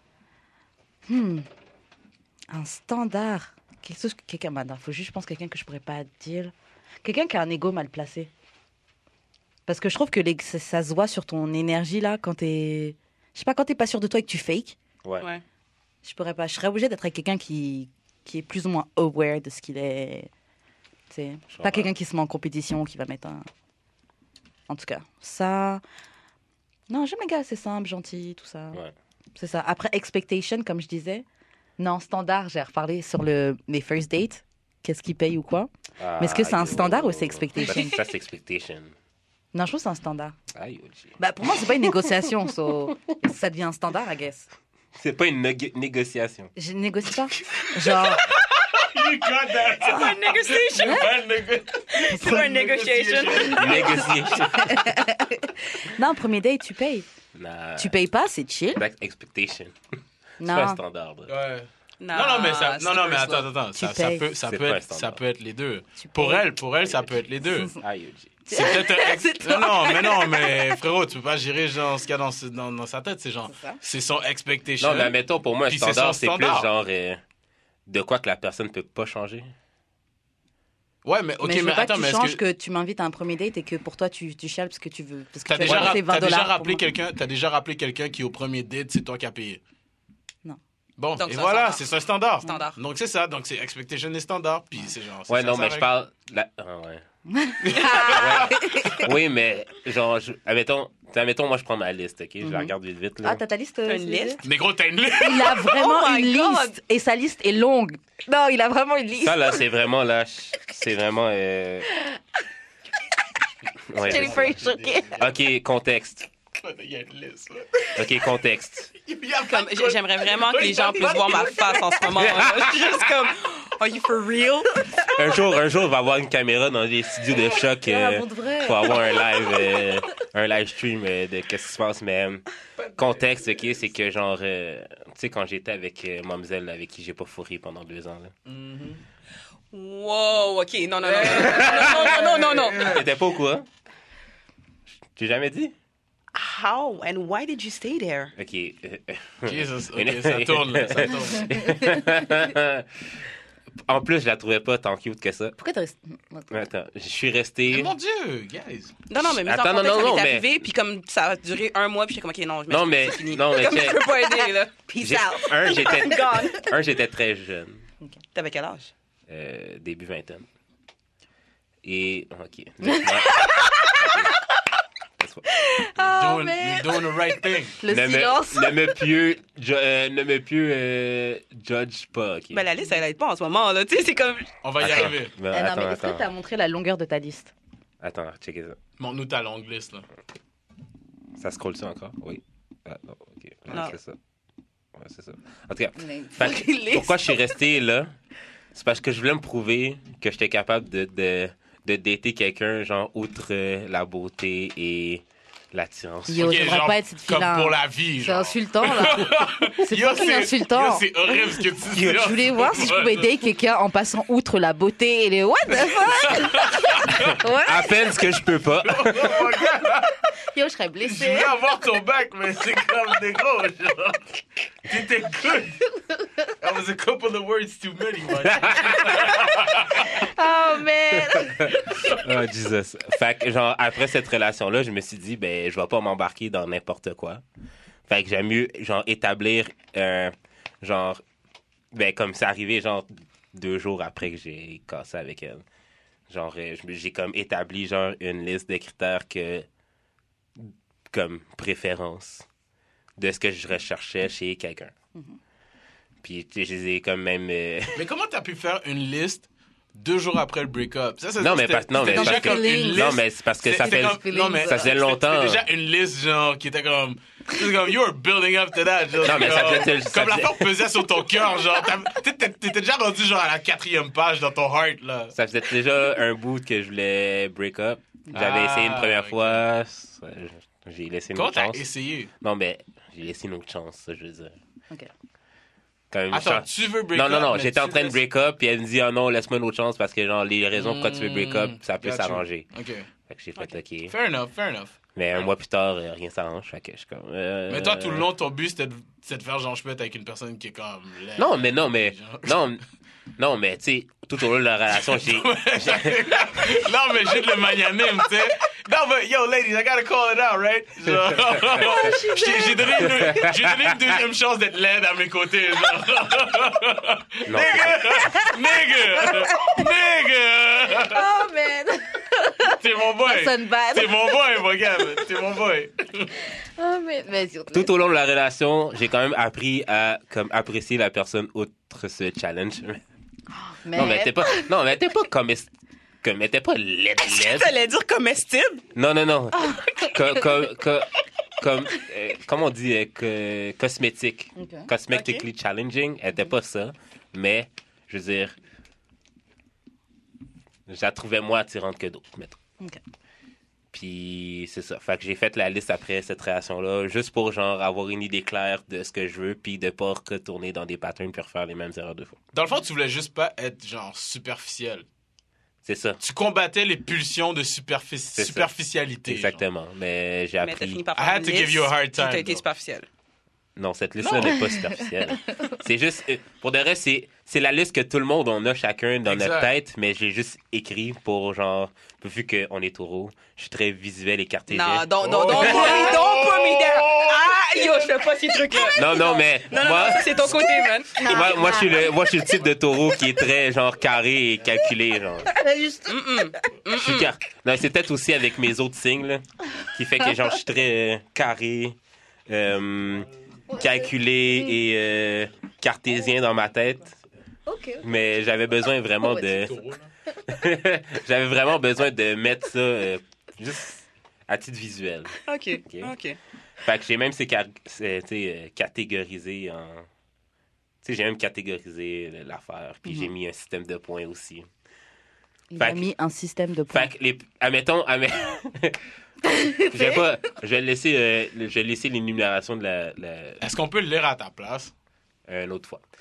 Hmm. Un standard. Quelque chose que quelqu'un. Bah, non, faut juste, je pense, quelqu'un que je pourrais pas dire. Quelqu'un qui a un ego mal placé. Parce que je trouve que les- ça, ça se voit sur ton énergie, là, quand t'es. Je sais pas, quand t'es pas sûr de toi et que tu fake. Ouais. Ouais. Je pourrais pas. Je serais obligée d'être avec quelqu'un qui, qui est plus ou moins aware de ce qu'il est. Tu sais, Je pas comprends. quelqu'un qui se met en compétition, qui va mettre un. En tout cas, ça. Non, j'aime les gars assez simples, gentils, tout ça. Ouais. C'est ça. Après, expectation, comme je disais. Non, standard, j'ai reparlé sur le, les first dates. Qu'est-ce qu'ils payent ou quoi? Mais est-ce que c'est un Aïe, standard oh. ou c'est expectation? Ça, ça, c'est expectation. Non, je trouve que c'est un standard. Aïe, oh, gee. Bah, pour moi, c'est pas une négociation. so, ça devient un standard, I guess. C'est pas une négo- négociation. Je négocie pas. Genre, You got that. C'est pas une négociation. C'est pas une négociation. Négociation. non, premier date, tu payes. Nah. Tu payes pas, c'est chill. That's expectation. C'est pas un Non. standard. là. Ouais. Non, non, mais ça, non, non, mais attends, attends, ça, Tu ça payes. peut, ça C'est peut pas un être, ça standard. peut être les deux. Tu Pour payes. elle, pour elle, ça peut être les deux. Aïe, oh, gee. C'est peut-être un ex- C'est non, non, mais non, mais frérot, tu peux pas gérer genre ce qu'il y a dans, ce- dans, dans sa tête, c'est genre, C'est ça. c'est son expectation. Non, mais admettons, pour moi, un Puis c'est standard, son c'est plus standard. genre euh, de quoi que la personne peut pas changer. Ouais, mais ok, mais je veux mais pas attends, que tu mais est-ce changes que que... tu m'invites à un premier date et que pour toi, tu, tu chiales parce que tu veux. Parce que t'as tu déjà, vas ra- dépenser vingt t'as déjà dollars pour rappelé moi. quelqu'un, t'as déjà rappelé quelqu'un qui au premier date, c'est toi qui as payé. Non. Bon, Donc, et c'est un voilà, standard. c'est ça le standard. Standard. Donc c'est ça, donc c'est expectation et standard, puis c'est genre. c'est Ouais, ça, non, ça mais je règle. parle. La... Ah, ouais. Ouais. Oui, mais genre, je... admettons, admettons, moi, je prends ma liste, ok? Je la Mhm. regarde vite, vite. Là. Ah, t'as ta liste? T'as euh, une Sylvie? liste? Mais gros, t'as une liste. Il a vraiment Oh my une God. liste. Et sa liste est longue. Non, il a vraiment une liste. Ça, là, c'est vraiment, là, je- c'est vraiment... Euh... Ouais, je Jennifer sais. est choquée. Ok, contexte. Il y a une liste, là. Ok, contexte. Il y a Comme, pas de j'ai- j'aimerais vraiment que les gens puissent voir ma face en ce moment. là. Je suis juste comme, are you for real? Un jour, un jour, il va y avoir une caméra dans les studios de choc Ah, euh, pour de vrai. pour avoir un live, euh, un live stream euh, de qu'est-ce qui se passe. Mais euh, contexte, ok, c'est que genre, euh, tu sais, quand j'étais avec euh, Mamzelle, avec qui j'ai pas fourré pendant deux ans, là. Wow, ok, non, non, non, non, non, non, non, non. T'étais pas au courant? J'ai jamais dit? How and why did you stay there? Ok. euh, Jesus, ok, Une- ça tourne, là, ça tourne. En plus, je la trouvais pas tant cute que ça. Pourquoi t'es resté... Attends, je suis Mais resté. mon Dieu, guys. Non, non, mais mais en Attends, non, contexte, non, ça non, m'est mais- arrivé, puis comme ça a duré un mois, puis j'étais comme, ok, non, je Non, m'excuse, mais- c'est fini. non, mais Comme, check. je peux pas aider, là. Peace j'ai- out. Un, j'étais, I'm gone. un, j'étais très jeune. T'avais quel âge? Euh, début vingtaine. Et. Ok. laisse-moi- ok. fois. Oh, Doing- man. You're doing the right thing. Le ne silence. Me, ne me plus, ju- euh, ne me plus euh, judge pas, ok? Ben, la liste, elle aide pas en ce moment, là. Tu sais, c'est comme. On va y Attends, arriver. ben, Eh non, attends, mais est-ce que attends. t'as montré la longueur de ta liste? Attends, checkez ça. Montre-nous ta longue liste, là. Ça scrolle ça encore? Oui. Ah, non, ok. Ouais, Non. c'est ça. Ouais, c'est ça. En tout cas, Mais- fait que, pourquoi je suis resté là? C'est parce que je voulais me prouver que j'étais capable de, de, de dater quelqu'un, genre, outre euh, la beauté et l'attirance. Yo, Ok, j'aimerais genre, pas être cette Comme fille-là. pour la vie, C'est genre. insultant, là. C'est Yo, fucking insultant. Yo, c'est horrible ce que tu dis. Je voulais voir si je pouvais date quelqu'un en passant outre la beauté et les what the fuck? Ouais. À peine ce que je peux pas. Yo, je serais Je blessée. voulais avoir ton bac, mais c'est comme des gros, genre. T'étais good. That was a couple of words too many, man. Oh, man. Oh, Jesus. Fait que, genre, après cette relation-là, je me suis dit, ben, je vais pas m'embarquer dans n'importe quoi. Fait que j'aime mieux, genre, établir, euh, genre, ben, comme c'est arrivé, genre, deux jours après que j'ai cassé avec elle. Genre, euh, je- j'ai comme établi, genre, une liste de critères que, comme préférence de ce que je recherchais chez quelqu'un. Puis, tu sais, je les ai comme même... euh, Mais comment t'as pu faire une liste deux jours après le break-up? Ça, ça, Non, mais c'était- parce- non, c'était mais déjà parce que- comme une liste. Non, mais c'est parce que ça C'était fait... comme- non, mais ça faisait c'était- longtemps. C'était déjà une liste, genre, qui était comme... C'était comme, you were building up to that. Genre, Non, mais ça comme, faisait- ça comme la faisait- porte pesait sur ton cœur, genre. t'as- T'étais t'étais déjà rendu, genre, à la quatrième page dans ton heart, là. Ça faisait déjà un bout que je voulais break up. J'avais Ah, essayé une première ok. fois. ça, J'ai laissé une Comment autre t'as chance. essayé? Non, mais j'ai laissé une autre chance, ça, je veux dire. Ok. Quand même, Attends, genre- tu veux break non, up? non, non, mais j'étais en tu train de laisses- break up, puis elle me dit, oh non, laisse-moi une autre chance parce que, genre, les raisons pourquoi tu veux break up, ça peut Got you. s'arranger. OK. Fait que j'ai fait, OK. Fair enough, fair enough. Mais un mois plus tard, euh, rien s'arrange. Fait que je suis comme. euh, Mais toi, tout le long, ton but, c'était de, c'était de faire genre je peux être avec une personne qui est comme... laide. Non, mais non, mais. Genre- Non, non, mais, tu sais, tout au long de la relation, j'ai. non, mais j'ai de le magnanime, tu sais. Non, mais yo, ladies, I gotta call it out, right? Genre, j'ai j'ai donné, une deux- j'ai donné une deuxième chance d'être laide à mes côtés, genre. Non, Nigga! Nigga! Nigga! Oh, man. T'es mon boy! Ça sonne bad. T'es mon boy, mon gars! T'es mon boy! Oh, mais, mais tout au long de la relation, j'ai quand même appris à comme apprécier la personne outre ce challenge. mais... Non, mais elle était pas, non, mais elle était pas comme, comme elle était pas laide, laide. T'allais dire comestible? Non, non, non. Co- co- co- comme, euh, comment on dit, euh, que- cosmétique. Ok. Cosmetically challenging. Elle était pas ça. Mais, je veux dire, je la trouvais moins attirante que d'autres, mettons. Ok. Puis, c'est ça. Fait que j'ai fait la liste après cette relation-là, juste pour, genre, avoir une idée claire de ce que je veux, puis de pas retourner dans des patterns puis refaire les mêmes erreurs deux fois. Dans le fond, tu voulais juste pas être genre superficiel. C'est ça. Tu combattais les pulsions de superfici- C'est ça. superficialité. genre. Exactement. Mais j'ai Mais t'as appris... fini par I faire had une to give liste, you a hard puis time, T'as été though. superficiel. Non, cette liste-là n'est pas superficielle. C'est juste... euh, Pour de vrai, c'est, c'est la liste que tout le monde, on a chacun dans Exact. notre tête, mais j'ai juste écrit pour, genre... Vu qu'on est taureau, je suis très visuel et cartésien. Non, don't, don't, don't Oh! put me, don't put me there. Ah, yo, je fais pas ces trucs-là. Non, non, mais Non, non, moi... non, ça, c'est ton côté, man. Moi, moi, je suis le, moi, je suis le type de taureau qui est très, genre, carré et calculé, genre. Juste... Je suis car... Non, c'est peut-être aussi avec mes autres signes, là, qui fait que, genre, je suis très euh, carré, euh, calculé et euh, cartésien dans ma tête. Ok. Mais j'avais besoin vraiment de... j'avais vraiment besoin de mettre ça euh, juste à titre visuel. OK, Ok. OK. Fait que j'ai même ces car- c'est, tu sais, euh, catégorisé en... Tu sais, j'ai même catégorisé l'affaire, puis j'ai mis un système de points aussi. Il Fait a que- mis un système de points. Fait que les... Admettons... admet- je vais pas... Je vais laisser, euh, je vais laisser l'énumération de la... la... Est-ce qu'on peut le lire à ta place? une autre fois.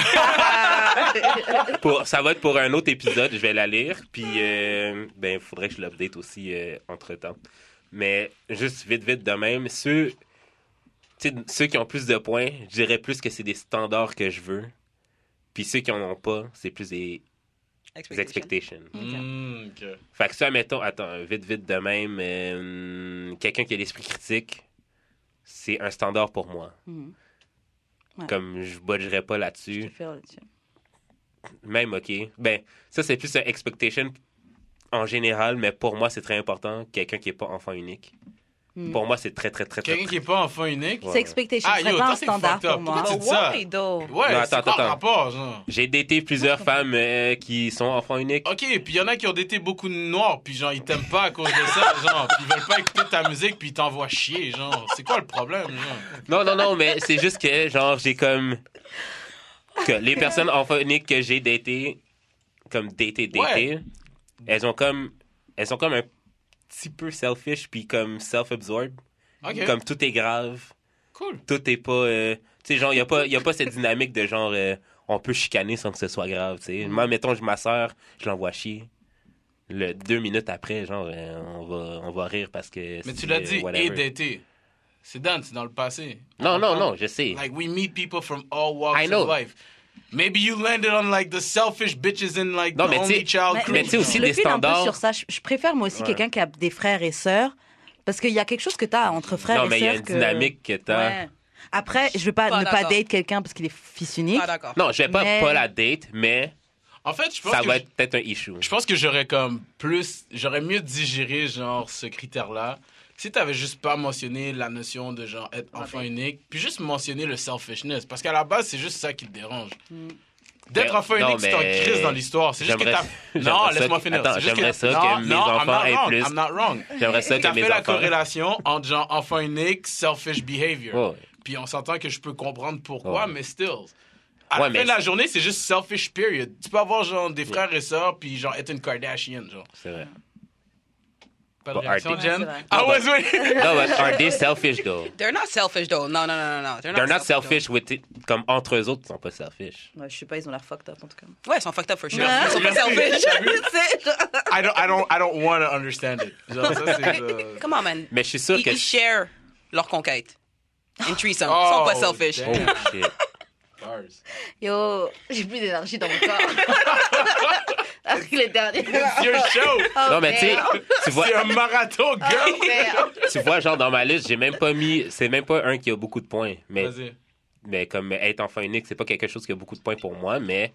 Pour, ça va être pour un autre épisode, je vais la lire, puis euh, ben il faudrait que je l'update aussi euh, entre-temps. Mais juste vite, vite de même, ceux, tu sais, ceux qui ont plus de points, je dirais plus que c'est des standards que je veux, puis ceux qui en ont pas, c'est plus des, des expectations. Hmm, ok. Fait que ça, mettons, attends, vite, vite de même, euh, quelqu'un qui a l'esprit critique, c'est un standard pour moi. Mhm. Ouais. Comme je budgerais pas Je là-dessus. te fais là-dessus. Même, OK. Ben, ça, c'est plus un expectation en général, mais pour moi, c'est très important. Quelqu'un qui n'est pas enfant unique. Pour moi, c'est très, très, très, très... Quelqu'un qui n'est pas enfant unique. C'est expectation. Ah, C'est yo, pas ça, un c'est standard fucked up. pour moi. Pourquoi tu dis ça? Why, though? Ouais, Non, c'est attends, quoi le attends. rapport, genre? J'ai daté plusieurs femmes euh, qui sont enfants uniques. OK, puis il y en a qui ont daté beaucoup de noirs, puis genre, ils t'aiment pas à cause de ça, genre, puis ils veulent pas écouter ta musique, puis ils t'envoient chier, genre. C'est quoi le problème, genre? Non, non, non, mais c'est juste que, genre, j'ai comme... que les personnes enfants uniques que j'ai datées, comme daté, daté, Ouais. elles ont comme... Elles sont comme un petit peu selfish, puis comme self-absorbed. OK, Comme tout est grave. cool. Tout est pas... euh, tu sais, genre, il n'y a, pas- y a pas cette dynamique de genre... euh, on peut chicaner sans que ce soit grave, tu sais. Moi, mettons, je ma soeur, je l'envoie chier. Le, deux minutes après, genre, euh, on, va, on va rire parce que... Mais tu c'est, l'as euh, dit, whatever. et daté. C'est done, c'est dans le passé. Non, non, non, je sais. Like, we meet people from all walks I know. of life. Maybe you landed on, like, the selfish bitches in, like, Non, the mais only tu sais- child Mais, crew. mais tu sais aussi je le des file un peu standards. sur ça. Je, je préfère moi aussi Ouais. quelqu'un qui a des frères et sœurs. Parce qu'il y a quelque chose que tu as entre frères Non, et mais il y a sœurs. une que... dynamique que t'as... Ouais. Après, je vais pas, Pas ne pas d'accord. date quelqu'un parce qu'il est fils unique. Ah, d'accord. Non, je vais pas, Mais- pas la date, mais En fait, je pense ça que va je- être peut-être un issue. Je pense que j'aurais comme plus, j'aurais mieux digéré genre ce critère-là si t'avais juste pas mentionné la notion de genre être enfant unique, puis juste mentionner le selfishness, parce qu'à la base c'est juste ça qui te dérange. D'être Mais- enfant non, unique, c'est un mais crise dans l'histoire. C'est juste que j'aimerais- t'as. Non, j'aimerais ça laisse-moi que- finir. Attends, C'est juste j'aimerais que... ça que non, mes non, enfants I'm not aient wrong. plus- I'm not wrong. J'aimerais ça que T'as mes fait la enfants... corrélation entre genre enfant unique, selfish behavior. Ouais, ouais. Puis on s'entend que je peux comprendre pourquoi, Ouais. mais still. À Ouais, la mais fin de la c'est- journée, c'est juste selfish period. Tu peux avoir genre des frères et sœurs, puis genre être une Kardashian, genre. C'est vrai. Pas de But réaction, are they- Jen? Ouais, c'est vrai. I was waiting. No, but are they selfish, though? They're not selfish, though. No, no, no, no, no. They're not, They're not selfish. selfish with it, comme entre eux autres, ils sont pas selfish. Ouais, je sais pas, ils ont l'air fucked up en tout cas. though. Ouais, ils sont fucked up for sure. Ouais. Ils sont pas Merci. selfish. C'est genre- I don't, I don't, I don't want to understand it. Genre, ça, c'est... euh, Come on, man. Mais je suis sûr Ils, que... ils share leur conquête. Une threesome. Ils Oh, sont pas selfish. damn. Oh, shit. Bars. Yo, j'ai plus d'énergie dans mon corps. Avec les derniers. It's your show. Oh, Non, mais tu sais, merde. tu vois... C'est un marathon, girl. Oh, merde. Tu vois, genre, dans ma liste, j'ai même pas mis... C'est même pas un qui a beaucoup de points. Mais, Vas-y. mais comme être enfant unique, c'est pas quelque chose qui a beaucoup de points pour moi, mais...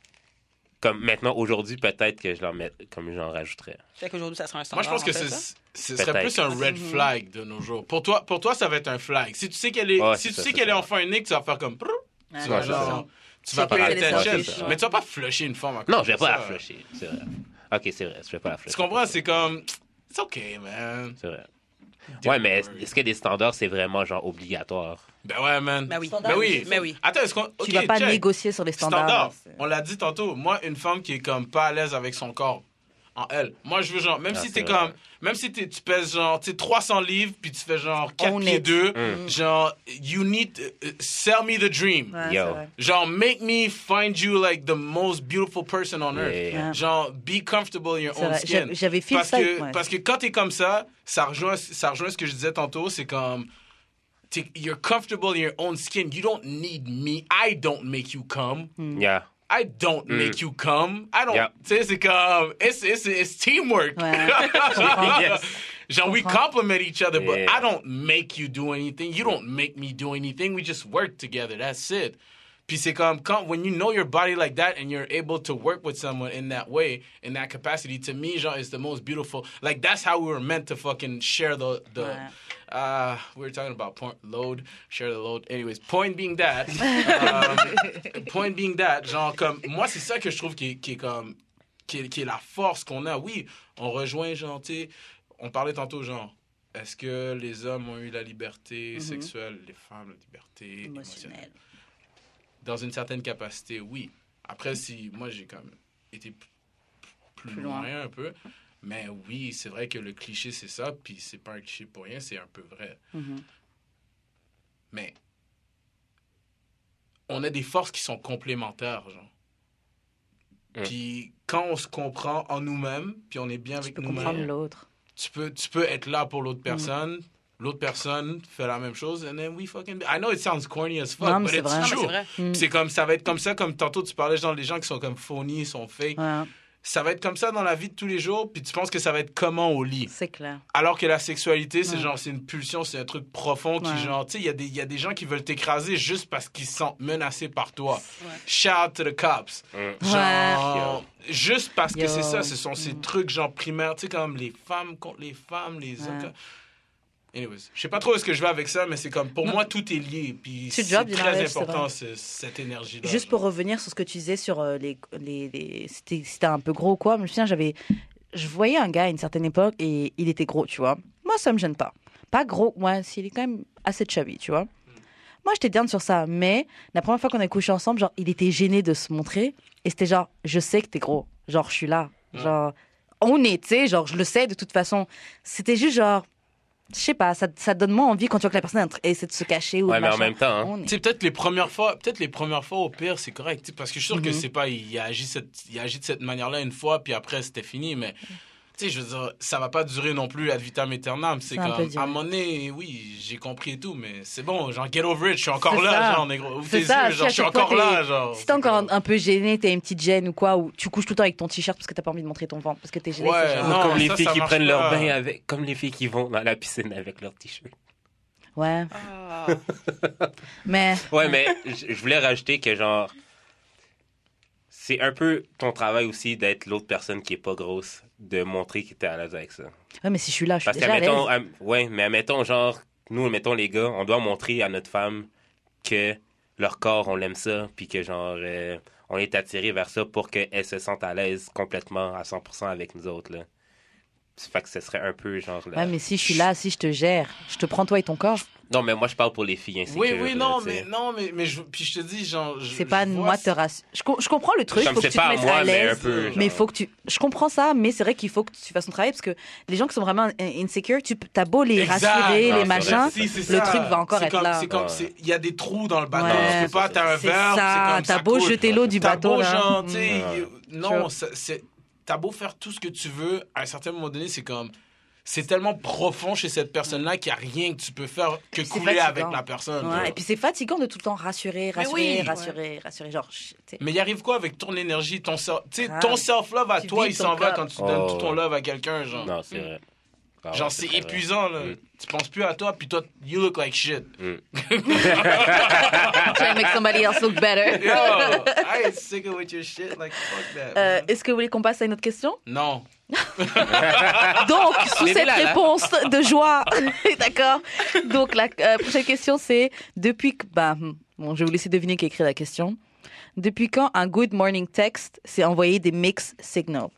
Comme maintenant, aujourd'hui, peut-être que je l'en mets... Comme j'en rajouterais. Fait qu'aujourd'hui, ça sera un Moi, standard. je pense que on fait c'est, ça. ce serait Peut-être. plus un red flag de nos jours. Pour toi, pour toi, ça va être un flag. Si tu sais qu'elle est, Ouais, si c'est tu ça, sais c'est qu'elle est ça. enfant unique, tu vas faire comme... brrr, Ouais, Tu vas Ouais, c'est genre... Tu C'est vas qu'elle payer est attention. selfish, Mais tu vas pas flusher une femme à Non, cause je vais de pas la ça. flusher, c'est vrai. Ok, c'est vrai, je vais pas la flusher. Tu comprends? C'est comme... It's okay, man. C'est vrai. Ouais, mais est-ce est-ce que des standards, c'est vraiment, genre, obligatoire? Ben ouais, man. Ben oui. Ben oui. Mais oui. Attends, est-ce qu'on... Tu ok, vas pas check. négocier sur les standards. Standard. c'est- On l'a dit tantôt. Moi, une femme qui est comme pas à l'aise avec son corps en elle. Moi, je veux genre, même Ah, si c'est t'es vrai. comme, même si t'es- tu pèses genre, tu sais, trois cents livres, puis tu fais genre quatre Own pieds it. deux, Mm. genre, you need, uh, sell me the dream. Ouais, Yo. c'est vrai. Genre, make me find you like the most beautiful person on earth. Yeah, yeah. Genre, be comfortable in your C'est own vrai. skin. J'avais- j'avais feel parce ça, que, ouais. parce que quand t'es comme ça, ça rejoint, ça rejoint ce que je disais tantôt, c'est comme, t'es- you're comfortable in your own skin. You don't need me. I don't make you come. Yeah. I don't make you come. I don't. Yeah. Tu sais, c'est comme. It's, it's, it's teamwork. Ouais, je comprends. Yes. Genre, we comprends. compliment each other, but Yeah. I don't make you do anything. You don't make me do anything. We just work together. That's it. Puis c'est comme, quand, when you know your body like that and you're able to work with someone in that way, in that capacity, to me, genre, is the most beautiful. Like, that's how we were meant to fucking share the. the Ouais. Uh, we were talking about point load, share the load. Anyways, point being that, um, point being that, genre comme moi c'est ça que je trouve qui est, qui est comme qui est, qui est la force qu'on a. Oui, on rejoint genre tu sais, on parlait tantôt genre est-ce que les hommes ont eu la liberté sexuelle, les femmes la liberté émotionnelle. Émotionnel. Dans une certaine capacité, oui. Après si moi j'ai comme été p- plus, Plus loin. loin. un peu. Mais oui, c'est vrai que le cliché, c'est ça, puis c'est pas un cliché pour rien, c'est un peu vrai. Mhm. Mais on a des forces qui sont complémentaires, genre. Mm. Puis quand on se comprend en nous-mêmes, puis on est bien Tu avec peux nous-mêmes, comprendre l'autre. tu peux, tu peux être là pour l'autre personne, l'autre personne fait la même chose, and then we fucking... I know it sounds corny as fuck, Non, mais but c'est it's vrai. Non, mais true. c'est vrai. Mm. Puis c'est comme, ça va être comme ça, comme tantôt tu parlais, genre, les gens qui sont comme phony, sont fake. Ouais, Ça va être comme ça dans la vie de tous les jours, puis tu penses que ça va être comment au lit. c'est clair. Alors que la sexualité, c'est Ouais. genre, c'est une pulsion, c'est un truc profond qui, Ouais. genre, tu sais, il y, a des- il y a des gens qui veulent t'écraser juste parce qu'ils se sentent menacés par toi. Ouais. Shout out to the cops. Mm. Genre, juste parce que Yo. c'est ça, ce sont ces trucs, genre, primaires, tu sais, comme les femmes contre les femmes, les hommes. Ouais. comme- Anyways, je sais pas trop où est-ce que je vais avec ça, mais c'est comme, pour non. moi, tout est lié. Puis c'est, c'est job, très c'est important, c'est, cette énergie-là. Juste pour revenir sur ce que tu disais sur euh, les... les, les c'était, c'était un peu gros ou quoi. Je me souviens, j'avais... Je voyais un gars à une certaine époque et il était gros, tu vois. Moi, ça me gêne pas. Pas gros, ouais, s'il est quand même assez chubby, tu vois. Moi, j'étais down sur ça, mais la première fois qu'on a couché ensemble, genre, il était gêné de se montrer. Et c'était genre, je sais que t'es gros. Genre, je suis là. Genre, on est, tu sais, genre, je le sais de toute façon. C'était juste genre, je sais pas, ça, ça donne moins envie quand tu vois que la personne essaie de se cacher ou ouais, de mais machin. en même temps, hein. Tu sais, peut-être les premières fois, peut-être les premières fois, au pire, c'est correct. T'sais, parce que je suis sûr Mm-hmm. que c'est pas, il a agi, cette, il a agi de cette manière-là une fois, puis après, c'était fini, mais. Tu sais, je veux dire, ça va pas durer non plus ad vitam aeternam. C'est, c'est comme, à un moment donné, oui, j'ai compris et tout, mais c'est bon, genre, get over it, je suis encore c'est là, ça. genre, négro. Ouvre C'est tes ça, yeux, genre, je suis encore là, genre. Si t'es encore un, un peu gêné, t'as une petite gêne ou quoi, ou tu couches tout le temps avec ton t-shirt parce que t'as pas envie de montrer ton ventre, parce que t'es gêné. Ouais, c'est genre... non, comme les ça, filles ça qui marche prennent leur pas. bain avec, comme les filles qui vont dans la piscine avec leur t-shirt. Ouais. Ah. Mais. Ouais, mais je je voulais rajouter que genre, c'est un peu ton travail aussi d'être l'autre personne qui est pas grosse, de montrer que t'es à l'aise avec ça. Ouais, mais si je suis là, je suis Parce que, déjà à l'aise. admettons, am- ouais, mais admettons, genre, nous, mettons les gars, on doit montrer à notre femme que leur corps, on l'aime ça, puis que genre, euh, on est attiré vers ça pour qu'elle se sente à l'aise complètement à cent pour cent avec nous autres, là. Ça fait que ce serait un peu genre. Là... Ouais, mais si je suis là, si je te gère, je te prends toi et ton corps. Non, mais moi, je parle pour les filles insécures. Oui, oui, non, là, mais, non, mais, mais je, puis je te dis, genre. Je, c'est pas je moi vois... te rassurer. Je, je comprends le truc, il faut que tu pas te mettes moi, à mais un l'aise. peu, Mais il genre... faut que tu. Je comprends ça, mais c'est vrai qu'il faut que tu fasses ton travail parce que les gens qui sont vraiment insecure, tu as beau les Exact. rassurer, Non, les c'est machins, vrai, Si, c'est le ça. truc va encore c'est être comme, là. C'est comme, Ouais. c'est, il y a des trous dans le bateau. Ouais. Tu peux pas, t'as un C'est verre, ça, c'est comme t'as ça beau coule. jeter l'eau du T'as bateau, beau, là. genre, tu sais, Ouais. you- non, ça, c'est, t'as beau faire tout ce que tu veux, à un certain moment donné, c'est comme, c'est tellement profond chez cette personne-là qu'il n'y a rien que tu peux faire que C'est couler fatigant. avec la personne. Ouais, genre. et puis c'est fatigant de tout le temps rassurer, Mais rassurer, oui. rassurer, rassurer. Genre, je- tu sais. Mais il arrive quoi avec ton énergie, ton self, tu sais, Grave. ton self-love à Tu toi, vides il s'en ton va cup. quand tu donnes Oh. tout ton love à quelqu'un, genre. Non, c'est vrai. Ah ouais, Genre, c'est très vrai. épuisant, là. Mm. Tu penses plus à toi, puis toi, you look like shit. Try to make somebody else look better. Yo, I ain't sick of with your shit, like, fuck that. Euh, man. Est-ce que vous voulez qu'on passe à une autre question? Non. Donc, sous Mais cette là, là. réponse de joie, d'accord. Donc, la euh, prochaine question, c'est depuis que... Bah, hmm, bon, je vais vous laisser deviner qui a écrit la question. Depuis quand un good morning text s'est envoyé des mixed signals?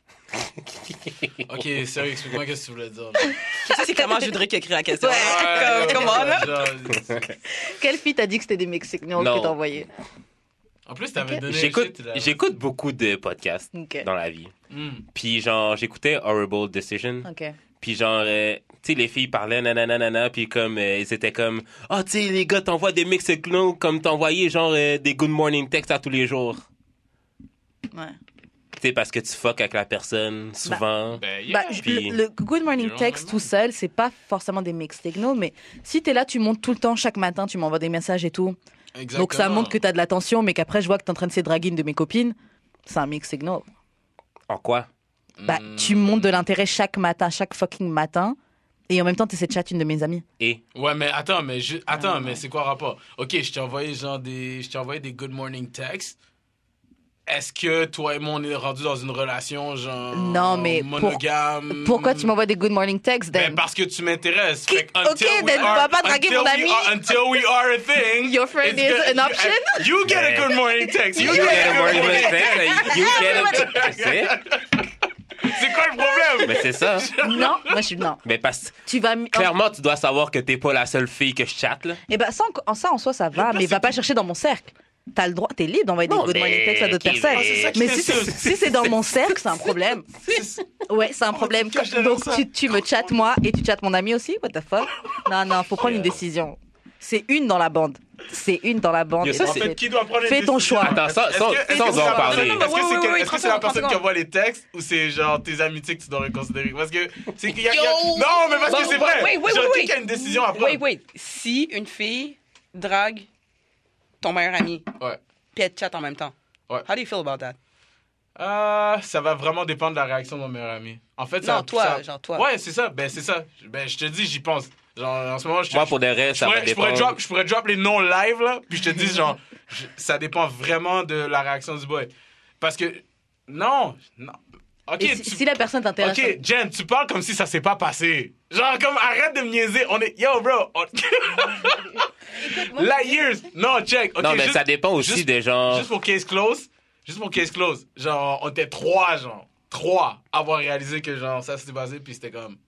Ok, sérieux, explique-moi qu'est-ce que tu voulais dire. Ça, c'est comment Judric qui a écrit la question. Ouais. Comme, comment, là? Genre, Quelle fille t'a dit que c'était des mixed signals Non. que t'as envoyé? En plus, t'avais Ok. donné J'écoute, shit, là. j'écoute beaucoup de podcasts Ok. dans la vie. Mm. Puis genre, j'écoutais Horrible Decision. Ok. Puis genre, euh, tu sais, les filles parlaient nanana, nanana, puis comme, euh, ils étaient comme, ah, oh, tu sais, les gars t'envoient des mix signals comme t'envoyais genre euh, des good morning texts à tous les jours. Ouais. Tu sais, parce que tu fuck avec la personne, souvent. Ben, yeah. Bah, je- Puis- le, le good morning You're on text my tout seul, c'est pas forcément des mixed signals, mais si t'es là, tu montes tout le temps, chaque matin, tu m'envoies des messages et tout. Exactement. Donc ça montre que t'as de l'attention, mais qu'après je vois que t'es en train de se draguer une de mes copines, c'est un mixed signal. En quoi? Bah, tu montes de l'intérêt chaque matin, chaque fucking matin, et en même temps t'essaies de chat une de mes amies. Et? Ouais, mais attends, mais je... attends, Ah, mais non. c'est quoi le rapport? Ok, je t'ai envoyé genre des, je t'ai envoyé des good morning texts. Est-ce que toi et moi on est rendu dans une relation genre Non, mais pour- monogame? Pourquoi tu m'envoies des good morning texts, Ben then? parce que tu m'intéresses. Qui- Fait que until ok, we then tu are- vas pas draguer until mon we ami. are- Until we are a thing. Your friend it's is good- an you- option? You get a good morning text. You You get get a a good morning morning text, text. you get a... Tu sais? C'est quoi le problème? Mais c'est ça. Non, moi je suis non. Mais parce Tu vas mi- clairement, tu dois savoir que t'es pas la seule fille que je chatte, là. Eh ben ça, en- ça en soi ça va, mais va pas chercher dans mon cercle. T'as le droit, t'es libre d'envoyer des Non, good mais morning texts à d'autres qui- personnes. Ah, c'est ça qui Mais si t'insulte. c'est si c'est dans mon cercle, c'est un problème. Ouais, c'est un problème. tu caches derrière Donc ça? tu, tu me chattes moi et tu chattes mon ami aussi. What the fuck? Non non, faut prendre une décision. C'est une dans la bande. C'est une dans la bande. Yo, et ça, that's c'est- En fait, it. qui doit prendre une Fais ton décision? choix. Attends, sans, Est-ce sans, que- est-ce sans que c'est en la parler. personne- Est-ce que Oui, c'est oui, que- oui, est-ce que trente c'est la secondes, personne trente qui envoie les textes ou c'est genre tes amitiés que tu dois reconsidérer? Parce que c'est qu'il y a, il y a- Yo! Non, mais parce que Bon, c'est bon, vrai. oui, oui, Genre, oui, qui oui. qui a une décision à prendre? Wait, wait. Si une fille drague ton meilleur ami, Ouais. puis elle te chatte en même temps, Ouais. how do you feel about that? Euh, ça va vraiment dépendre de la réaction de mon meilleur ami. En fait, ça, Non, toi, ça- genre toi. Ouais, c'est ça. Ben, c'est ça. Ben, je te dis, j'y pense. Genre, en ce moment, je te Moi, pour des restes, je ça va pourrais, je, pourrais dépendre. drop, je pourrais drop les noms live, là, puis je te dis, genre, je- ça dépend vraiment de la réaction du boy. Parce que, non, non. Ok, Et si, tu... si la personne t'intéresse... Ok, Jen, tu parles comme si ça s'est pas passé. Genre, comme, arrête de me niaiser. On est... Yo, bro. On... La years. Non, check. Okay, non, mais juste, ça dépend aussi juste, des gens. Juste pour case close. Juste pour case close. Genre, on était trois, genre. Trois. Avoir réalisé que, genre, ça s'était passé, puis c'était comme...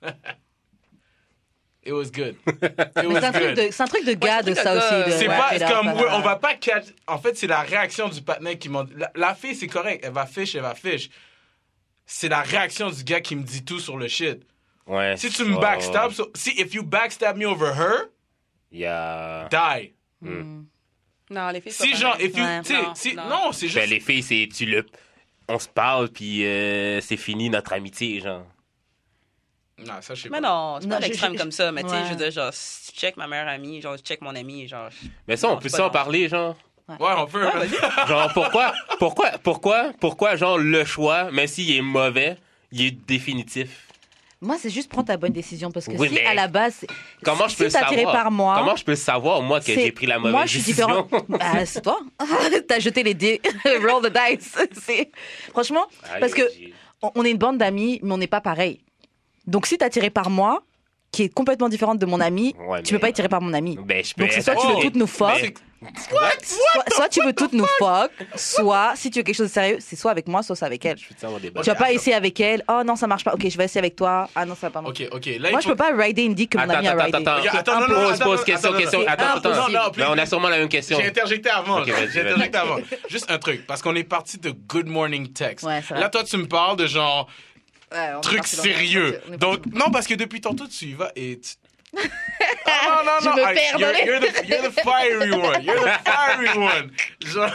It was good. It Mais was c'est un, truc good. de, c'est un truc de gars, Ouais, c'est de un ça truc de aussi. gars. De, C'est ouais, pas, fais c'est là, comme, fais ouais, là. on va pas catch. En fait, c'est la réaction du partenaire qui m'en. La, la fille, c'est correct. Elle va fiche, elle va fiche. C'est la réaction du gars qui me dit tout sur le shit. Ouais. Si tu me oh, backstab, so, si if you backstab me over her, Yeah. die. Mm. Non, les filles, c'est Si pas genre, pareil. if you, Ouais. tu sais, Non, si, non. non, c'est juste. Ben, les filles, c'est tu le. On se parle, puis euh, c'est fini notre amitié, genre. Non, ça je sais Mais pas. non, c'est Non, pas je- l'extrême je- comme ça. Mais tu sais, ouais. je veux dire, genre, si tu check ma meilleure amie, genre, je check mon ami, genre. Mais ça, on Non, peut c'est s'en pas parler, genre. Ouais, on peut. Ouais, vas-y. Genre, pourquoi, pourquoi, pourquoi, pourquoi, genre, le choix, même s'il est mauvais, il est définitif. Moi, c'est juste prendre ta bonne décision. Parce que Oui, si, mais à la base... c'est- Comment si je peux le t'es attiré savoir? par moi... Comment je peux le savoir, moi, que c'est- j'ai pris la mauvaise Moi, je suis décision? différente. Bah, c'est toi. T'as jeté les dés. Roll the dice. C'est... Franchement, Aïe, parce que aïe. on on est une bande d'amis, mais on n'est pas pareil. Donc, si t'es attiré par moi, qui est complètement différente de mon ami, Ouais, tu mais- peux pas être attiré par mon ami. Ben, je peux Donc, c'est être soit tu veux attiré- toutes nous fuck, Mais- soit, soit tu veux toutes nous fuck, soit, si tu veux quelque chose de sérieux, c'est soit avec moi, soit c'est avec elle. Je peux avoir des Tu bonnes- vas pas attends. essayer avec elle. Oh non, ça marche pas. Ok, je vais essayer avec toi. Ah non, ça va pas marcher. Ok, ok. Là, Moi, il je faut- peux pas rider une dick que mon Attends, ami a attends, ridé. attends, Ok, attends. attends, non, non, Pose, attends, pose attends, question, attends, question. c'est Attends, attends. impossible. Non, non, Mais on a sûrement la même question. J'ai interjecté avant. Ok, vas-y, J'ai vas-y. interjecté avant. Juste un truc, parce qu'on est parti de Good Morning Text. Ouais, c'est vrai. Là, toi, tu me parles de genre Ouais, on est truc parti dans- sérieux. on est Donc, non, parce que depuis tantôt, tu y vas et tu... Ah, non, Je non, me non. I- perds dans you're, les- you're, the, you're the fiery one. You're the fiery one. Genre...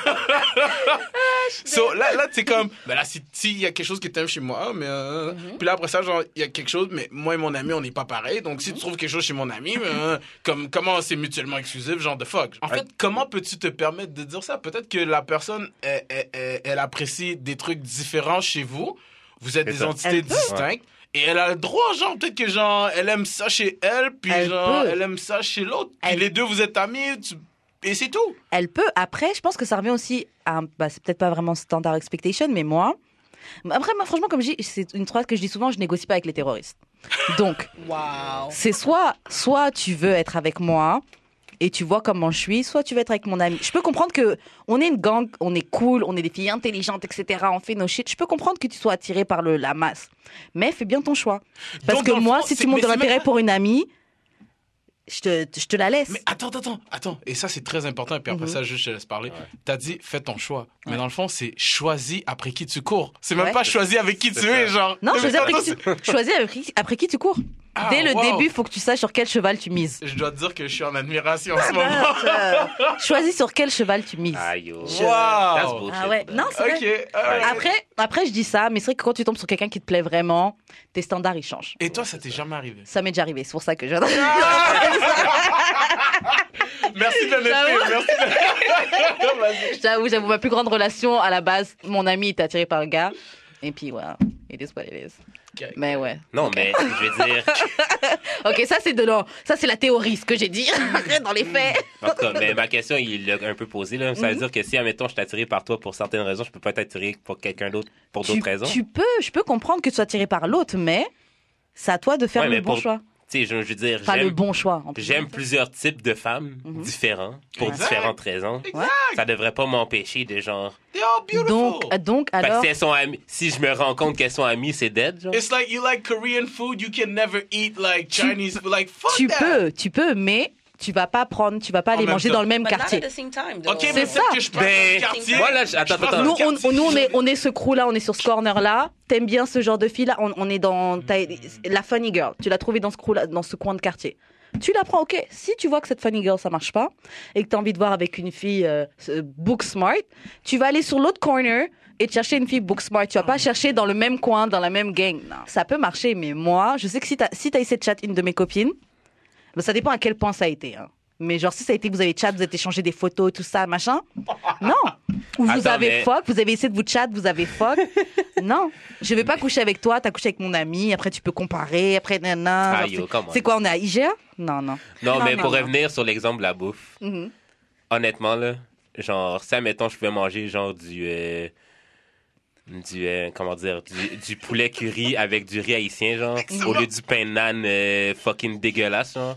so, là, là tu comme... Ben là, s'il si y a quelque chose que t'aimes chez moi, mais... euh, Puis là, après ça, genre, il y a quelque chose, mais moi et mon ami, on n'est pas pareil. Donc, si tu trouves quelque chose chez mon ami, mais, euh, comme, comment c'est mutuellement exclusif, genre de fuck. En fait, comment peux-tu te permettre de dire ça? Peut-être que la personne, elle, elle, elle, elle apprécie des trucs différents chez vous. Vous êtes C'est des ça. entités Elle peut. distinctes. Et elle a le droit, genre, peut-être que, genre, elle aime ça chez elle, puis, Elle genre, peut. elle aime ça chez l'autre. Puis Elle- les deux, vous êtes amis, tu... et c'est tout. Elle peut. Après, je pense que ça revient aussi à. un- Bah, c'est peut-être pas vraiment standard expectation, mais moi. Après, moi, franchement, comme je dis, c'est une phrase que je dis souvent, je négocie pas avec les terroristes. Donc, Wow. c'est soit, soit tu veux être avec moi et tu vois comment je suis, soit tu veux être avec mon ami. Je peux comprendre que on est une gang, on est cool, on est des filles intelligentes, et cetera. On fait nos shit. Je peux comprendre que tu sois attiré par le, la masse. Mais fais bien ton choix. Parce Donc, que dans le moi, fond, si c'est- tu montres de mais c'est l'intérêt même- pour une amie, je te, je te la laisse. Mais attends, attends, attends, attends. Et ça, c'est très important. Et puis après Mhm. ça, juste, je te laisse parler. Ouais. T'as dit, fais ton choix. Mais Ouais. dans le fond, c'est choisis après qui tu cours. C'est même Ouais. pas choisir avec qui C'est tu ça. es, genre. Non, Mais choisis après, attends, qui tu... choisis après, qui- après qui tu cours. Ah, Dès le wow. début, il faut que tu saches sur quel cheval tu mises. c'est- Je dois te dire que je suis en admiration en ce moment. Choisis sur quel cheval tu mises. Aïe, yo. Je- That's Wow. bullshit. Ah ouais, non, c'est vrai. Ok. alright. Après, après, je dis ça, mais c'est vrai que quand tu tombes sur quelqu'un qui te plaît vraiment, tes standards, ils changent. Et toi, ça t'est jamais arrivé? Ça m'est déjà arrivé, c'est pour ça que je... Merci de l'honnêteté. J'avoue. Merci de... Vas-y. J'avoue, j'avoue, ma plus grande relation, à la base, mon ami était attiré par le gars. Et puis, voilà, it is what it is. Ok. Mais ouais. Non, mais je veux dire, Ok, ça, c'est de l'or. Ça, c'est la théorie, ce que j'ai dit. Dans les faits. en tout cas, mais ma question, il l'a un peu posée, là. Ça veut Mhm. dire que si, admettons, je suis attiré par toi pour certaines raisons, je peux pas être attiré pour quelqu'un d'autre pour Tu, d'autres raisons. tu peux, je peux comprendre que tu sois attiré par l'autre, mais c'est à toi de faire Ouais, le mais bon pour- choix. Tu sais, je, je veux dire, Enfin, le j'aime, bon choix. en plus. j'aime plusieurs types de femmes Mhm. différents pour Exact. différentes raisons. Ouais. Ça devrait pas m'empêcher de genre. They're all beautiful. Donc, euh, donc Fait que alors, si elles sont amies, si je me rends compte qu'elles sont amies, c'est dead, genre. It's like you like Korean food, you can never eat like Tu Chinese food. Like, fuck tu that. peux, tu peux, mais tu vas pas prendre, tu vas pas En aller même manger temps. dans le même But not quartier. at the same time, though. Ok, C'est mais ça. peut-être que je passe Ben, dans le quartier. moi, là, je- attends, Je passe attends, dans Nous, le on, quartier, nous, on je- est, on est ce crew-là, on est sur ce corner-là. T'aimes bien ce genre de fille-là, on, on est dans t'as- la funny girl. Tu l'as trouvée dans ce crew-là, dans ce coin de quartier. Tu la prends, ok. Si tu vois que cette funny girl, ça marche pas, et que t'as envie de voir avec une fille euh, book smart, tu vas aller sur l'autre corner et te chercher une fille book smart. Tu vas pas chercher dans le même coin, dans la même gang. Non. Ça peut marcher, mais moi, je sais que si t'as si t'as essayé de chat une de mes copines, ben, ça dépend à quel point ça a été. Hein. Mais genre, si ça a été que vous avez chat, vous avez échangé des photos, tout ça, machin, non. Ou vous Attends, avez mais- fuck, vous avez essayé de vous chat, vous avez fuck. Non. Je vais pas coucher avec toi, t'as couché avec mon ami, après tu peux comparer, après nanana. Ah, Genre, yo, c'est- come on. c'est quoi, on est à I G A? Non, non. Non, Non, mais non, pour non. revenir sur l'exemple de la bouffe, Mhm. honnêtement, là, genre, ça, mettons, je pouvais manger, genre, du. euh, du euh, comment dire, du, du poulet curry avec du riz haïtien, genre, au lieu du pain de nan euh, fucking dégueulasse, genre.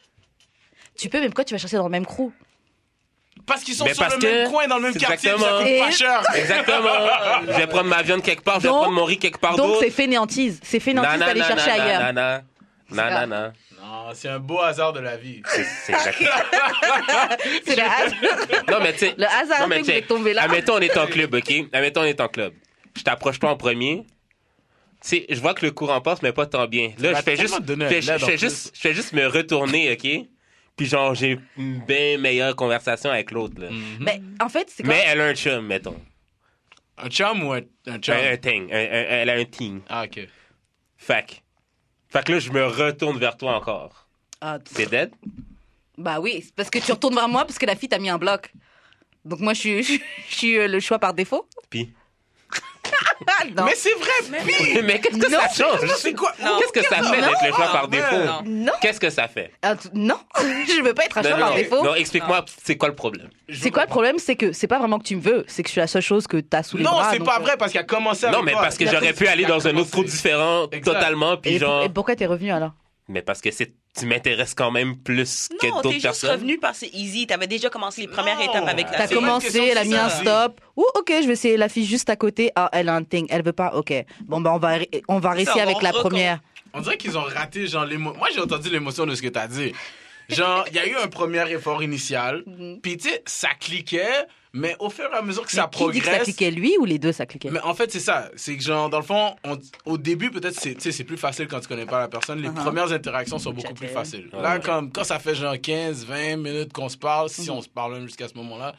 Tu peux, mais pourquoi tu vas chercher dans le même crew? Parce qu'ils sont Mais sur parce le que- même coin, dans le même c'est quartier, ça exactement. coûte pas Et- cher. Exactement. Je vais prendre ma viande quelque part, je vais Donc- prendre mon riz quelque part Donc d'autre. c'est fainéantise. C'est fainéantise d'aller chercher ailleurs. Nanana. Nanana. Non, c'est un beau hasard de la vie. C'est c'est exactement. C'est le hasard. Non, mais tu sais. Le hasard non, mais fait que tu vous sais, êtes tombé là. Admettons, on est en club, OK? Admettons, on est en club. Je t'approche pas en premier. Tu sais, je vois que le courant passe, mais pas tant bien. Là, vas je fais tellement juste, te donner un je fais- je LED en fais plus. juste, je fais juste me retourner, OK? Puis genre, j'ai une bien meilleure conversation avec l'autre, là. Mais en fait, c'est quoi? Mais elle a un chum, mettons. Un chum ou un, un chum? Un, un thing. Un- un- elle a un team. Ah, OK. Fait que. Fait que là, je me retourne vers toi encore. Ah, tu- C'est dead? Bah oui, c'est parce que tu retournes vers moi parce que la fille t'a mis un bloc. Donc moi, je suis, je, je suis euh, le choix par défaut. Puis. Ah, non. Mais c'est vrai, pis! Mais qu'est-ce que Non, ça change? C'est quoi? Qu'est-ce que ça fait Non. d'être le choix par Ah, défaut? man. Non. Qu'est-ce que ça fait? Ah, t- non, je veux pas être un choix Non, par non, défaut. non, explique-moi, c'est quoi le problème? C'est quoi le problème? C'est que c'est pas vraiment que tu me veux, c'est que je suis la seule chose que t'as sous les Non, bras. c'est donc, pas euh, vrai parce qu'il a commencé avec Non, mais toi. parce que Il a j'aurais commencé- pu aller il a dans un autre commencé. trou différent, Exact. totalement, puis Et, pour- genre... et pourquoi t'es revenu alors? Mais parce que c'est, tu m'intéresses quand même plus que Non, t'es d'autres juste personnes. revenu parce que c'est easy. T'avais déjà commencé les premières Non. étapes avec la T'as c'est fille. pas une commencé, question elle a de mis un ça. stop. Ouh, ok, je vais essayer la fille juste à côté. Ah, elle a un thing, elle veut pas. Ok. Bon, ben on va, on va réussir on avec la recomm- première. On dirait qu'ils ont raté, genre, l'émotion. Moi, j'ai entendu l'émotion de ce que t'as dit. Genre, il y a eu un premier effort initial, puis tu sais, ça cliquait, mais au fur et à mesure que ça Mais qui dit que ça progresse... cliquait lui ou les deux ça cliquait? Mais en fait, c'est ça. C'est que, genre, dans le fond, on- au début, peut-être, c'est, tu sais, c'est plus facile quand tu connais pas la personne. Les Uh-huh. premières interactions sont beaucoup Chatter. plus faciles. Ouais. Là, comme, quand ça fait genre quinze, vingt minutes qu'on se parle, si on se parle même jusqu'à ce moment-là,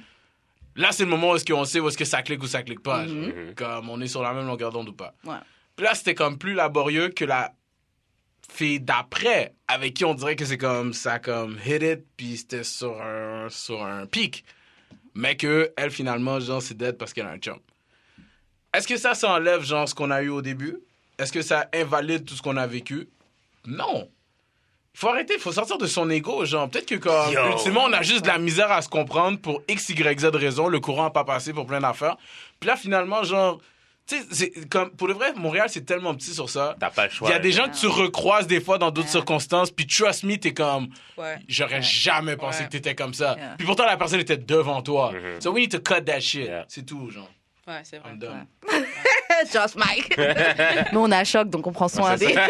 là, c'est le moment où est-ce qu'on sait où est-ce que ça clique ou ça clique pas. genre. Comme on est sur la même longueur d'onde ou pas. Ouais. Puis là, c'était comme plus laborieux que la fille d'après, avec qui on dirait que c'est comme, ça comme hit it, puis c'était sur un, sur un pic. Mais que, elle, finalement, genre, c'est dead parce qu'elle a un chum. Est-ce que ça, ça enlève, genre, ce qu'on a eu au début? Est-ce que ça invalide tout ce qu'on a vécu? Non. Il faut arrêter, il faut sortir de son ego, genre. Peut-être que, comme, Yo. ultimement, on a juste de la misère à se comprendre pour X, Y, Z raison. Le courant n'a pas passé pour plein d'affaires. Puis là, finalement, genre, tu sais, c'est comme, pour le vrai, Montréal, c'est tellement petit sur ça. T'as pas le choix. Il y a des là. gens que tu recroises des fois dans d'autres circonstances, puis trust me, t'es comme, Ouais. j'aurais jamais pensé Ouais. que t'étais comme ça. Yeah. Puis pourtant, la personne était devant toi. Mhm. So we need to cut that shit. Yeah. C'est tout, genre. Ouais, c'est vrai. I'm done. Just Mike. Mais on a un choc, donc on prend soin Ouais, c'est des.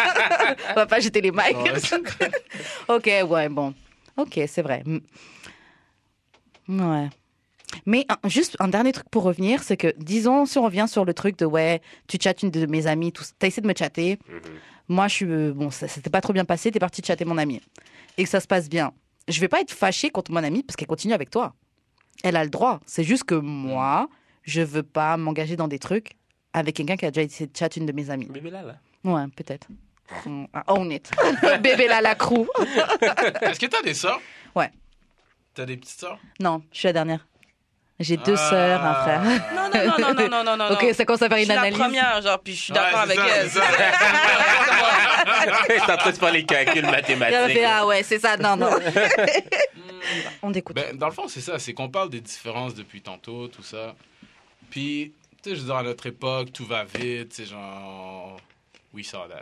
On va pas jeter les mics. Ouais, c'est- Ok, ouais, bon. Ok, c'est vrai. Mm. Ouais. Mais un- juste un dernier truc pour revenir, c'est que, disons, si on revient sur le truc de ouais, tu chattes une de mes amies, tout, t'as essayé de me chatter. Mhm. Moi, je suis. euh, Bon, ça s'était pas trop bien passé, t'es parti chatter mon amie. Et que ça se passe bien. Je vais pas être fâchée contre mon amie parce qu'elle continue avec toi. Elle a le droit. C'est juste que moi, je veux pas m'engager dans des trucs avec quelqu'un qui a déjà essayé de chat une de mes amies. Bébé là, là. Ouais, peut-être. Mm, own it. Bébé là, la crew. Est-ce que t'as des sœurs? Ouais. T'as des petites sœurs? Non, je suis la dernière. J'ai deux Ah. sœurs, un frère. Non, non, non, non, non, non, non, non. Ok, ça commence à faire Je une suis la analyse. première, genre, puis je suis Ouais, d'accord c'est avec ça, elle. c'est ça. T'es en train de faire les calculs Elle a mathématiques. fait, ah ouais, c'est ça, non, non. On t'écoute. Ben, dans le fond, c'est ça. C'est qu'on parle des différences depuis tantôt, tout ça. Puis, tu sais, je veux dire, à notre époque, tout va vite. C'est genre... We saw that.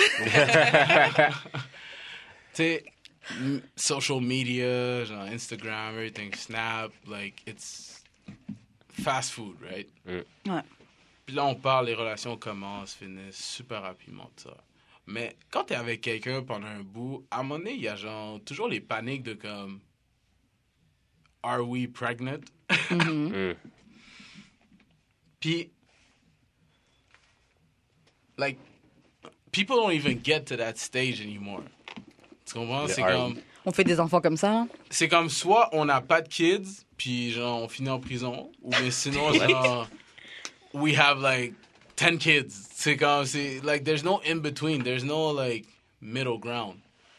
Tu sais, m- social media, genre Instagram, everything, Snap, like, it's fast food, right? Ouais. Puis là, on parle, les relations commencent, finissent super rapidement, tout ça. Mais quand t'es avec quelqu'un pendant un bout, à un moment donné, il y a genre toujours les paniques de comme... Are we pregnant? Mm. Puis, like, people don't even get to that stage anymore. Tu comprends? Le C'est are comme, On fait des enfants comme ça. c'est comme soit on n'a pas de kids, puis genre on finit en prison, ou bien sinon, genre, we have like ten kids. C'est comme, c'est, like, there's no in between, there's no like middle ground.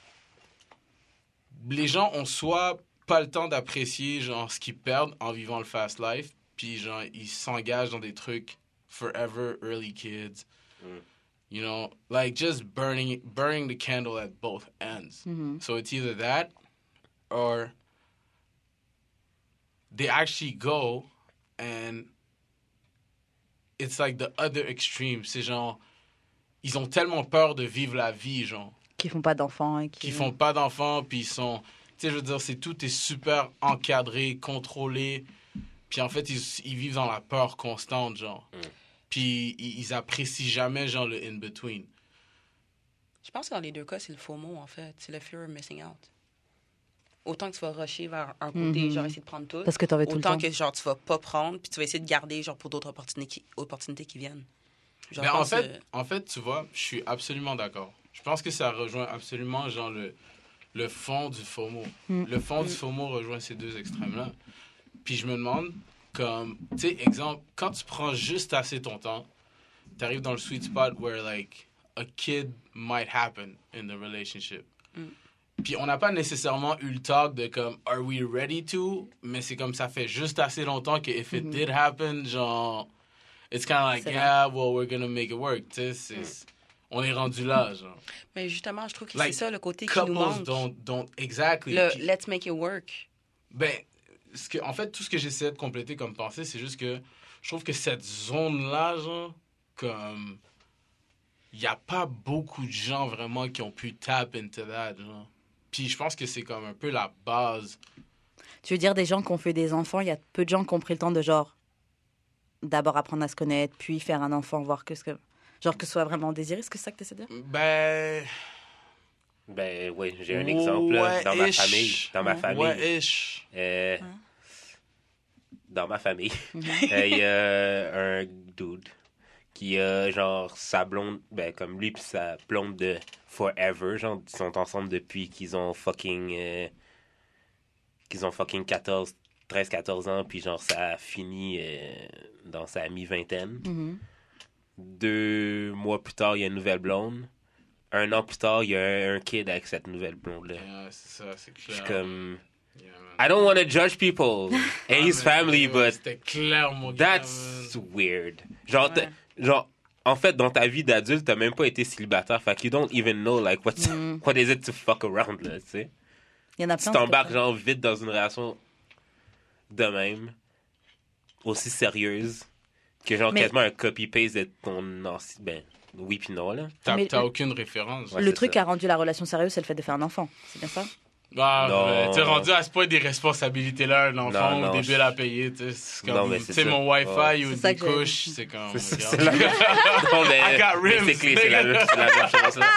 Les gens ont soit pas le temps d'apprécier genre ce qu'ils perdent en vivant le fast life, puis genre ils s'engagent dans des trucs forever early kids. You know, like just burning burning the candle at both ends. So it's either that or they actually go and it's like the other extreme. C'est genre, ils ont tellement peur de vivre la vie, genre. Qui font pas d'enfants. Et qui... qui font pas d'enfants, puis ils sont... Tu sais, je veux dire, c'est, tout est super encadré, contrôlé. Puis en fait, ils, ils vivent dans la peur constante, genre. Mm. Puis ils, ils apprécient jamais, genre, le in-between. Je pense que dans les deux cas, c'est le faux mot, en fait. C'est le fear of missing out. Autant que tu vas rusher vers un côté, mm-hmm. genre, essayer de prendre tout. Parce que t'en veux tout le temps. Autant que, genre, tu vas pas prendre, puis tu vas essayer de garder, genre, pour d'autres opportunités qui, opportunités qui viennent. Genre, Mais en fait, que... en fait, tu vois, je suis absolument d'accord. Je pense que ça rejoint absolument, genre, le, le fond du FOMO. Mm. Le fond mm. du FOMO rejoint ces deux extrêmes-là. Puis je me demande, comme, tu sais, exemple, quand tu prends juste assez ton temps, t'arrives dans le sweet spot where, like, a kid might happen in the relationship. Mm. Puis on n'a pas nécessairement eu le talk de comme, are we ready to? Mais c'est comme ça fait juste assez longtemps que if it mm-hmm. did happen, genre, it's kind of like, c'est yeah, vrai. Well, we're gonna make it work. Tu sais, mm. on est rendu là, genre. Mais justement, je trouve que like, c'est ça le côté qui nous Couples manque. don't, don't, exactly. Le Puis, let's make it work. Ben, ce que, en fait, tout ce que j'essaie de compléter comme pensée, c'est juste que je trouve que cette zone-là, genre, comme, il n'y a pas beaucoup de gens vraiment qui ont pu tap into that, genre. Puis je pense que c'est comme un peu la base. Tu veux dire des gens qui ont fait des enfants, il y a peu de gens qui ont pris le temps de genre d'abord apprendre à se connaître, puis faire un enfant, voir que ce que genre que ce soit vraiment désiré, est-ce que c'est ça que tu essaies de dire? Ben ben oui, j'ai un exemple là, dans ma famille, dans ma famille. Ouais, ish. Euh, ouais. Dans ma famille, il euh, y a un dude qui a genre sa blonde, ben comme lui puis sa blonde de forever, genre ils sont ensemble depuis qu'ils ont fucking euh, qu'ils ont fucking quatorze, treize quatorze ans, puis genre ça a fini euh, dans sa mi-vingtaine. Mm-hmm. Deux mois plus tard, il y a une nouvelle blonde. Un an plus tard, il y a un, un kid avec cette nouvelle blonde-là. Yeah, c'est ça, c'est clair. Je suis comme... Yeah, I don't want to judge people and his family, but clair, mon that's gars, weird. Genre, ouais. genre, en fait, dans ta vie d'adulte, t'as même pas été célibataire. Fait que you don't even know, like, what's, mm. what is it to fuck around, là, tu sais. Il y en a plein. Tu t'embarques, genre, vite dans une relation de même, aussi sérieuse, que, genre, mais... quasiment un copy-paste de ton ancien... Ben, oui pis non, là. T'as, mais, t'as aucune référence. Ouais, le truc ça. Qui a rendu la relation sérieuse, c'est le fait de faire un enfant. C'est bien ça? Ah, non. T'es rendu à ce point des responsabilités-là, un enfant non, non, ou des billes à payer. C'est comme, tu sais, mon Wi-Fi ouais. ou des couches, c'est comme... C'est, c'est, c'est la même chose. I got rims, c'est, clé, c'est, la même, c'est la même chose. Là.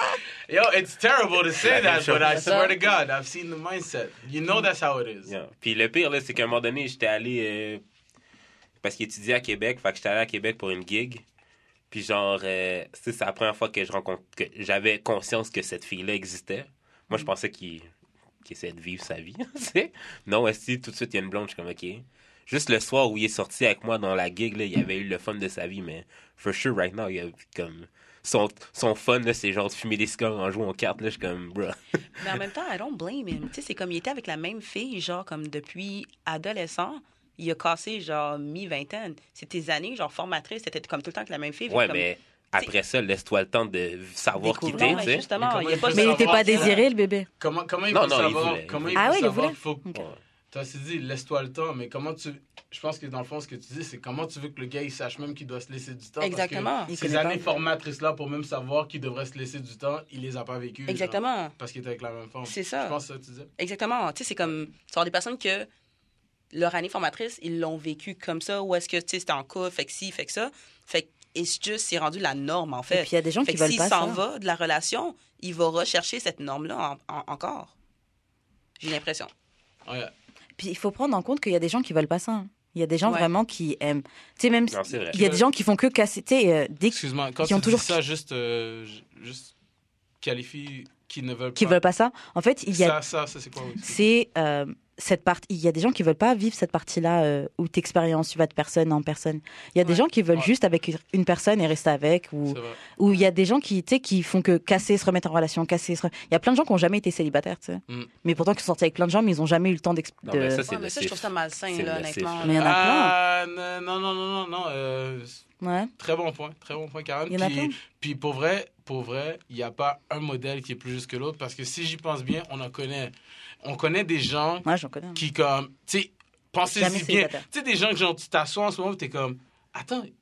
Yo, it's terrible to say that, but I swear to God, I've seen the mindset. You know that's how it is. Yeah. Puis le pire, là, c'est qu'à un moment donné, j'étais allé... Euh, parce qu'il étudiait à Québec, fait que j'étais allé à Québec pour une gig. Puis genre, euh, c'est la première fois que je rencontre... que j'avais conscience que cette fille-là existait. Moi, je pensais qu'il... qui essaie de vivre sa vie. Non, aussi, tout de suite, il y a une blonde, je suis comme, OK. Juste le soir où il est sorti avec moi dans la gig, là, il avait eu le fun de sa vie, mais for sure, right now, il y a comme... Son, son fun, là, c'est genre de fumer des cigares en jouant aux cartes, là, je suis comme, bruh. Mais en même temps, I don't blame him. Tu sais, c'est comme, il était avec la même fille, genre, comme depuis adolescent. Il a cassé, genre, mi-vingtaine. C'est tes années, genre, formatrice. C'était comme tout le temps avec la même fille. Ouais, comme... mais... Après ça, laisse-toi le temps de savoir qui t'es, tu sais. Justement, il y a pas mais il n'était pas désiré, le bébé. Comment, comment il non, faut non, savoir? Il comment il ah faut oui, savoir? Il faut... okay. Tu as dit, laisse-toi le temps, mais comment tu... Je pense que dans le fond, ce que tu dis, c'est comment tu veux que le gars, il sache même qu'il doit se laisser du temps. Exactement. Parce que ces années formatrices-là, pour même savoir qu'il devrait se laisser du temps, il les a pas vécues. Exactement. Genre, parce qu'il était avec la même femme. C'est ça. Je pense que ça, tu disais. Exactement. Tu sais, c'est comme... Tu vois des personnes que leur année formatrice, ils l'ont vécu comme ça, ou est-ce que, tu sais, c'était en couple, fait que ci, fait que ça. Fait que et c'est juste, c'est rendu la norme, en fait. Et puis, il y a des gens fait qui que veulent s'il pas ça. s'en va de la relation, il va rechercher cette norme-là en, en, encore. J'ai l'impression. Ouais. Puis, il faut prendre en compte qu'il y a des gens qui veulent pas ça. Il y a des gens ouais. vraiment qui aiment... Tu sais, même... Non, c'est vrai. Il y a des gens qui font que casser... Tu sais, euh, dès... Excuse-moi, quand qui tu ont dis toujours... ça, juste, euh, juste qualifie qui ne veulent pas... Qui veulent pas ça. En fait, il y a... Ça, ça, ça c'est quoi? Oui, c'est... Euh, cette partie, il y a des gens qui veulent pas vivre cette partie-là euh, où tu expériences, tu vas de personne en personne. Il y a ouais. des gens qui veulent ouais. juste avec une personne et rester avec, ou ou il y a des gens qui, tu sais, qui font que casser, se remettre en relation, casser. Se re... Il y a plein de gens qui ont jamais été célibataires, tu sais, mm. mais pourtant qui sont sortis avec plein de gens, mais ils ont jamais eu le temps d'expliquer. De... Ça, ouais, mais ça, je trouve ça malsain, là, honnêtement. Mais il y en a ah, plein. Non, non, non, non, non. Euh... Ouais. Très bon point, très bon point, Karen. Il y en a plein. Puis, puis pour vrai, pour vrai, il n'y a pas un modèle qui est plus juste que l'autre, parce que si j'y pense bien, on en connaît. On connaît des gens ouais, j'en connais. qui, comme, tu sais, pensez-y bien. Tu sais, des gens que genre, tu t'assois en ce moment, tu es comme, attends,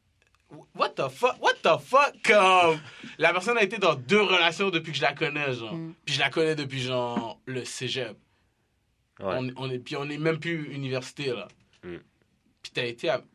What the fuck? What the fuck? Comme, la personne a été dans deux relations depuis que je la connais, genre. Mm. Puis je la connais depuis, genre, le cégep. Ouais. On, on est, puis on est même plus université, là. Mm. Puis t'as été à...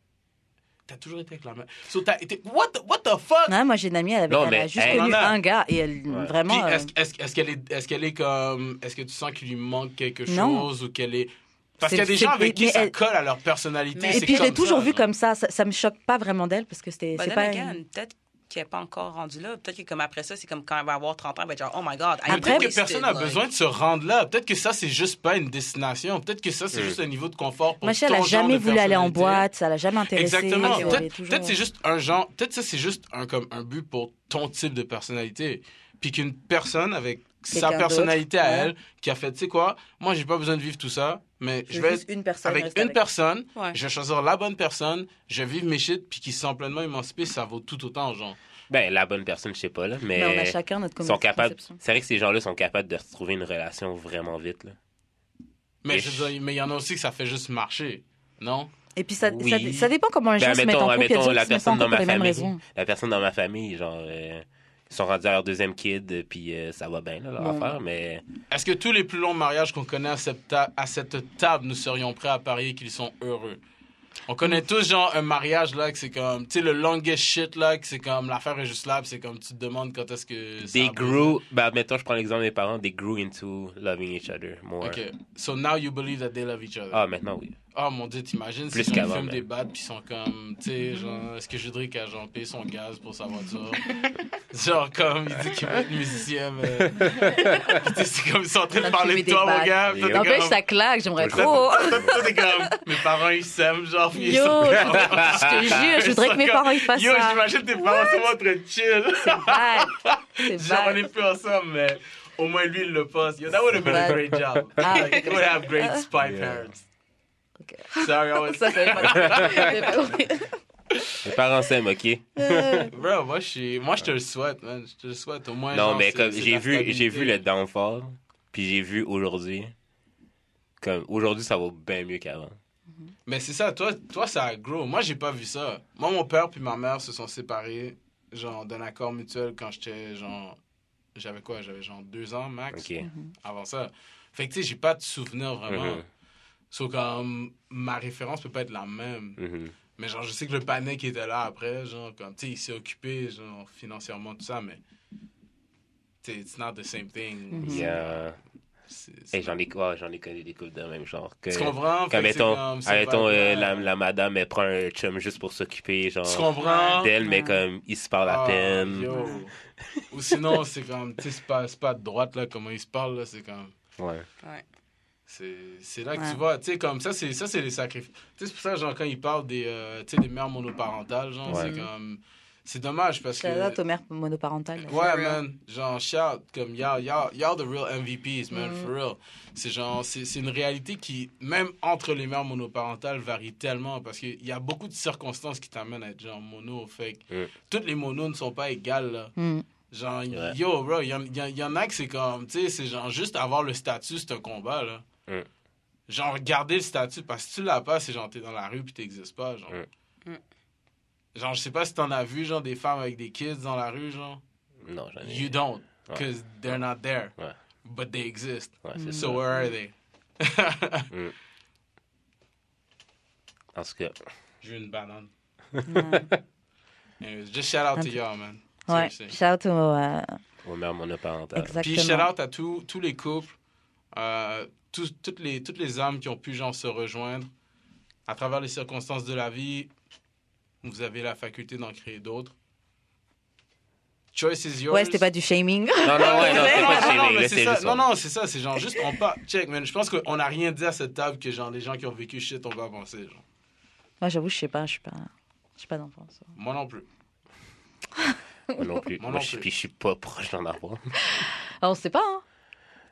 T'as toujours été avec la même. So, t'as été... What the, what the fuck? Non, moi, j'ai une amie, elle, avait, non, elle mais, a juste hey, connu a... un gars et elle, ouais. vraiment... Puis, est-ce, est-ce, est-ce, qu'elle est, est-ce qu'elle est comme... Est-ce que tu sens qu'il lui manque quelque chose non. ou qu'elle est... Parce c'est, qu'il y a des gens avec qui ça elle... colle à leur personnalité. Mais, et puis, je l'ai toujours vu comme ça. ça. Ça me choque pas vraiment d'elle parce que c'était... Bah, c'est pas again, une... peut-être qu'elle n'est pas encore rendue là. Peut-être que comme après ça, c'est comme quand elle va avoir trente ans, elle va être genre, oh my God. Après, peut-être que personne n'a like... besoin de se rendre là. Peut-être que ça, c'est juste pas une destination. Peut-être que ça, c'est mm. juste un niveau de confort pour Michel, ton elle n'a jamais voulu aller en boîte. Ça l'a jamais intéressé. Exactement. Peut-être, toujours... peut-être c'est juste un genre... Peut-être ça, c'est juste un, comme un but pour ton type de personnalité. Puis qu'une personne avec Quelqu'un sa personnalité à elle, ouais. qui a fait, tu sais quoi, moi, j'ai pas besoin de vivre tout ça, mais je, je vais être une personne, avec une avec personne, ouais. je vais choisir la bonne personne, je vais vivre mes shit, puis qui se sent pleinement émancipé, ça vaut tout autant, genre. Ben, la bonne personne, je sais pas, là, mais... mais on a chacun notre sont capables... C'est vrai que ces gens-là sont capables de retrouver une relation vraiment vite, là. Mais je veux dire, mais il y en a aussi que ça fait juste marcher, non? Et puis, ça, oui. ça, ça dépend comment les gens ben, se mettent en couple. Il y a des gens qui se mettent en couple pour les mêmes raisons. La personne dans ma famille, genre... Euh... Ils sont rendus à leur deuxième kid, puis euh, ça va bien, là, leur bon. affaire, mais... Est-ce que tous les plus longs mariages qu'on connaît à cette, ta- à cette table, nous serions prêts à parier qu'ils sont heureux? On connaît tous, genre, un mariage, là, que c'est comme... Tu sais, le longest shit, là, que c'est comme... L'affaire est juste là, puis c'est comme... Tu te demandes quand est-ce que... Ça they grew... Ben, mettons, je prends l'exemple des parents. They grew into loving each other more. OK. So now you believe that they love each other. Ah, maintenant, oui. Oh mon Dieu, t'imagines si ils filment des battes puis ils sont comme, tu sais, genre, est-ce que Judrick a genre payé son gaz pour sa voiture? Genre comme, il dit qu'il veut être musicien, mais... tu sais, c'est comme, ils sont en train de parler de toi, mon gars. N'empêche, ça claque, j'aimerais trop. Toi, t'es comme, mes parents, ils s'aiment, genre, yo, je te jure, je voudrais que mes parents, ils fassent ça. Yo, j'imagine tes parents sont en train de chill. C'est bad. C'est genre, on est plus ensemble, mais au moins lui, il le passe. Yo, that would have been a great job. Ah, like, you would have great spy parents. Okay. Sorry, I was... Ça, ça Les parents s'aiment, OK? Bro, moi, je, moi, je te le souhaite, man. Je te le souhaite. Au moins, non, genre, mais c'est, comme, c'est j'ai, vu, j'ai vu le downfall, puis j'ai vu aujourd'hui. Comme, aujourd'hui, ça va bien mieux qu'avant. Mais c'est ça, toi, toi, ça a grow. Moi, j'ai pas vu ça. Moi, mon père puis ma mère se sont séparés, genre, d'un accord mutuel quand j'étais, genre... J'avais quoi? J'avais, genre, deux ans, max, okay. avant ça. Fait que, tu sais, j'ai pas de souvenir, vraiment. Mm-hmm. So, comme, ma référence peut pas être la même. Mm-hmm. Mais genre, je sais que le panier qui était là après, genre, comme, tu sais, il s'est occupé, genre, financièrement, tout ça, mais, tu sais, it's not the same thing. Mm-hmm. Yeah. C'est, c'est... Hey, j'en, ai, oh, j'en ai connu des couples de même genre. Que, tu comprends? Quand, mettons, comme, mettons euh, la, la madame, elle prend un chum juste pour s'occuper, genre, tu comprends? d'elle, mais comme, il se parle à oh, peine. Yo. Ou sinon, c'est comme, tu sais, c'est pas, c'est pas de droite, là, comment ils se parlent, là, c'est comme... Ouais. Ouais. C'est, c'est là que ouais. tu vois, tu sais, comme ça, c'est, ça, c'est les sacrifices. Tu sais, c'est pour ça, genre, quand ils parlent des, euh, tu sais, des mères monoparentales, genre, ouais. c'est comme... C'est dommage, parce que... Shout out aux mères monoparentales. Ouais, man. Genre, shout, comme, y'all, y'all, y'all the real M V Ps, man, mm. for real. C'est genre, c'est, c'est une réalité qui, même entre les mères monoparentales, varie tellement, parce qu'il y a beaucoup de circonstances qui t'amènent à être, genre, mono. Fait que mm. toutes les monos ne sont pas égales, là. Mm. Genre, ouais. yo, bro, il y, y, y en a que c'est comme, tu sais, c'est genre, juste avoir le statut, c'est un combat, là. Mm. Genre, garder le statut, parce que si tu l'as pas, c'est genre, t'es dans la rue puis t'existes pas, genre. Mm. Mm. Genre, je sais pas si t'en as vu, genre, des femmes avec des kids dans la rue, genre. Non, j'en ai... You don't, because ouais. they're not there. Ouais. But they exist. Ouais, c'est so ça. where are they? mm. En tout cas... J'ai eu une banane. Mm. Anyways, just shout out to y'all, man. Ouais, shout out aux... Euh... aux mères monoparentales. Exactement. Puis shout out à tous, tous les couples, euh, tous, toutes, les, toutes les âmes qui ont pu, genre, se rejoindre. À travers les circonstances de la vie, vous avez la faculté d'en créer d'autres. Choice is yours. Ouais, c'était pas du shaming. Non, non, ouais, non, c'était pas du shaming. Non, non, là, c'est c'est ça. juste non, non, c'est ça. C'est genre juste, on parle. Check, man. Je pense qu'on n'a rien dit à cette table que, genre, les gens qui ont vécu shit, on va avancer, genre. Moi, j'avoue, je sais pas. Je suis pas, je suis pas d'enfant, ça. Moi non plus. Moi non plus. Moi Moi, non je, plus. Puis je suis pas proche d'en avoir. Alors, on sait pas, hein.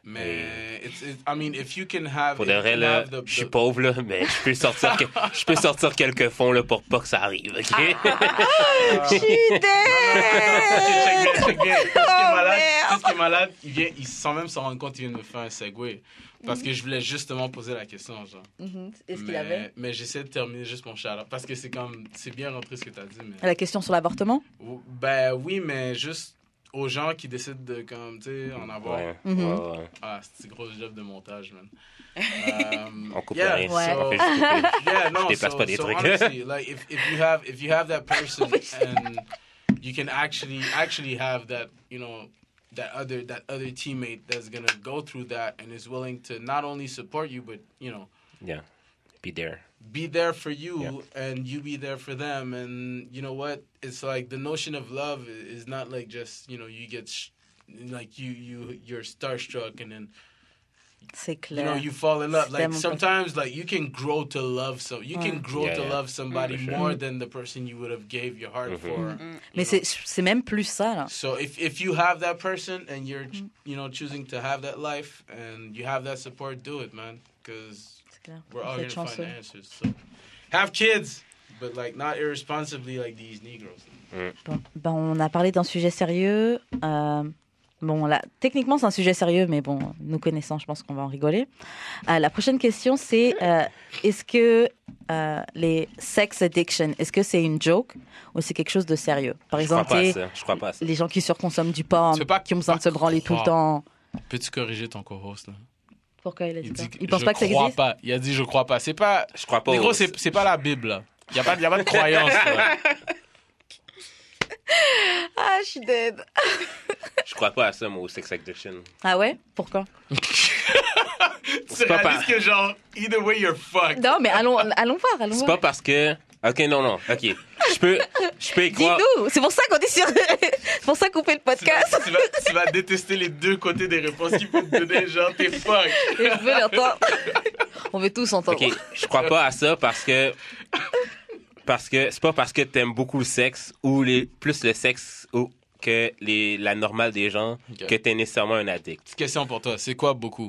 Mais, it's, it, I mean, if you can have... Pour de vrai, là, je suis pauvre, là, mais je peux sortir, que, je peux sortir quelques fonds, là, pour pas que ça arrive, OK? Je suis Qu'est-ce qui est malade, qu'est-ce qui est malade, il vient, il, sans même s'en rendre compte, il vient de me faire un segue. Parce que je voulais justement poser la question, genre. Mm-hmm. Est-ce mais, qu'il avait? Mais j'essaie de terminer juste mon shout-out. Parce que c'est comme, c'est bien rentré ce que tu as dit, mais... La question sur l'avortement? Ben oui, mais juste aux gens qui décident de, comme, tu sais, en avoir. Ouais, Mm-hmm. ouais, ouais. Ah, c'est une grosse job de montage, man. Um, On coupe yeah, rien. Ouais. On fait juste couper. Yeah, no, Je déplace so, pas des so trucs. honestly, like, if, if you have, if you have that person and you can actually, actually have that, you know, that other that other teammate that's gonna go through that and is willing to not only support you but you know Yeah, be there. be there for you Yeah. and you be there for them. And you know what, it's like the notion of love is not like just, you know, you get sh- like you you you're starstruck and then C'est you clair. know you fall in love. C'est Like tellement sometimes like you can grow to love, so you can Ouais. grow Yeah, to yeah. love somebody For sure. more than the person you would have gave your heart Mhm. for. you Mais know. c'est, c'est même plus ça, là. So if if you have that person and you're you know choosing to have that life and you have that support, do it, man, because C'est clair. we're all Vous gonna êtes find chanceux. answers. So have kids, but like not irresponsibly like these Negroes. Bon, ben, on a parlé d'un sujet sérieux. Euh, bon, là, techniquement, c'est un sujet sérieux, mais bon, nous connaissant, je pense qu'on va en rigoler. Euh, la prochaine question, c'est euh, est-ce que euh, les sex addiction, est-ce que c'est une joke ou c'est quelque chose de sérieux? Par Je crois exemple, pas à t'es- ça. Je crois pas à ça. les gens qui surconsomment du porn, Tu peux pas- qui ont besoin de se pas branler tout le croire. temps. Peux-tu corriger ton co-host là? Pourquoi il a dit Il ça? dit que Il pense je pas que ça crois existe? pas. Il a dit je crois pas. C'est pas. Je crois pas Négro, au- c'est c'est pas la Bible là. Il y a pas y a pas de croyance. Là. Ah, je suis dead. Je crois pas à ça, moi, au sex addiction. Ah ouais? Pourquoi? C'est pas réaliste par- que genre either way you're fucked. Non, mais allons, allons voir, allons C'est voir. pas parce que... OK, non, non. OK. Je peux, je peux y croire... Dis-nous, c'est pour ça qu'on est sur... c'est pour ça qu'on fait le Tu vas, podcast. tu, vas, tu vas détester les deux côtés des réponses qu'il peut te donner, genre t'es fucked. Et je veux l'entendre. On veut tous entendre. OK, je crois pas à ça parce que... Parce que c'est pas parce que t'aimes beaucoup le sexe ou les, plus le sexe ou que les, la normale des gens Ok. que t'es nécessairement un addict. Petite question pour toi, c'est quoi beaucoup?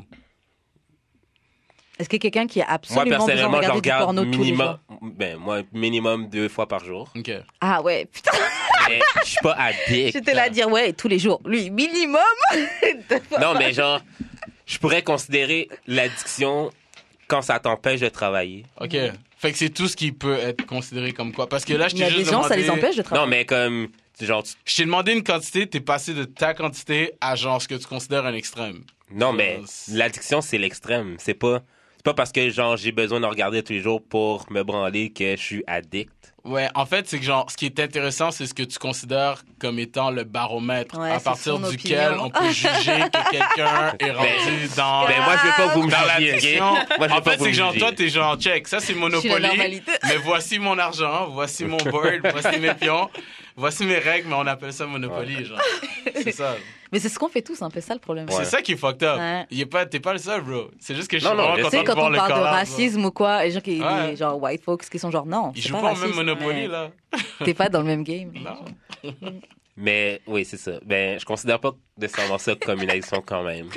Est-ce que quelqu'un qui a Moi, absolument besoin de personnellement, je regarder du regarde porno tous les minimum... jours? Ben, moi, minimum deux fois par jour. OK. Ah ouais, putain, Mais je suis pas addict. j'étais là à dire ouais, tous les jours. Lui, minimum. Non, mais genre, je pourrais considérer l'addiction quand ça t'empêche de travailler. OK. Fait que c'est tout ce qui peut être considéré comme quoi? Parce que là, je Il y a t'ai des juste gens, demandé... ça les empêche de travailler. Non, mais comme, genre, tu- Je t'ai demandé une quantité, t'es passé de ta quantité à genre ce que tu considères un extrême. non, mais c'est- l'addiction, c'est l'extrême. C'est pas, c'est pas parce que, genre, j'ai besoin de regarder tous les jours pour me branler que je suis addict. Ouais, en fait, c'est que genre, ce qui est intéressant, c'est ce que tu considères comme étant le baromètre Ouais, à c'est partir son duquel opinion. on peut juger que quelqu'un est rendu dans... Ben, moi, je veux pas que vous me dans jugiez, l'addiction. ok? Moi, je veux En pas fait, que vous c'est me que genre, jugiez. toi, t'es genre, check, ça c'est Je suis la Monopoly, normalité. mais voici mon argent, voici mon board, voici mes pions, voici mes règles, mais on appelle ça Monopoly, genre. C'est ça. Mais c'est ce qu'on fait tous, un peu ça le problème. C'est ça qui est fucked up. Ouais. Il est pas, t'es pas le seul, bro. C'est juste que je suis Non, non, vraiment je Tu content sais, de quand voir on le parle de collab, là. racisme ou quoi, les gens qui, Ouais. les genre white folks qui sont genre non, Ils c'est jouent pas pas au raciste, même Monopoly, mais là. T'es pas dans le même game. Non. Mais, oui, c'est ça. Ben, je considère pas nécessairement ça comme une addiction quand même.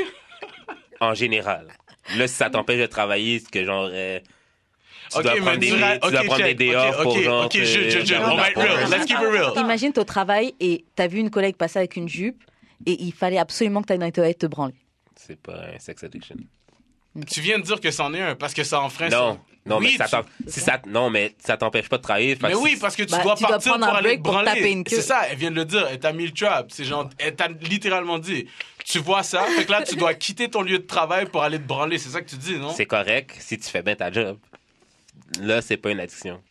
En général. Là, si ça t'empêche de travailler, c'est que genre, euh, tu Ok, dois mais prendre des, tu ra- tu dois ok, prendre des check. day Ok, off pour ok, genre. ok, te- je- je- je- garder on la va être forme. real. Let's keep it real. Imagine t'es au travail et t'as vu une collègue passer avec une jupe et il fallait absolument que t'ailles dans les toilettes te branler. C'est pas un sex addiction. Tu viens de dire que c'en est un parce que ça enfreint Non, son- non, Oui, mais ça tu- t'en- si ça, non, mais ça t'empêche pas de travailler. Mais parce que oui, si- parce que tu Bah, dois tu dois partir prendre pour un aller break te pour branler. taper une queue. C'est ça, elle vient de le dire. Elle t'a mis le trap. C'est genre, elle t'a littéralement dit. Tu vois ça, fait que là, tu dois quitter ton lieu de travail pour aller te branler. C'est ça que tu dis, non? c'est correct si tu fais bien ta job. Là, c'est pas une addiction.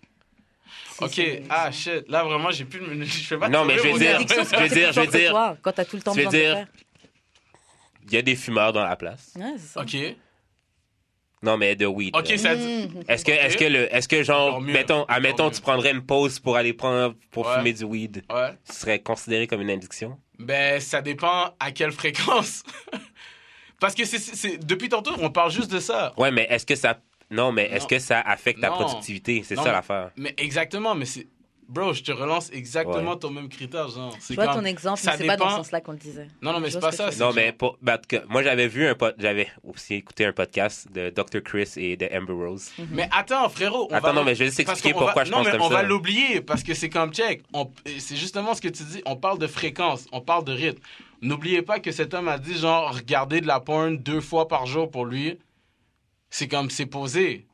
Ok, ah shit. Là, vraiment, j'ai plus de. Je fais pas de Non, mais je trouver veux mon dire- addiction. je veux dire, je veux dire- Toi, quand t'as tout le temps je veux besoin de le dire- faire. Il y a des fumeurs dans la place. Ouais, c'est ça. Ok. Non, mais de weed. Ok, là. ça Mmh. dit. Est-ce que, est-ce que le, est-ce que genre, Encore mieux. mettons, Encore admettons, mieux. tu prendrais une pause pour aller prendre, pour Ouais. fumer du weed, Ouais. ce serait considéré comme une addiction? Ben, ça dépend à quelle fréquence. Parce que c'est, c'est, c'est- depuis tantôt, on parle juste de ça. Ouais, mais est-ce que ça, non, mais est-ce Non. que ça affecte ta Non. productivité? C'est Non, ça mais- l'affaire. Mais exactement, mais c'est. bro, je te relance exactement ouais. ton même critère, genre. C'est je vois comme, ton exemple, mais c'est dépend... pas dans ce sens-là qu'on le disait. Non, non, mais c'est pas ça. Non, mais pour, bah, moi, j'avais vu un pod... j'avais aussi écouté un podcast de docteur Chris et de Amber Rose. Mm-hmm. Mais attends, frérot. On attends, va... non, mais je vais juste expliquer pourquoi va... je non, pense mais comme on ça. va l'oublier parce que c'est comme check. On... C'est justement ce que tu dis. On parle de fréquence, on parle de rythme. N'oubliez pas que cet homme a dit, genre, regarder de la porn deux fois par jour pour lui, c'est comme, c'est posé.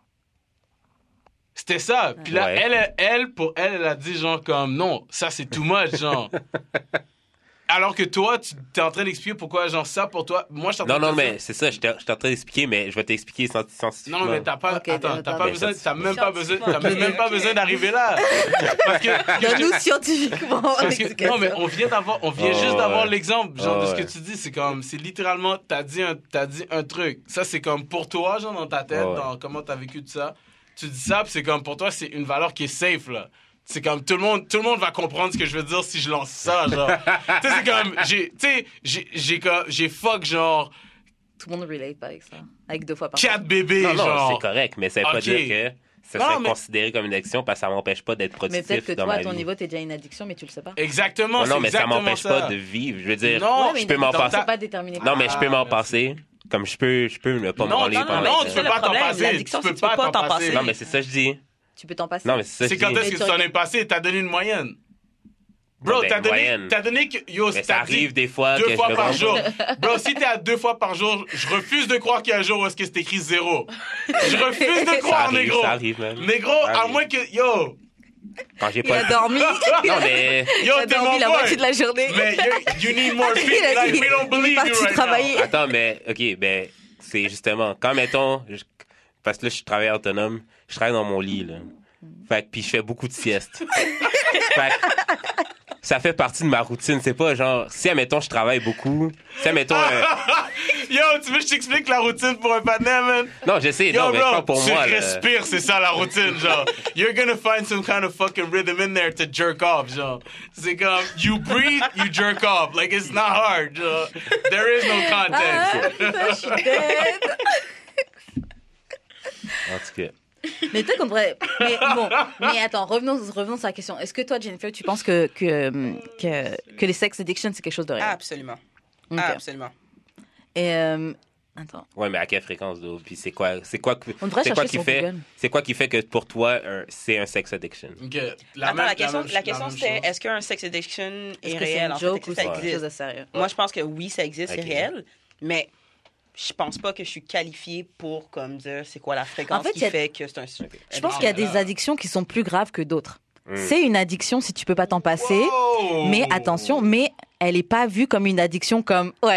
C'était ça. Puis là, ouais. elle, elle, pour elle, elle a dit, genre, comme, non, ça, c'est too much, genre. Alors que toi, tu es en train d'expliquer pourquoi, genre, ça, pour toi, moi, je t'en Non, non, mais c'est ça, je suis en train d'expliquer, mais je vais t'expliquer scientifiquement. Non, mais t'as pas, okay, attends, t'as pas besoin, t'as même pas besoin, t'as même pas besoin d'arriver là. Parce que. Donne-nous scientifiquement. Parce que, non, mais on vient d'avoir, on vient oh, juste d'avoir ouais. l'exemple, genre, oh, de ce que tu dis, c'est comme, c'est littéralement, t'as dit un, t'as dit un truc. Ça, c'est comme pour toi, genre, dans ta tête, oh, ouais. dans comment t'as vécu tout ça. Tu dis ça, puis c'est comme, pour toi, c'est une valeur qui est safe, là. C'est comme tout le monde tout le monde va comprendre ce que je veux dire si je lance ça, genre. Tu sais, c'est comme j'ai tu sais j'ai j'ai j'ai fuck genre tout le monde relate pas avec ça avec deux fois par quatre bébés non, non, genre. C'est correct, mais ça veut okay. pas dire que ça non, serait mais... considéré comme une addiction parce que ça m'empêche pas d'être productif. Mais peut-être que dans toi, ma à ton vie. niveau, t'es déjà une addiction, mais tu le sais pas. Exactement, non, non, c'est mais exactement ça m'empêche ça. pas de vivre. Je veux dire, non, je peux m'en passer. C'est pas déterminé. Non, mais je peux m'en passer. Comme je peux, je peux ne pas non, me non, non, non, tu peux pas t'en passer. L'addiction, tu peux pas t'en passer. Non, mais c'est ça que je dis. Tu peux t'en passer. Non, mais c'est ça c'est quand est-ce que tu t'en es passé? T'as donné une moyenne. Bro, non, ben, t'as donné, moyenne. t'as donné que, yo, mais ça arrive des fois deux que fois je par jour. Bro, si t'es à deux fois par jour, je refuse de croire qu'il y a un jour où est-ce que c'est écrit zéro. Je refuse de croire, ça arrive, négro. Ça arrive, même. Négro, ça à arrive. moins que, yo. Quand j'ai il pas a dormi. Non, mais. Yo, il a dormi la moitié de la journée. Mais you need more feet. Like, we don't believe you right travailler. now. Attends, mais, ok, ben, c'est justement, quand mettons, je... parce que là, je suis travailleur autonome, je travaille dans mon lit, là. Fait que, puis je fais beaucoup de siestes. Fait que, ça fait partie de ma routine. C'est pas genre, si, admettons, je travaille beaucoup, si, admettons... Euh... Yo, tu veux que je t'explique la routine pour un panel, man? Non, je sais, Yo, non, bro, mais pas pour tu moi. Tu respires, là. C'est ça, la routine, genre. You're gonna find some kind of fucking rhythm in there to jerk off, genre. C'est comme, you breathe, you jerk off. Like, it's not hard, genre. There is no context. Ah, je suis dead. En tout cas... Mais peut-être qu'on devrait. Mais bon, mais attends, revenons, revenons sur la question. Est-ce que toi, Jennifer, tu penses que, que, que, que les sex addictions, c'est quelque chose de réel? Absolument. Okay. Absolument. Et. Euh, attends. Ouais, mais à quelle fréquence, d'eau? Puis c'est quoi, c'est quoi, On devrait c'est quoi qui fait, Google. c'est quoi qui fait que pour toi, un, c'est un sex addiction? Okay. La Attends, même, la question, la, même, la question la c'était, est-ce qu'un sex addiction est, est réel? C'est une joke en fait, ou ça c'est existe? quelque chose de sérieux? Moi, je pense que oui, ça existe, okay. c'est réel, mais je pense pas que je suis qualifiée pour comme dire c'est quoi la fréquence en fait, qui a... fait que c'est un sujet. Je pense qu'il y a des addictions qui sont plus graves que d'autres. Mm. C'est une addiction si tu peux pas t'en passer, wow. mais attention, mais elle est pas vue comme une addiction comme ouais,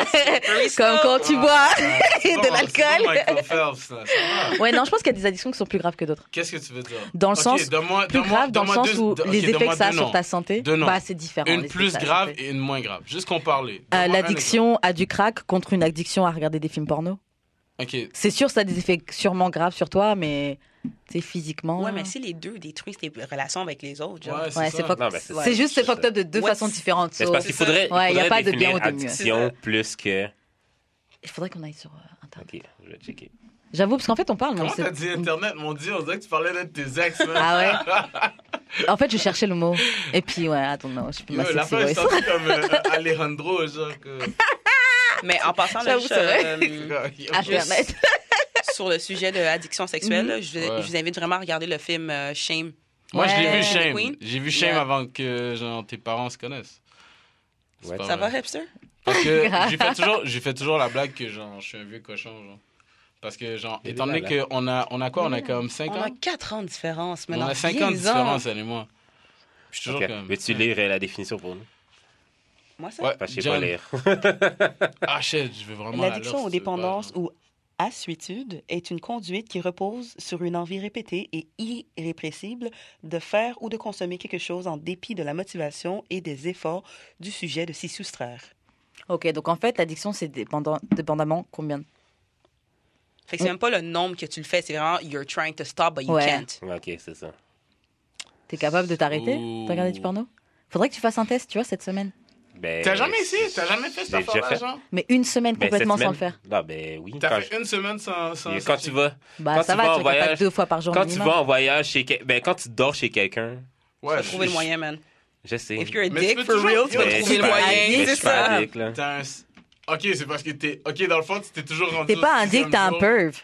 comme quand tu bois ah, de bon, l'alcool. Phelps, ouais, non, je pense qu'il y a des addictions qui sont plus graves que d'autres. Qu'est-ce que tu veux dire? Dans le okay, sens donne-moi, plus donne-moi, grave, dans le sens deux, où okay, les effets que ça a sur noms. Ta santé, bah c'est différent. Une plus grave et une moins grave. Juste qu'on parlait. Euh, l'addiction à du crack contre une addiction à regarder des films porno. Okay. C'est sûr, ça a des effets sûrement graves sur toi, mais c'est physiquement. Ouais, mais si les deux détruisent tes relations avec les autres, genre. Ouais, c'est, ouais, c'est, fuck... non, c'est, c'est juste c'est fucked up de deux ouais, façons différentes. C'est so... parce qu'il faudrait, il ouais, faudrait y a pas de bien ou de mieux. addiction plus que. Il faudrait qu'on aille sur euh, Internet. Ok, je vais checker. J'avoue, parce qu'en fait, on parle. Comment mais t'as dit Internet, mon Dieu? On dirait que tu parlais d'un de tes ex. Man. Ah ouais? En fait, je cherchais le mot. Et puis, ouais, attends, non, je peux ma sexy voice. La fin est comme euh, Alejandro, genre que... Mais en passant, là, je, euh, Internet. Sur le sujet de l'addiction sexuelle, Mm-hmm. là, je, ouais. je vous invite vraiment à regarder le film euh, Shame. Moi, ouais. je l'ai vu, Shame. Queen. J'ai vu Shame yeah. avant que genre, tes parents se connaissent. Ouais. Ça va, Hipster? Parce que j'ai fait, toujours, j'ai fait toujours la blague que genre, je suis un vieux cochon. Genre. Parce que, genre, étant donné qu'on a, on a quoi? On a comme cinq ans? On a quatre ans de différence. On a cinq ans de différence, elle et moi. Je suis toujours okay. comme... Veux-tu lire la définition pour nous? Moi, ça? Ouais, parce que je sais pas lire. Ah, shit, je veux vraiment l'addiction aux dépendances ou assuétude est une conduite qui repose sur une envie répétée et irrépressible de faire ou de consommer quelque chose en dépit de la motivation et des efforts du sujet de s'y soustraire. OK, donc en fait, l'addiction, c'est dépendant, dépendamment combien? Fait que c'est même pas le nombre que tu le fais, c'est vraiment « you're trying to stop, but you ouais. can't ». OK, c'est ça. T'es capable de t'arrêter Ouh. de regarder du porno? Faudrait que tu fasses un test, tu vois, cette semaine. Ben, t'as jamais essayé? T'as jamais fait cette affaire-là, genre? Mais une semaine complètement ben, sans le faire. Non, ben oui. T'as fait je... une semaine sans... sans quand tu vas... Bah, quand ça tu va, vas tu en voyage, deux fois par jour Quand minimum. tu vas en voyage chez... Ben, quand tu dors chez quelqu'un, Ouais, vas trouver je- le moyen, man. Je sais. If you're a Mais tu dick, peux for toujours- real, tu Yo, vas Mais trouver je le suis pas moyen. addict, mais je C'est suis pas ça. addict, là. T'as un... Ok, c'est parce que t'es... Ok, dans le fond, tu t'es toujours rendu... T'es pas un au dick, sixième t'es un jour. perv.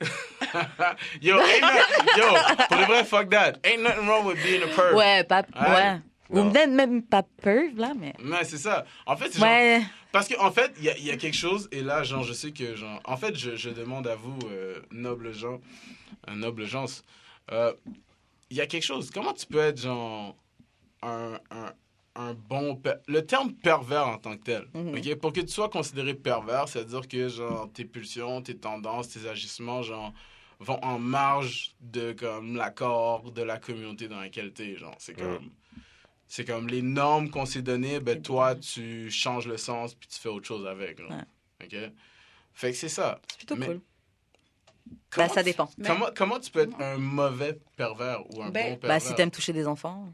Yo, ain't not... Yo, pour de vrai, fuck that. Ain't nothing wrong with being a perv. Ouais, pas. Ouais. Ouais. Ou Non. peut-être même pas perv, là, mais. Mais c'est ça. En fait, c'est genre... Ouais. Parce qu'en en fait, il y a, y a quelque chose, et là, genre, je sais que, genre... En fait, je, je demande à vous, euh, nobles gens, un noble gens, euh, il y a quelque chose. Comment tu peux être, genre, un... un un bon... per- Le terme pervers en tant que tel, Mhm. ok? Pour que tu sois considéré pervers, c'est-à-dire que, genre, tes pulsions, tes tendances, tes agissements, genre, vont en marge de, comme, l'accord de la communauté dans laquelle t'es, genre. C'est comme... C'est comme les normes qu'on s'est données, ben toi, tu changes le sens puis tu fais autre chose avec, genre. Ouais. OK? Fait que c'est ça. C'est plutôt Mais cool. comment Bah, ça tu- dépend. Comment, comment tu peux être un mauvais pervers ou un Ben, bon pervers? Bah, si t'aimes toucher des enfants.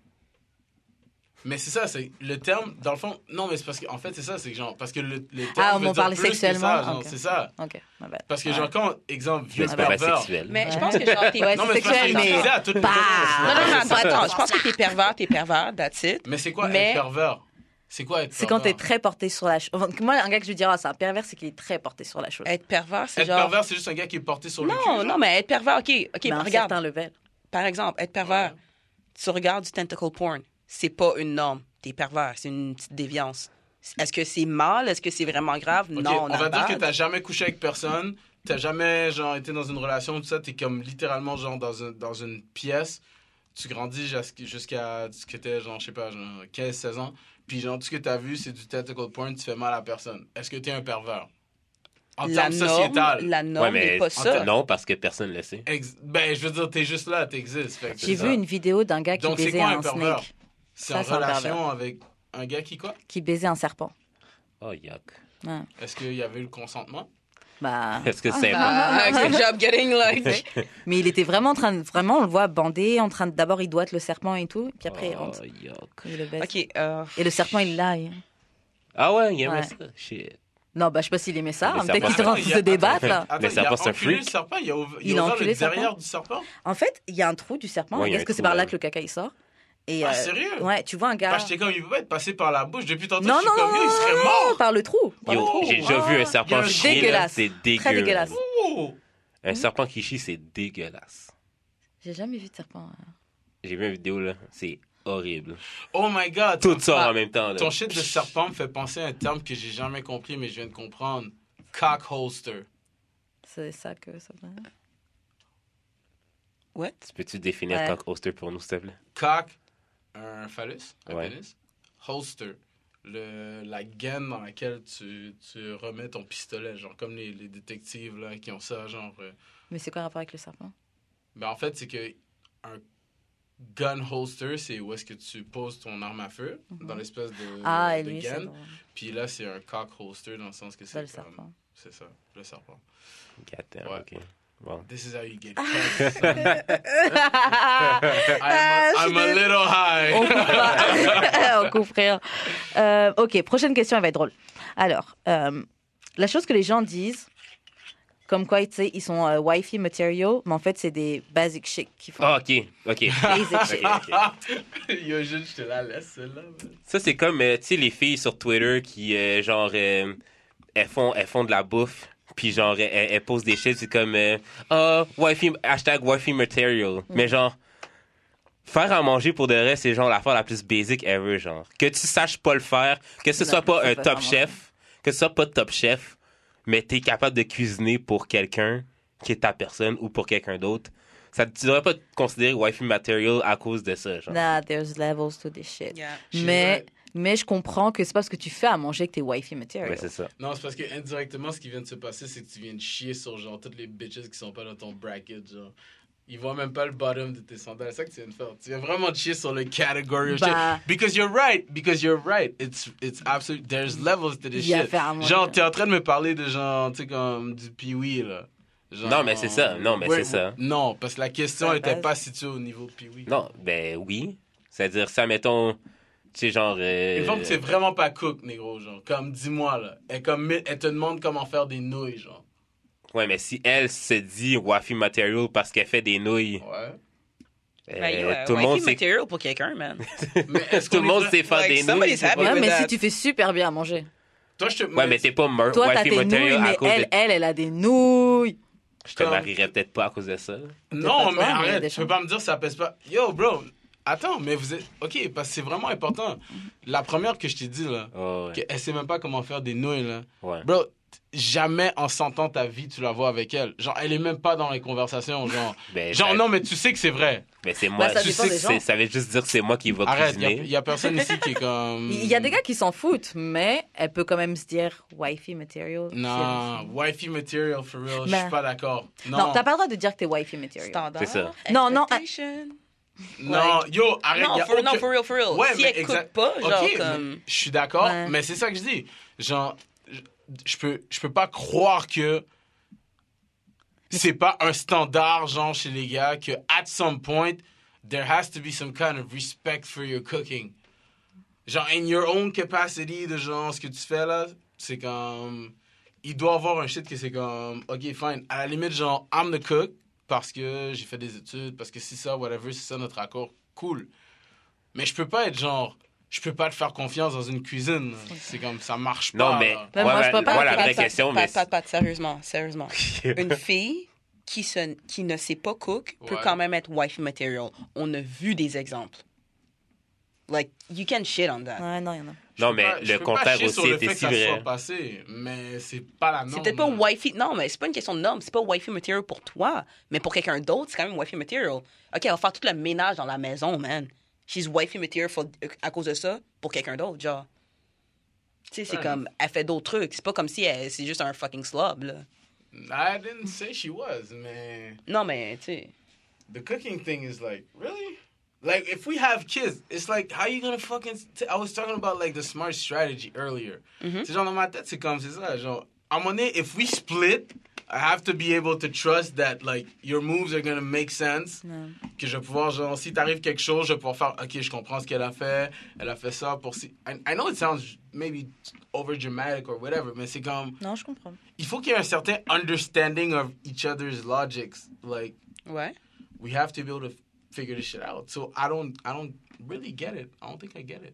Mais c'est ça, c'est le terme, dans le fond, non, mais c'est parce qu'en fait, c'est ça, c'est que genre, parce que le, le terme Ah, on veut m'en dire parlait plus que sexuellement? ça, genre, Ok. c'est ça. Ok, ma bad. Parce que Ouais. genre, quand, exemple, vieux Mais c'est pas pervers... sexuel. Mais je pense que genre, t'es... Ouais, Non, c'est mais c'est parce sexuel, que mais. utilisé à toutes les Bah. occasions. Non, non, non, c'est attends, ça. attends. Je pense que t'es pervers, t'es pervers, that's it. Mais c'est quoi Mais- être pervers? C'est quoi être C'est quand t'es pervers? très porté sur la chose. Moi, un gars que je dirais, ah, c'est un pervers, c'est qu'il est très porté sur la chose. Être pervers, c'est Être genre... pervers, c'est juste un gars qui est porté sur le cul. Non, genre. non, mais être pervers, OK, OK, Mais à un regarde. certain level. Par exemple, être pervers, Ouais. tu regardes du tentacle porn, c'est pas une norme. T'es pervers, c'est une petite déviance. Est-ce que c'est mal? Est-ce que c'est vraiment grave? Ok, Non, on va not dire que bad. t'as jamais couché avec personne, t'as jamais genre été dans une relation, tout ça, t'es comme littéralement genre dans, un, dans une pièce, tu grandis jusqu'- jusqu'à ce que t'es genre, je sais pas, genre quinze seize ans, puis genre tout ce que t'as vu c'est du tentacle porn, tu fais mal à personne. Est-ce que t'es un pervers? En La termes norme, sociétal. la norme Ouais, n'est mais pas ça. non, parce que personne ne le sait. Ex- ben, je veux dire, t'es juste là, t'existes. fait que J'ai c'est vu ça. une vidéo d'un gars qui Donc, c'est baisait quoi un un pervers? snake. C'est Ça, en c'est un relation pervers. avec un gars qui quoi? Qui baisait un serpent. Oh, yuck. Ouais. Est-ce qu'il y avait eu le consentement? Bah. Est-ce que c'est Ah, good job getting like... Mais il était vraiment en train de. Vraiment, on le voit bandé, en train de. D'abord, il doite le serpent et tout. Puis après, il Oh, rentre. yuck. Il le baise. OK, euh... Et le serpent, il l'a. il- Ah ouais, il aimait Ouais. ça. Shit. Non, bah, je sais pas s'il aimait ça. Le Peut-être qu'ils serpent, étaient en train il de y a- se débattre, là. Attends, Le il a serpent, c'est un enculé freak. le serpent, il a, ouv- il Il a a ouvert enculé le le serpent. derrière du serpent? En fait, il y a un trou du serpent. Ouais, il y a Est-ce un que c'est trou, par là ouais. que le caca il sort? Et, Ah, euh, sérieux? Ouais, tu vois un gars. Bah, j'étais comme, il peut pas être passé par la bouche. Depuis tantôt, Non, je non, suis non, comme, yo, il non, serait non, mort. par le trou. Par le Yo, trou. j'ai déjà vu un Il y a serpent un chier, là, dégueulasse. c'est Très dégueu. dégueulasse. Oh! Un serpent qui chie, c'est dégueulasse. J'ai jamais vu de serpent. J'ai vu une vidéo, là, c'est horrible. Oh my god. Tout sort Ah, en même temps, là. Ton shit de serpent me fait penser à un terme que j'ai jamais compris, mais je viens de comprendre. Cock holster. C'est ça que ça veut dire. What? Peux-tu définir Ouais. cock holster pour nous, s'il te plaît? Cock, un phallus, un Ouais. pénis. Holster, le, la gaine dans laquelle tu, tu remets ton pistolet, genre comme les, les détectives là, qui ont ça, genre. euh, Mais c'est quoi le rapport avec le serpent? Ben, en fait, c'est que un gun holster, c'est où est-ce que tu poses ton arme à feu, dans l'espèce de, Ah, et de lui, c'est gaine. drôle. Puis là, c'est un cock holster dans le sens que C'est c'est le comme- serpent. C'est ça, le serpent. Goddamn, Ouais. ok. Bon. This is how you get Ah. cucked. I'm, a, I'm a little high. On coupe, on coupe rien. Euh, ok, prochaine question, elle va être drôle. Alors, euh, la chose que les gens disent, comme quoi, tu sais, ils sont euh, wifey material, mais en fait, c'est des basic shit qu'ils font. Ah, ok, ok. Basic shit. Ok, ok. Yo, juste, je te la laisse, celle-là. man. Ça, c'est comme, euh, tu sais, les filles sur Twitter qui, euh, genre, euh, elles, font, elles font de la bouffe, puis genre, elles, elles posent des shit, c'est comme, euh, ah, wifey, hashtag wifey material. Mais genre, faire à manger pour de vrai, c'est genre l'affaire la plus basic ever, genre. Que tu saches pas le faire, que ce Non, soit pas c'est un pas top vraiment chef, que ce soit pas top chef, mais t'es capable de cuisiner pour quelqu'un qui est ta personne ou pour quelqu'un d'autre. Ça, tu devrais pas te considérer wifey material à cause de ça, genre. Nah, there's levels to this shit. Yeah. Mais, mais je comprends que c'est pas parce que tu fais à manger que t'es wifey material. Ouais, c'est ça. Non, c'est parce que indirectement, ce qui vient de se passer, c'est que tu viens de chier sur genre toutes les bitches qui sont pas dans ton bracket, genre. Ils voient même pas le bottom de tes sandales. C'est ça que tu viens de faire. Tu viens vraiment de chier sur le category of Bah. shit. Because you're right. Because you're right. It's, it's absolute. There's levels to this Il y a shit. faire à manger. Genre, t'es en train de me parler de genre, tu sais, comme du Pee-Wee, là. Genre- Non, mais c'est ça. Non, mais c'est ça. Non, parce que la question Ça était base. pas située au niveau de Pee-Wee. Non, ben oui. C'est-à-dire, ça, mettons, tu sais, genre... euh, Une femme que c'est vraiment pas cook, négro, genre. Comme, dis-moi, là. Elle, comme, elle te demande comment faire des nouilles, genre. Ouais, mais si elle se dit wifey material parce qu'elle fait des nouilles, Ouais. Ben, yo, Euh, euh, tout le monde wifey sait material pour quelqu'un, man. Mais est-ce tout le qu'on monde est- sait faire Like, des somebody's nouilles. happy Ouais, with mais that. si tu fais super bien à manger. Toi, je te. Ouais, mais t'es pas mer- Toi, t'as wifey tes nouilles, material à mais cause elle, de... elle, elle a des nouilles. Je te marierais peut-être pas à cause de ça. Non, pas mais toi, mais il y a arrête, des tu peux gens. pas me dire ça pèse pas. Yo, bro, attends, mais vous êtes. Ok, parce que c'est vraiment important. La première que je t'ai dit, là, Oh, ouais. qu'elle sait même pas comment faire des nouilles, là. Ouais. Bro, t- jamais en sentant ta vie, tu la vois avec elle. Genre, elle est même pas dans les conversations. Genre, Ben, genre ben, non, mais tu sais que c'est vrai. Mais c'est moi. Bah, ça tu dépend sais des que gens. c'est- ça veut juste dire que c'est moi qui va Arrête, il y, cuisiner. y a personne ici qui est comme. Il y a des gars qui s'en foutent, mais elle peut quand même se dire wifey material. Non, wifey material, for real, je Ben. suis pas d'accord. Non, Non, t'as pas le droit de dire que t'es wifey material. Standard. C'est ça. Non, non, expectation. non, yo, arrête. Non, y a for, non, aucun- for real, for real. Ouais, si mais elle exact- cook pas, genre Ok, comme... mais je suis d'accord, Ouais. mais c'est ça que je dis. Genre, je, je peux, je peux pas croire que c'est pas un standard, genre, chez les gars, que at some point, there has to be some kind of respect for your cooking. Genre, in your own capacity de genre, ce que tu fais là, c'est comme. Il doit avoir un shit que c'est comme. Ok, fine. À la limite, genre, I'm the cook parce que j'ai fait des études, parce que c'est ça, whatever, c'est ça notre accord, cool. Mais je peux pas être genre. Je peux pas te faire confiance dans une cuisine. C'est comme ça marche pas. Non, mais là. Ben, moi, moi, je ma- peux pas- moi, la Pat, vraie Pat, question, Pat, mais Pat, Pat, sérieusement, sérieusement. Une fille qui, se, qui ne sait pas cook peut Ouais. quand même être wifey material. On a vu des exemples. Like, you can shit on that. Ouais, non, il y en a. Je non, peux mais pas- je le peux pas contraire chier sur aussi le était fait si que ça soit vrai. passé, mais c'est pas la norme. C'est peut-être pas wifey... Non, mais c'est pas une question de norme. C'est pas wifey material pour toi. Mais pour quelqu'un d'autre, c'est quand même wifey material. OK, elle va faire tout le ménage dans la maison, man. She's wifey material for- à cause de ça pour quelqu'un d'autre, genre. Tu sais, c'est Ouais. comme... Elle fait d'autres trucs. C'est pas comme si elle- c'est juste un fucking slob, là. I didn't say she was, mais Non, mais, tu sais... the cooking thing is like, really? Like, if we have kids, it's like, how you gonna fucking... T- I was talking about, like, the smart strategy earlier. Mhm. C'est genre, dans ma tête, c'est comme, c'est ça, genre, à un moment donné, if we split, I have to be able to trust that, like, your moves are gonna make sense. Non. Que je vais pouvoir, genre, si t'arrive quelque chose, je vais pouvoir faire, OK, je comprends ce qu'elle a fait, elle a fait ça pour... Si... I, I know it sounds maybe over dramatic or whatever, mais c'est comme... Non, je comprends. Il faut qu'il y ait un certain understanding of each other's logics. Like, Ouais. we have to be able to figure this shit out. So I don't, I don't really get it. I don't think I get it.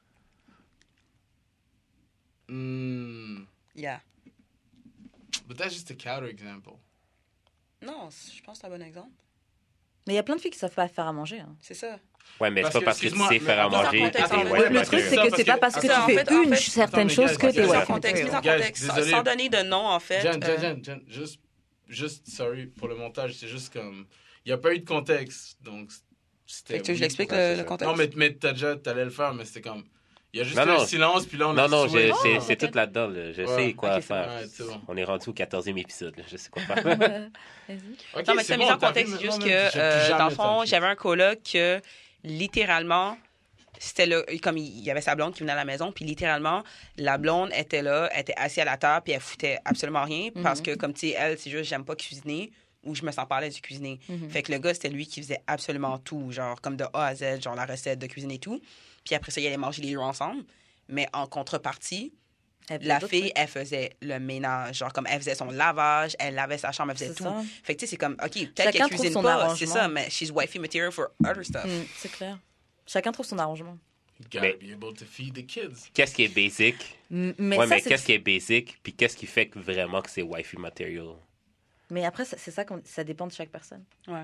Mm, Yeah. but that's just a counter example. Non, je pense que c'est un bon exemple. Mais il y a plein de filles qui savent pas faire à manger. hein. C'est ça. Ouais, mais Parce c'est que, pas parce que tu excuse-moi, sais mais faire à dans un manger contexte, que t'es en fait, wifey Le, le truc, material. c'est Ça, que parce c'est pas que- parce que ça, tu en fais fait, en une fait- certaine Attends, chose les que gars, t'es c'est Mise ça. en wifey contexte, mise en material. Guys, contexte. Sans, désolé. sans donner de nom, en fait. Jen, euh, Jen, Jen, Jen, juste, juste, sorry pour le montage, c'est juste comme, il n'y a pas eu de contexte, donc c'était... Fait que tu veux que je l'explique Ouais, le, c'est le ça. contexte? Non, mais, mais t'as déjà, t'allais le faire, mais c'était comme, il y a juste Non, eu un non. silence, puis là on a Non, non, switch. j'ai- c'est Oh, c'est ok. tout là-dedans. là. Je Ouais. sais quoi Ok, c'est faire. bon. Ouais, c'est bon. On est rendu au quatorzième épisode. là. Je sais quoi faire. Vas-y. Ok, Non, mais c'est bon, mis en t'as contexte, vu, c'est juste maintenant, que, même, j'ai plus euh, jamais dans le fond, ça. j'avais un coloc que, littéralement, c'était là, comme il y avait sa blonde qui venait à la maison, puis littéralement, la blonde était là, elle était assise à la table, puis elle foutait absolument rien, parce que, comme tu sais, elle, c'est juste, j'aime pas cuisiner, ou je me sens pas à l'aise de cuisiner. Mhm. Fait que le gars, c'était lui qui faisait absolument tout, genre, comme de A à Z, genre la recette de cuisine et tout. Puis après ça, il allait manger les deux ensemble. Mais en contrepartie, Elle faisait la d'autres fille, trucs. elle faisait le ménage. Genre, comme elle faisait son lavage, elle lavait sa chambre, elle faisait C'est tout. ça. Fait que, tu sais, c'est comme, OK, peut-être Chacun qu'elle trouve cuisine son pas, c'est arrangement. ça, mais she's wifey material for other stuff. Mm, c'est clair. Chacun trouve son arrangement. You gotta Mais- be able to feed the kids. Qu'est-ce qui est basic? M- Mais ouais, ça, mais c'est- qu'est-ce qui est basic? Puis qu'est-ce qui fait que vraiment que c'est wifey material? Mais après, ça- c'est ça, qu'on- ça dépend de chaque personne. Ouais.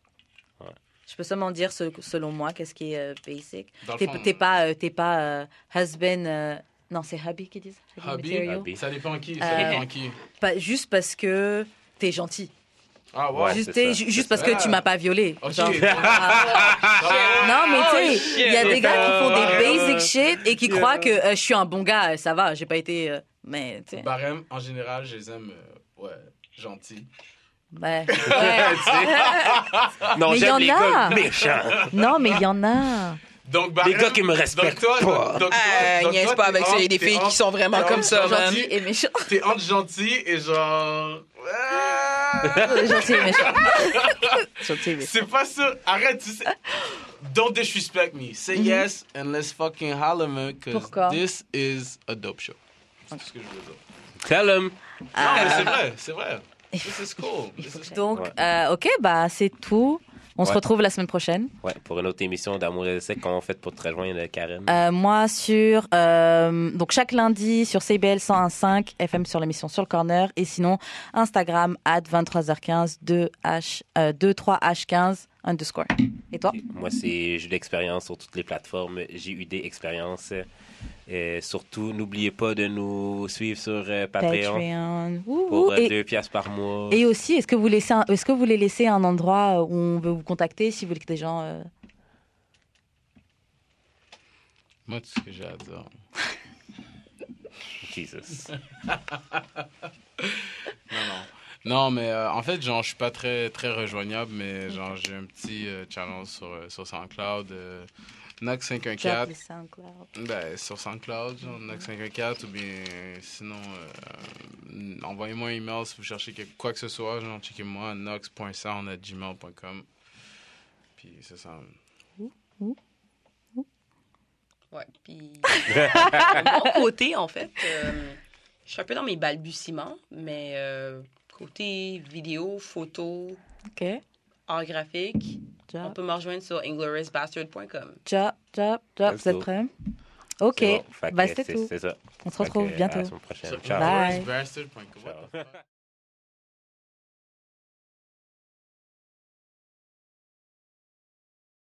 Je peux seulement dire, ce- selon moi, qu'est-ce qui est euh, basic. Dans le T'es fond, t'es pas, euh, t'es pas euh, husband... euh, Non, c'est hubby qui disent. Hubby? material. Hubby. Ça dépend qui, ça Euh, dépend qui. Pas, juste parce que t'es gentil. Ah Ouais, ouais. juste c'est t'es- ça, ju- juste c'est parce ça. que tu m'as pas violé. Ok. Genre, ah, non, mais tu sais, shit. il y a des gars qui font des Ouais. basic shit et qui croient que euh, je suis un bon gars. Ça va, j'ai pas été... euh, mais, tu sais... Barème, en général, je les aime, euh, ouais, gentils. Ouais. Ouais. Non, Mais y j'aime en les a. gars méchants. Non, mais il y en a. Donc, Les gars qui me respectent donc toi, pas. Donc, donc, Euh, donc niaise toi, pas t'es avec ça, il y a des entre- filles t'es qui entre- sont vraiment t'es comme entre ça, man. Gentil et méchant. T'es entre gentil et genre... Ah! Gentil et méchant. Gentil et méchant. C'est pas ça. Arrête, tu sais. Don't disrespect me. Say yes and let's fucking holler, man. Because Pourquoi? this is a dope show. C'est tout ce que je veux dire. Tell him. Non, mais c'est vrai, c'est vrai. This is cool. This is Donc, Ouais. euh, ok, bah c'est tout. On Ouais. se retrouve la semaine prochaine. Ouais, pour une autre émission d'Amour et d'essai. Comment on fait pour te rejoindre, Karen? Euh, moi, sur. euh, donc, chaque lundi sur C B L cent un virgule cinq, F M sur l'émission Sur le Corner. Et sinon, Instagram, at vingt-trois heures quinze, deux H, euh, deux trois H quinze, underscore. Et toi? Moi, c'est j'ai eu d'expérience sur toutes les plateformes. J'ai eu des expériences. Et surtout, n'oubliez pas de nous suivre sur euh, Patreon, Patreon. Ouh, pour ouh. euh, Et, deux piastres par mois. et aussi, est-ce que, vous laissez un- est-ce que vous voulez laisser un endroit où on veut vous contacter si vous voulez que des gens. euh, Moi, tout ce que j'ai à dire. Jesus. Non, non. Non, mais euh, en fait, genre, je suis pas très, très rejoignable, mais genre, j'ai un petit euh, channel sur, euh, sur SoundCloud. Euh, Nox cinq un drop quatre. les SoundCloud. Ben, sur SoundCloud, genre, Nox cinq un quatre, ou bien euh, sinon, euh, envoyez-moi un email si vous cherchez quelque- quoi que ce soit. Genre, checkez-moi nox point sound arobase gmail point com. Puis, c'est ça. Ouais, puis de mon côté, en fait, euh, je suis un peu dans mes balbutiements, mais euh, côté vidéo, photo, OK. art graphique, on Job, peut me rejoindre sur inglorious bastard point com. job, job, job. Let's Vous êtes go. prêts? OK. C'est bon. Fait que Bah, c'était c'est tout. c'est ça. On se Fait retrouve que, À bientôt. la semaine prochaine. Sur Ciao. Bye. inglorious bastard point com. Ciao.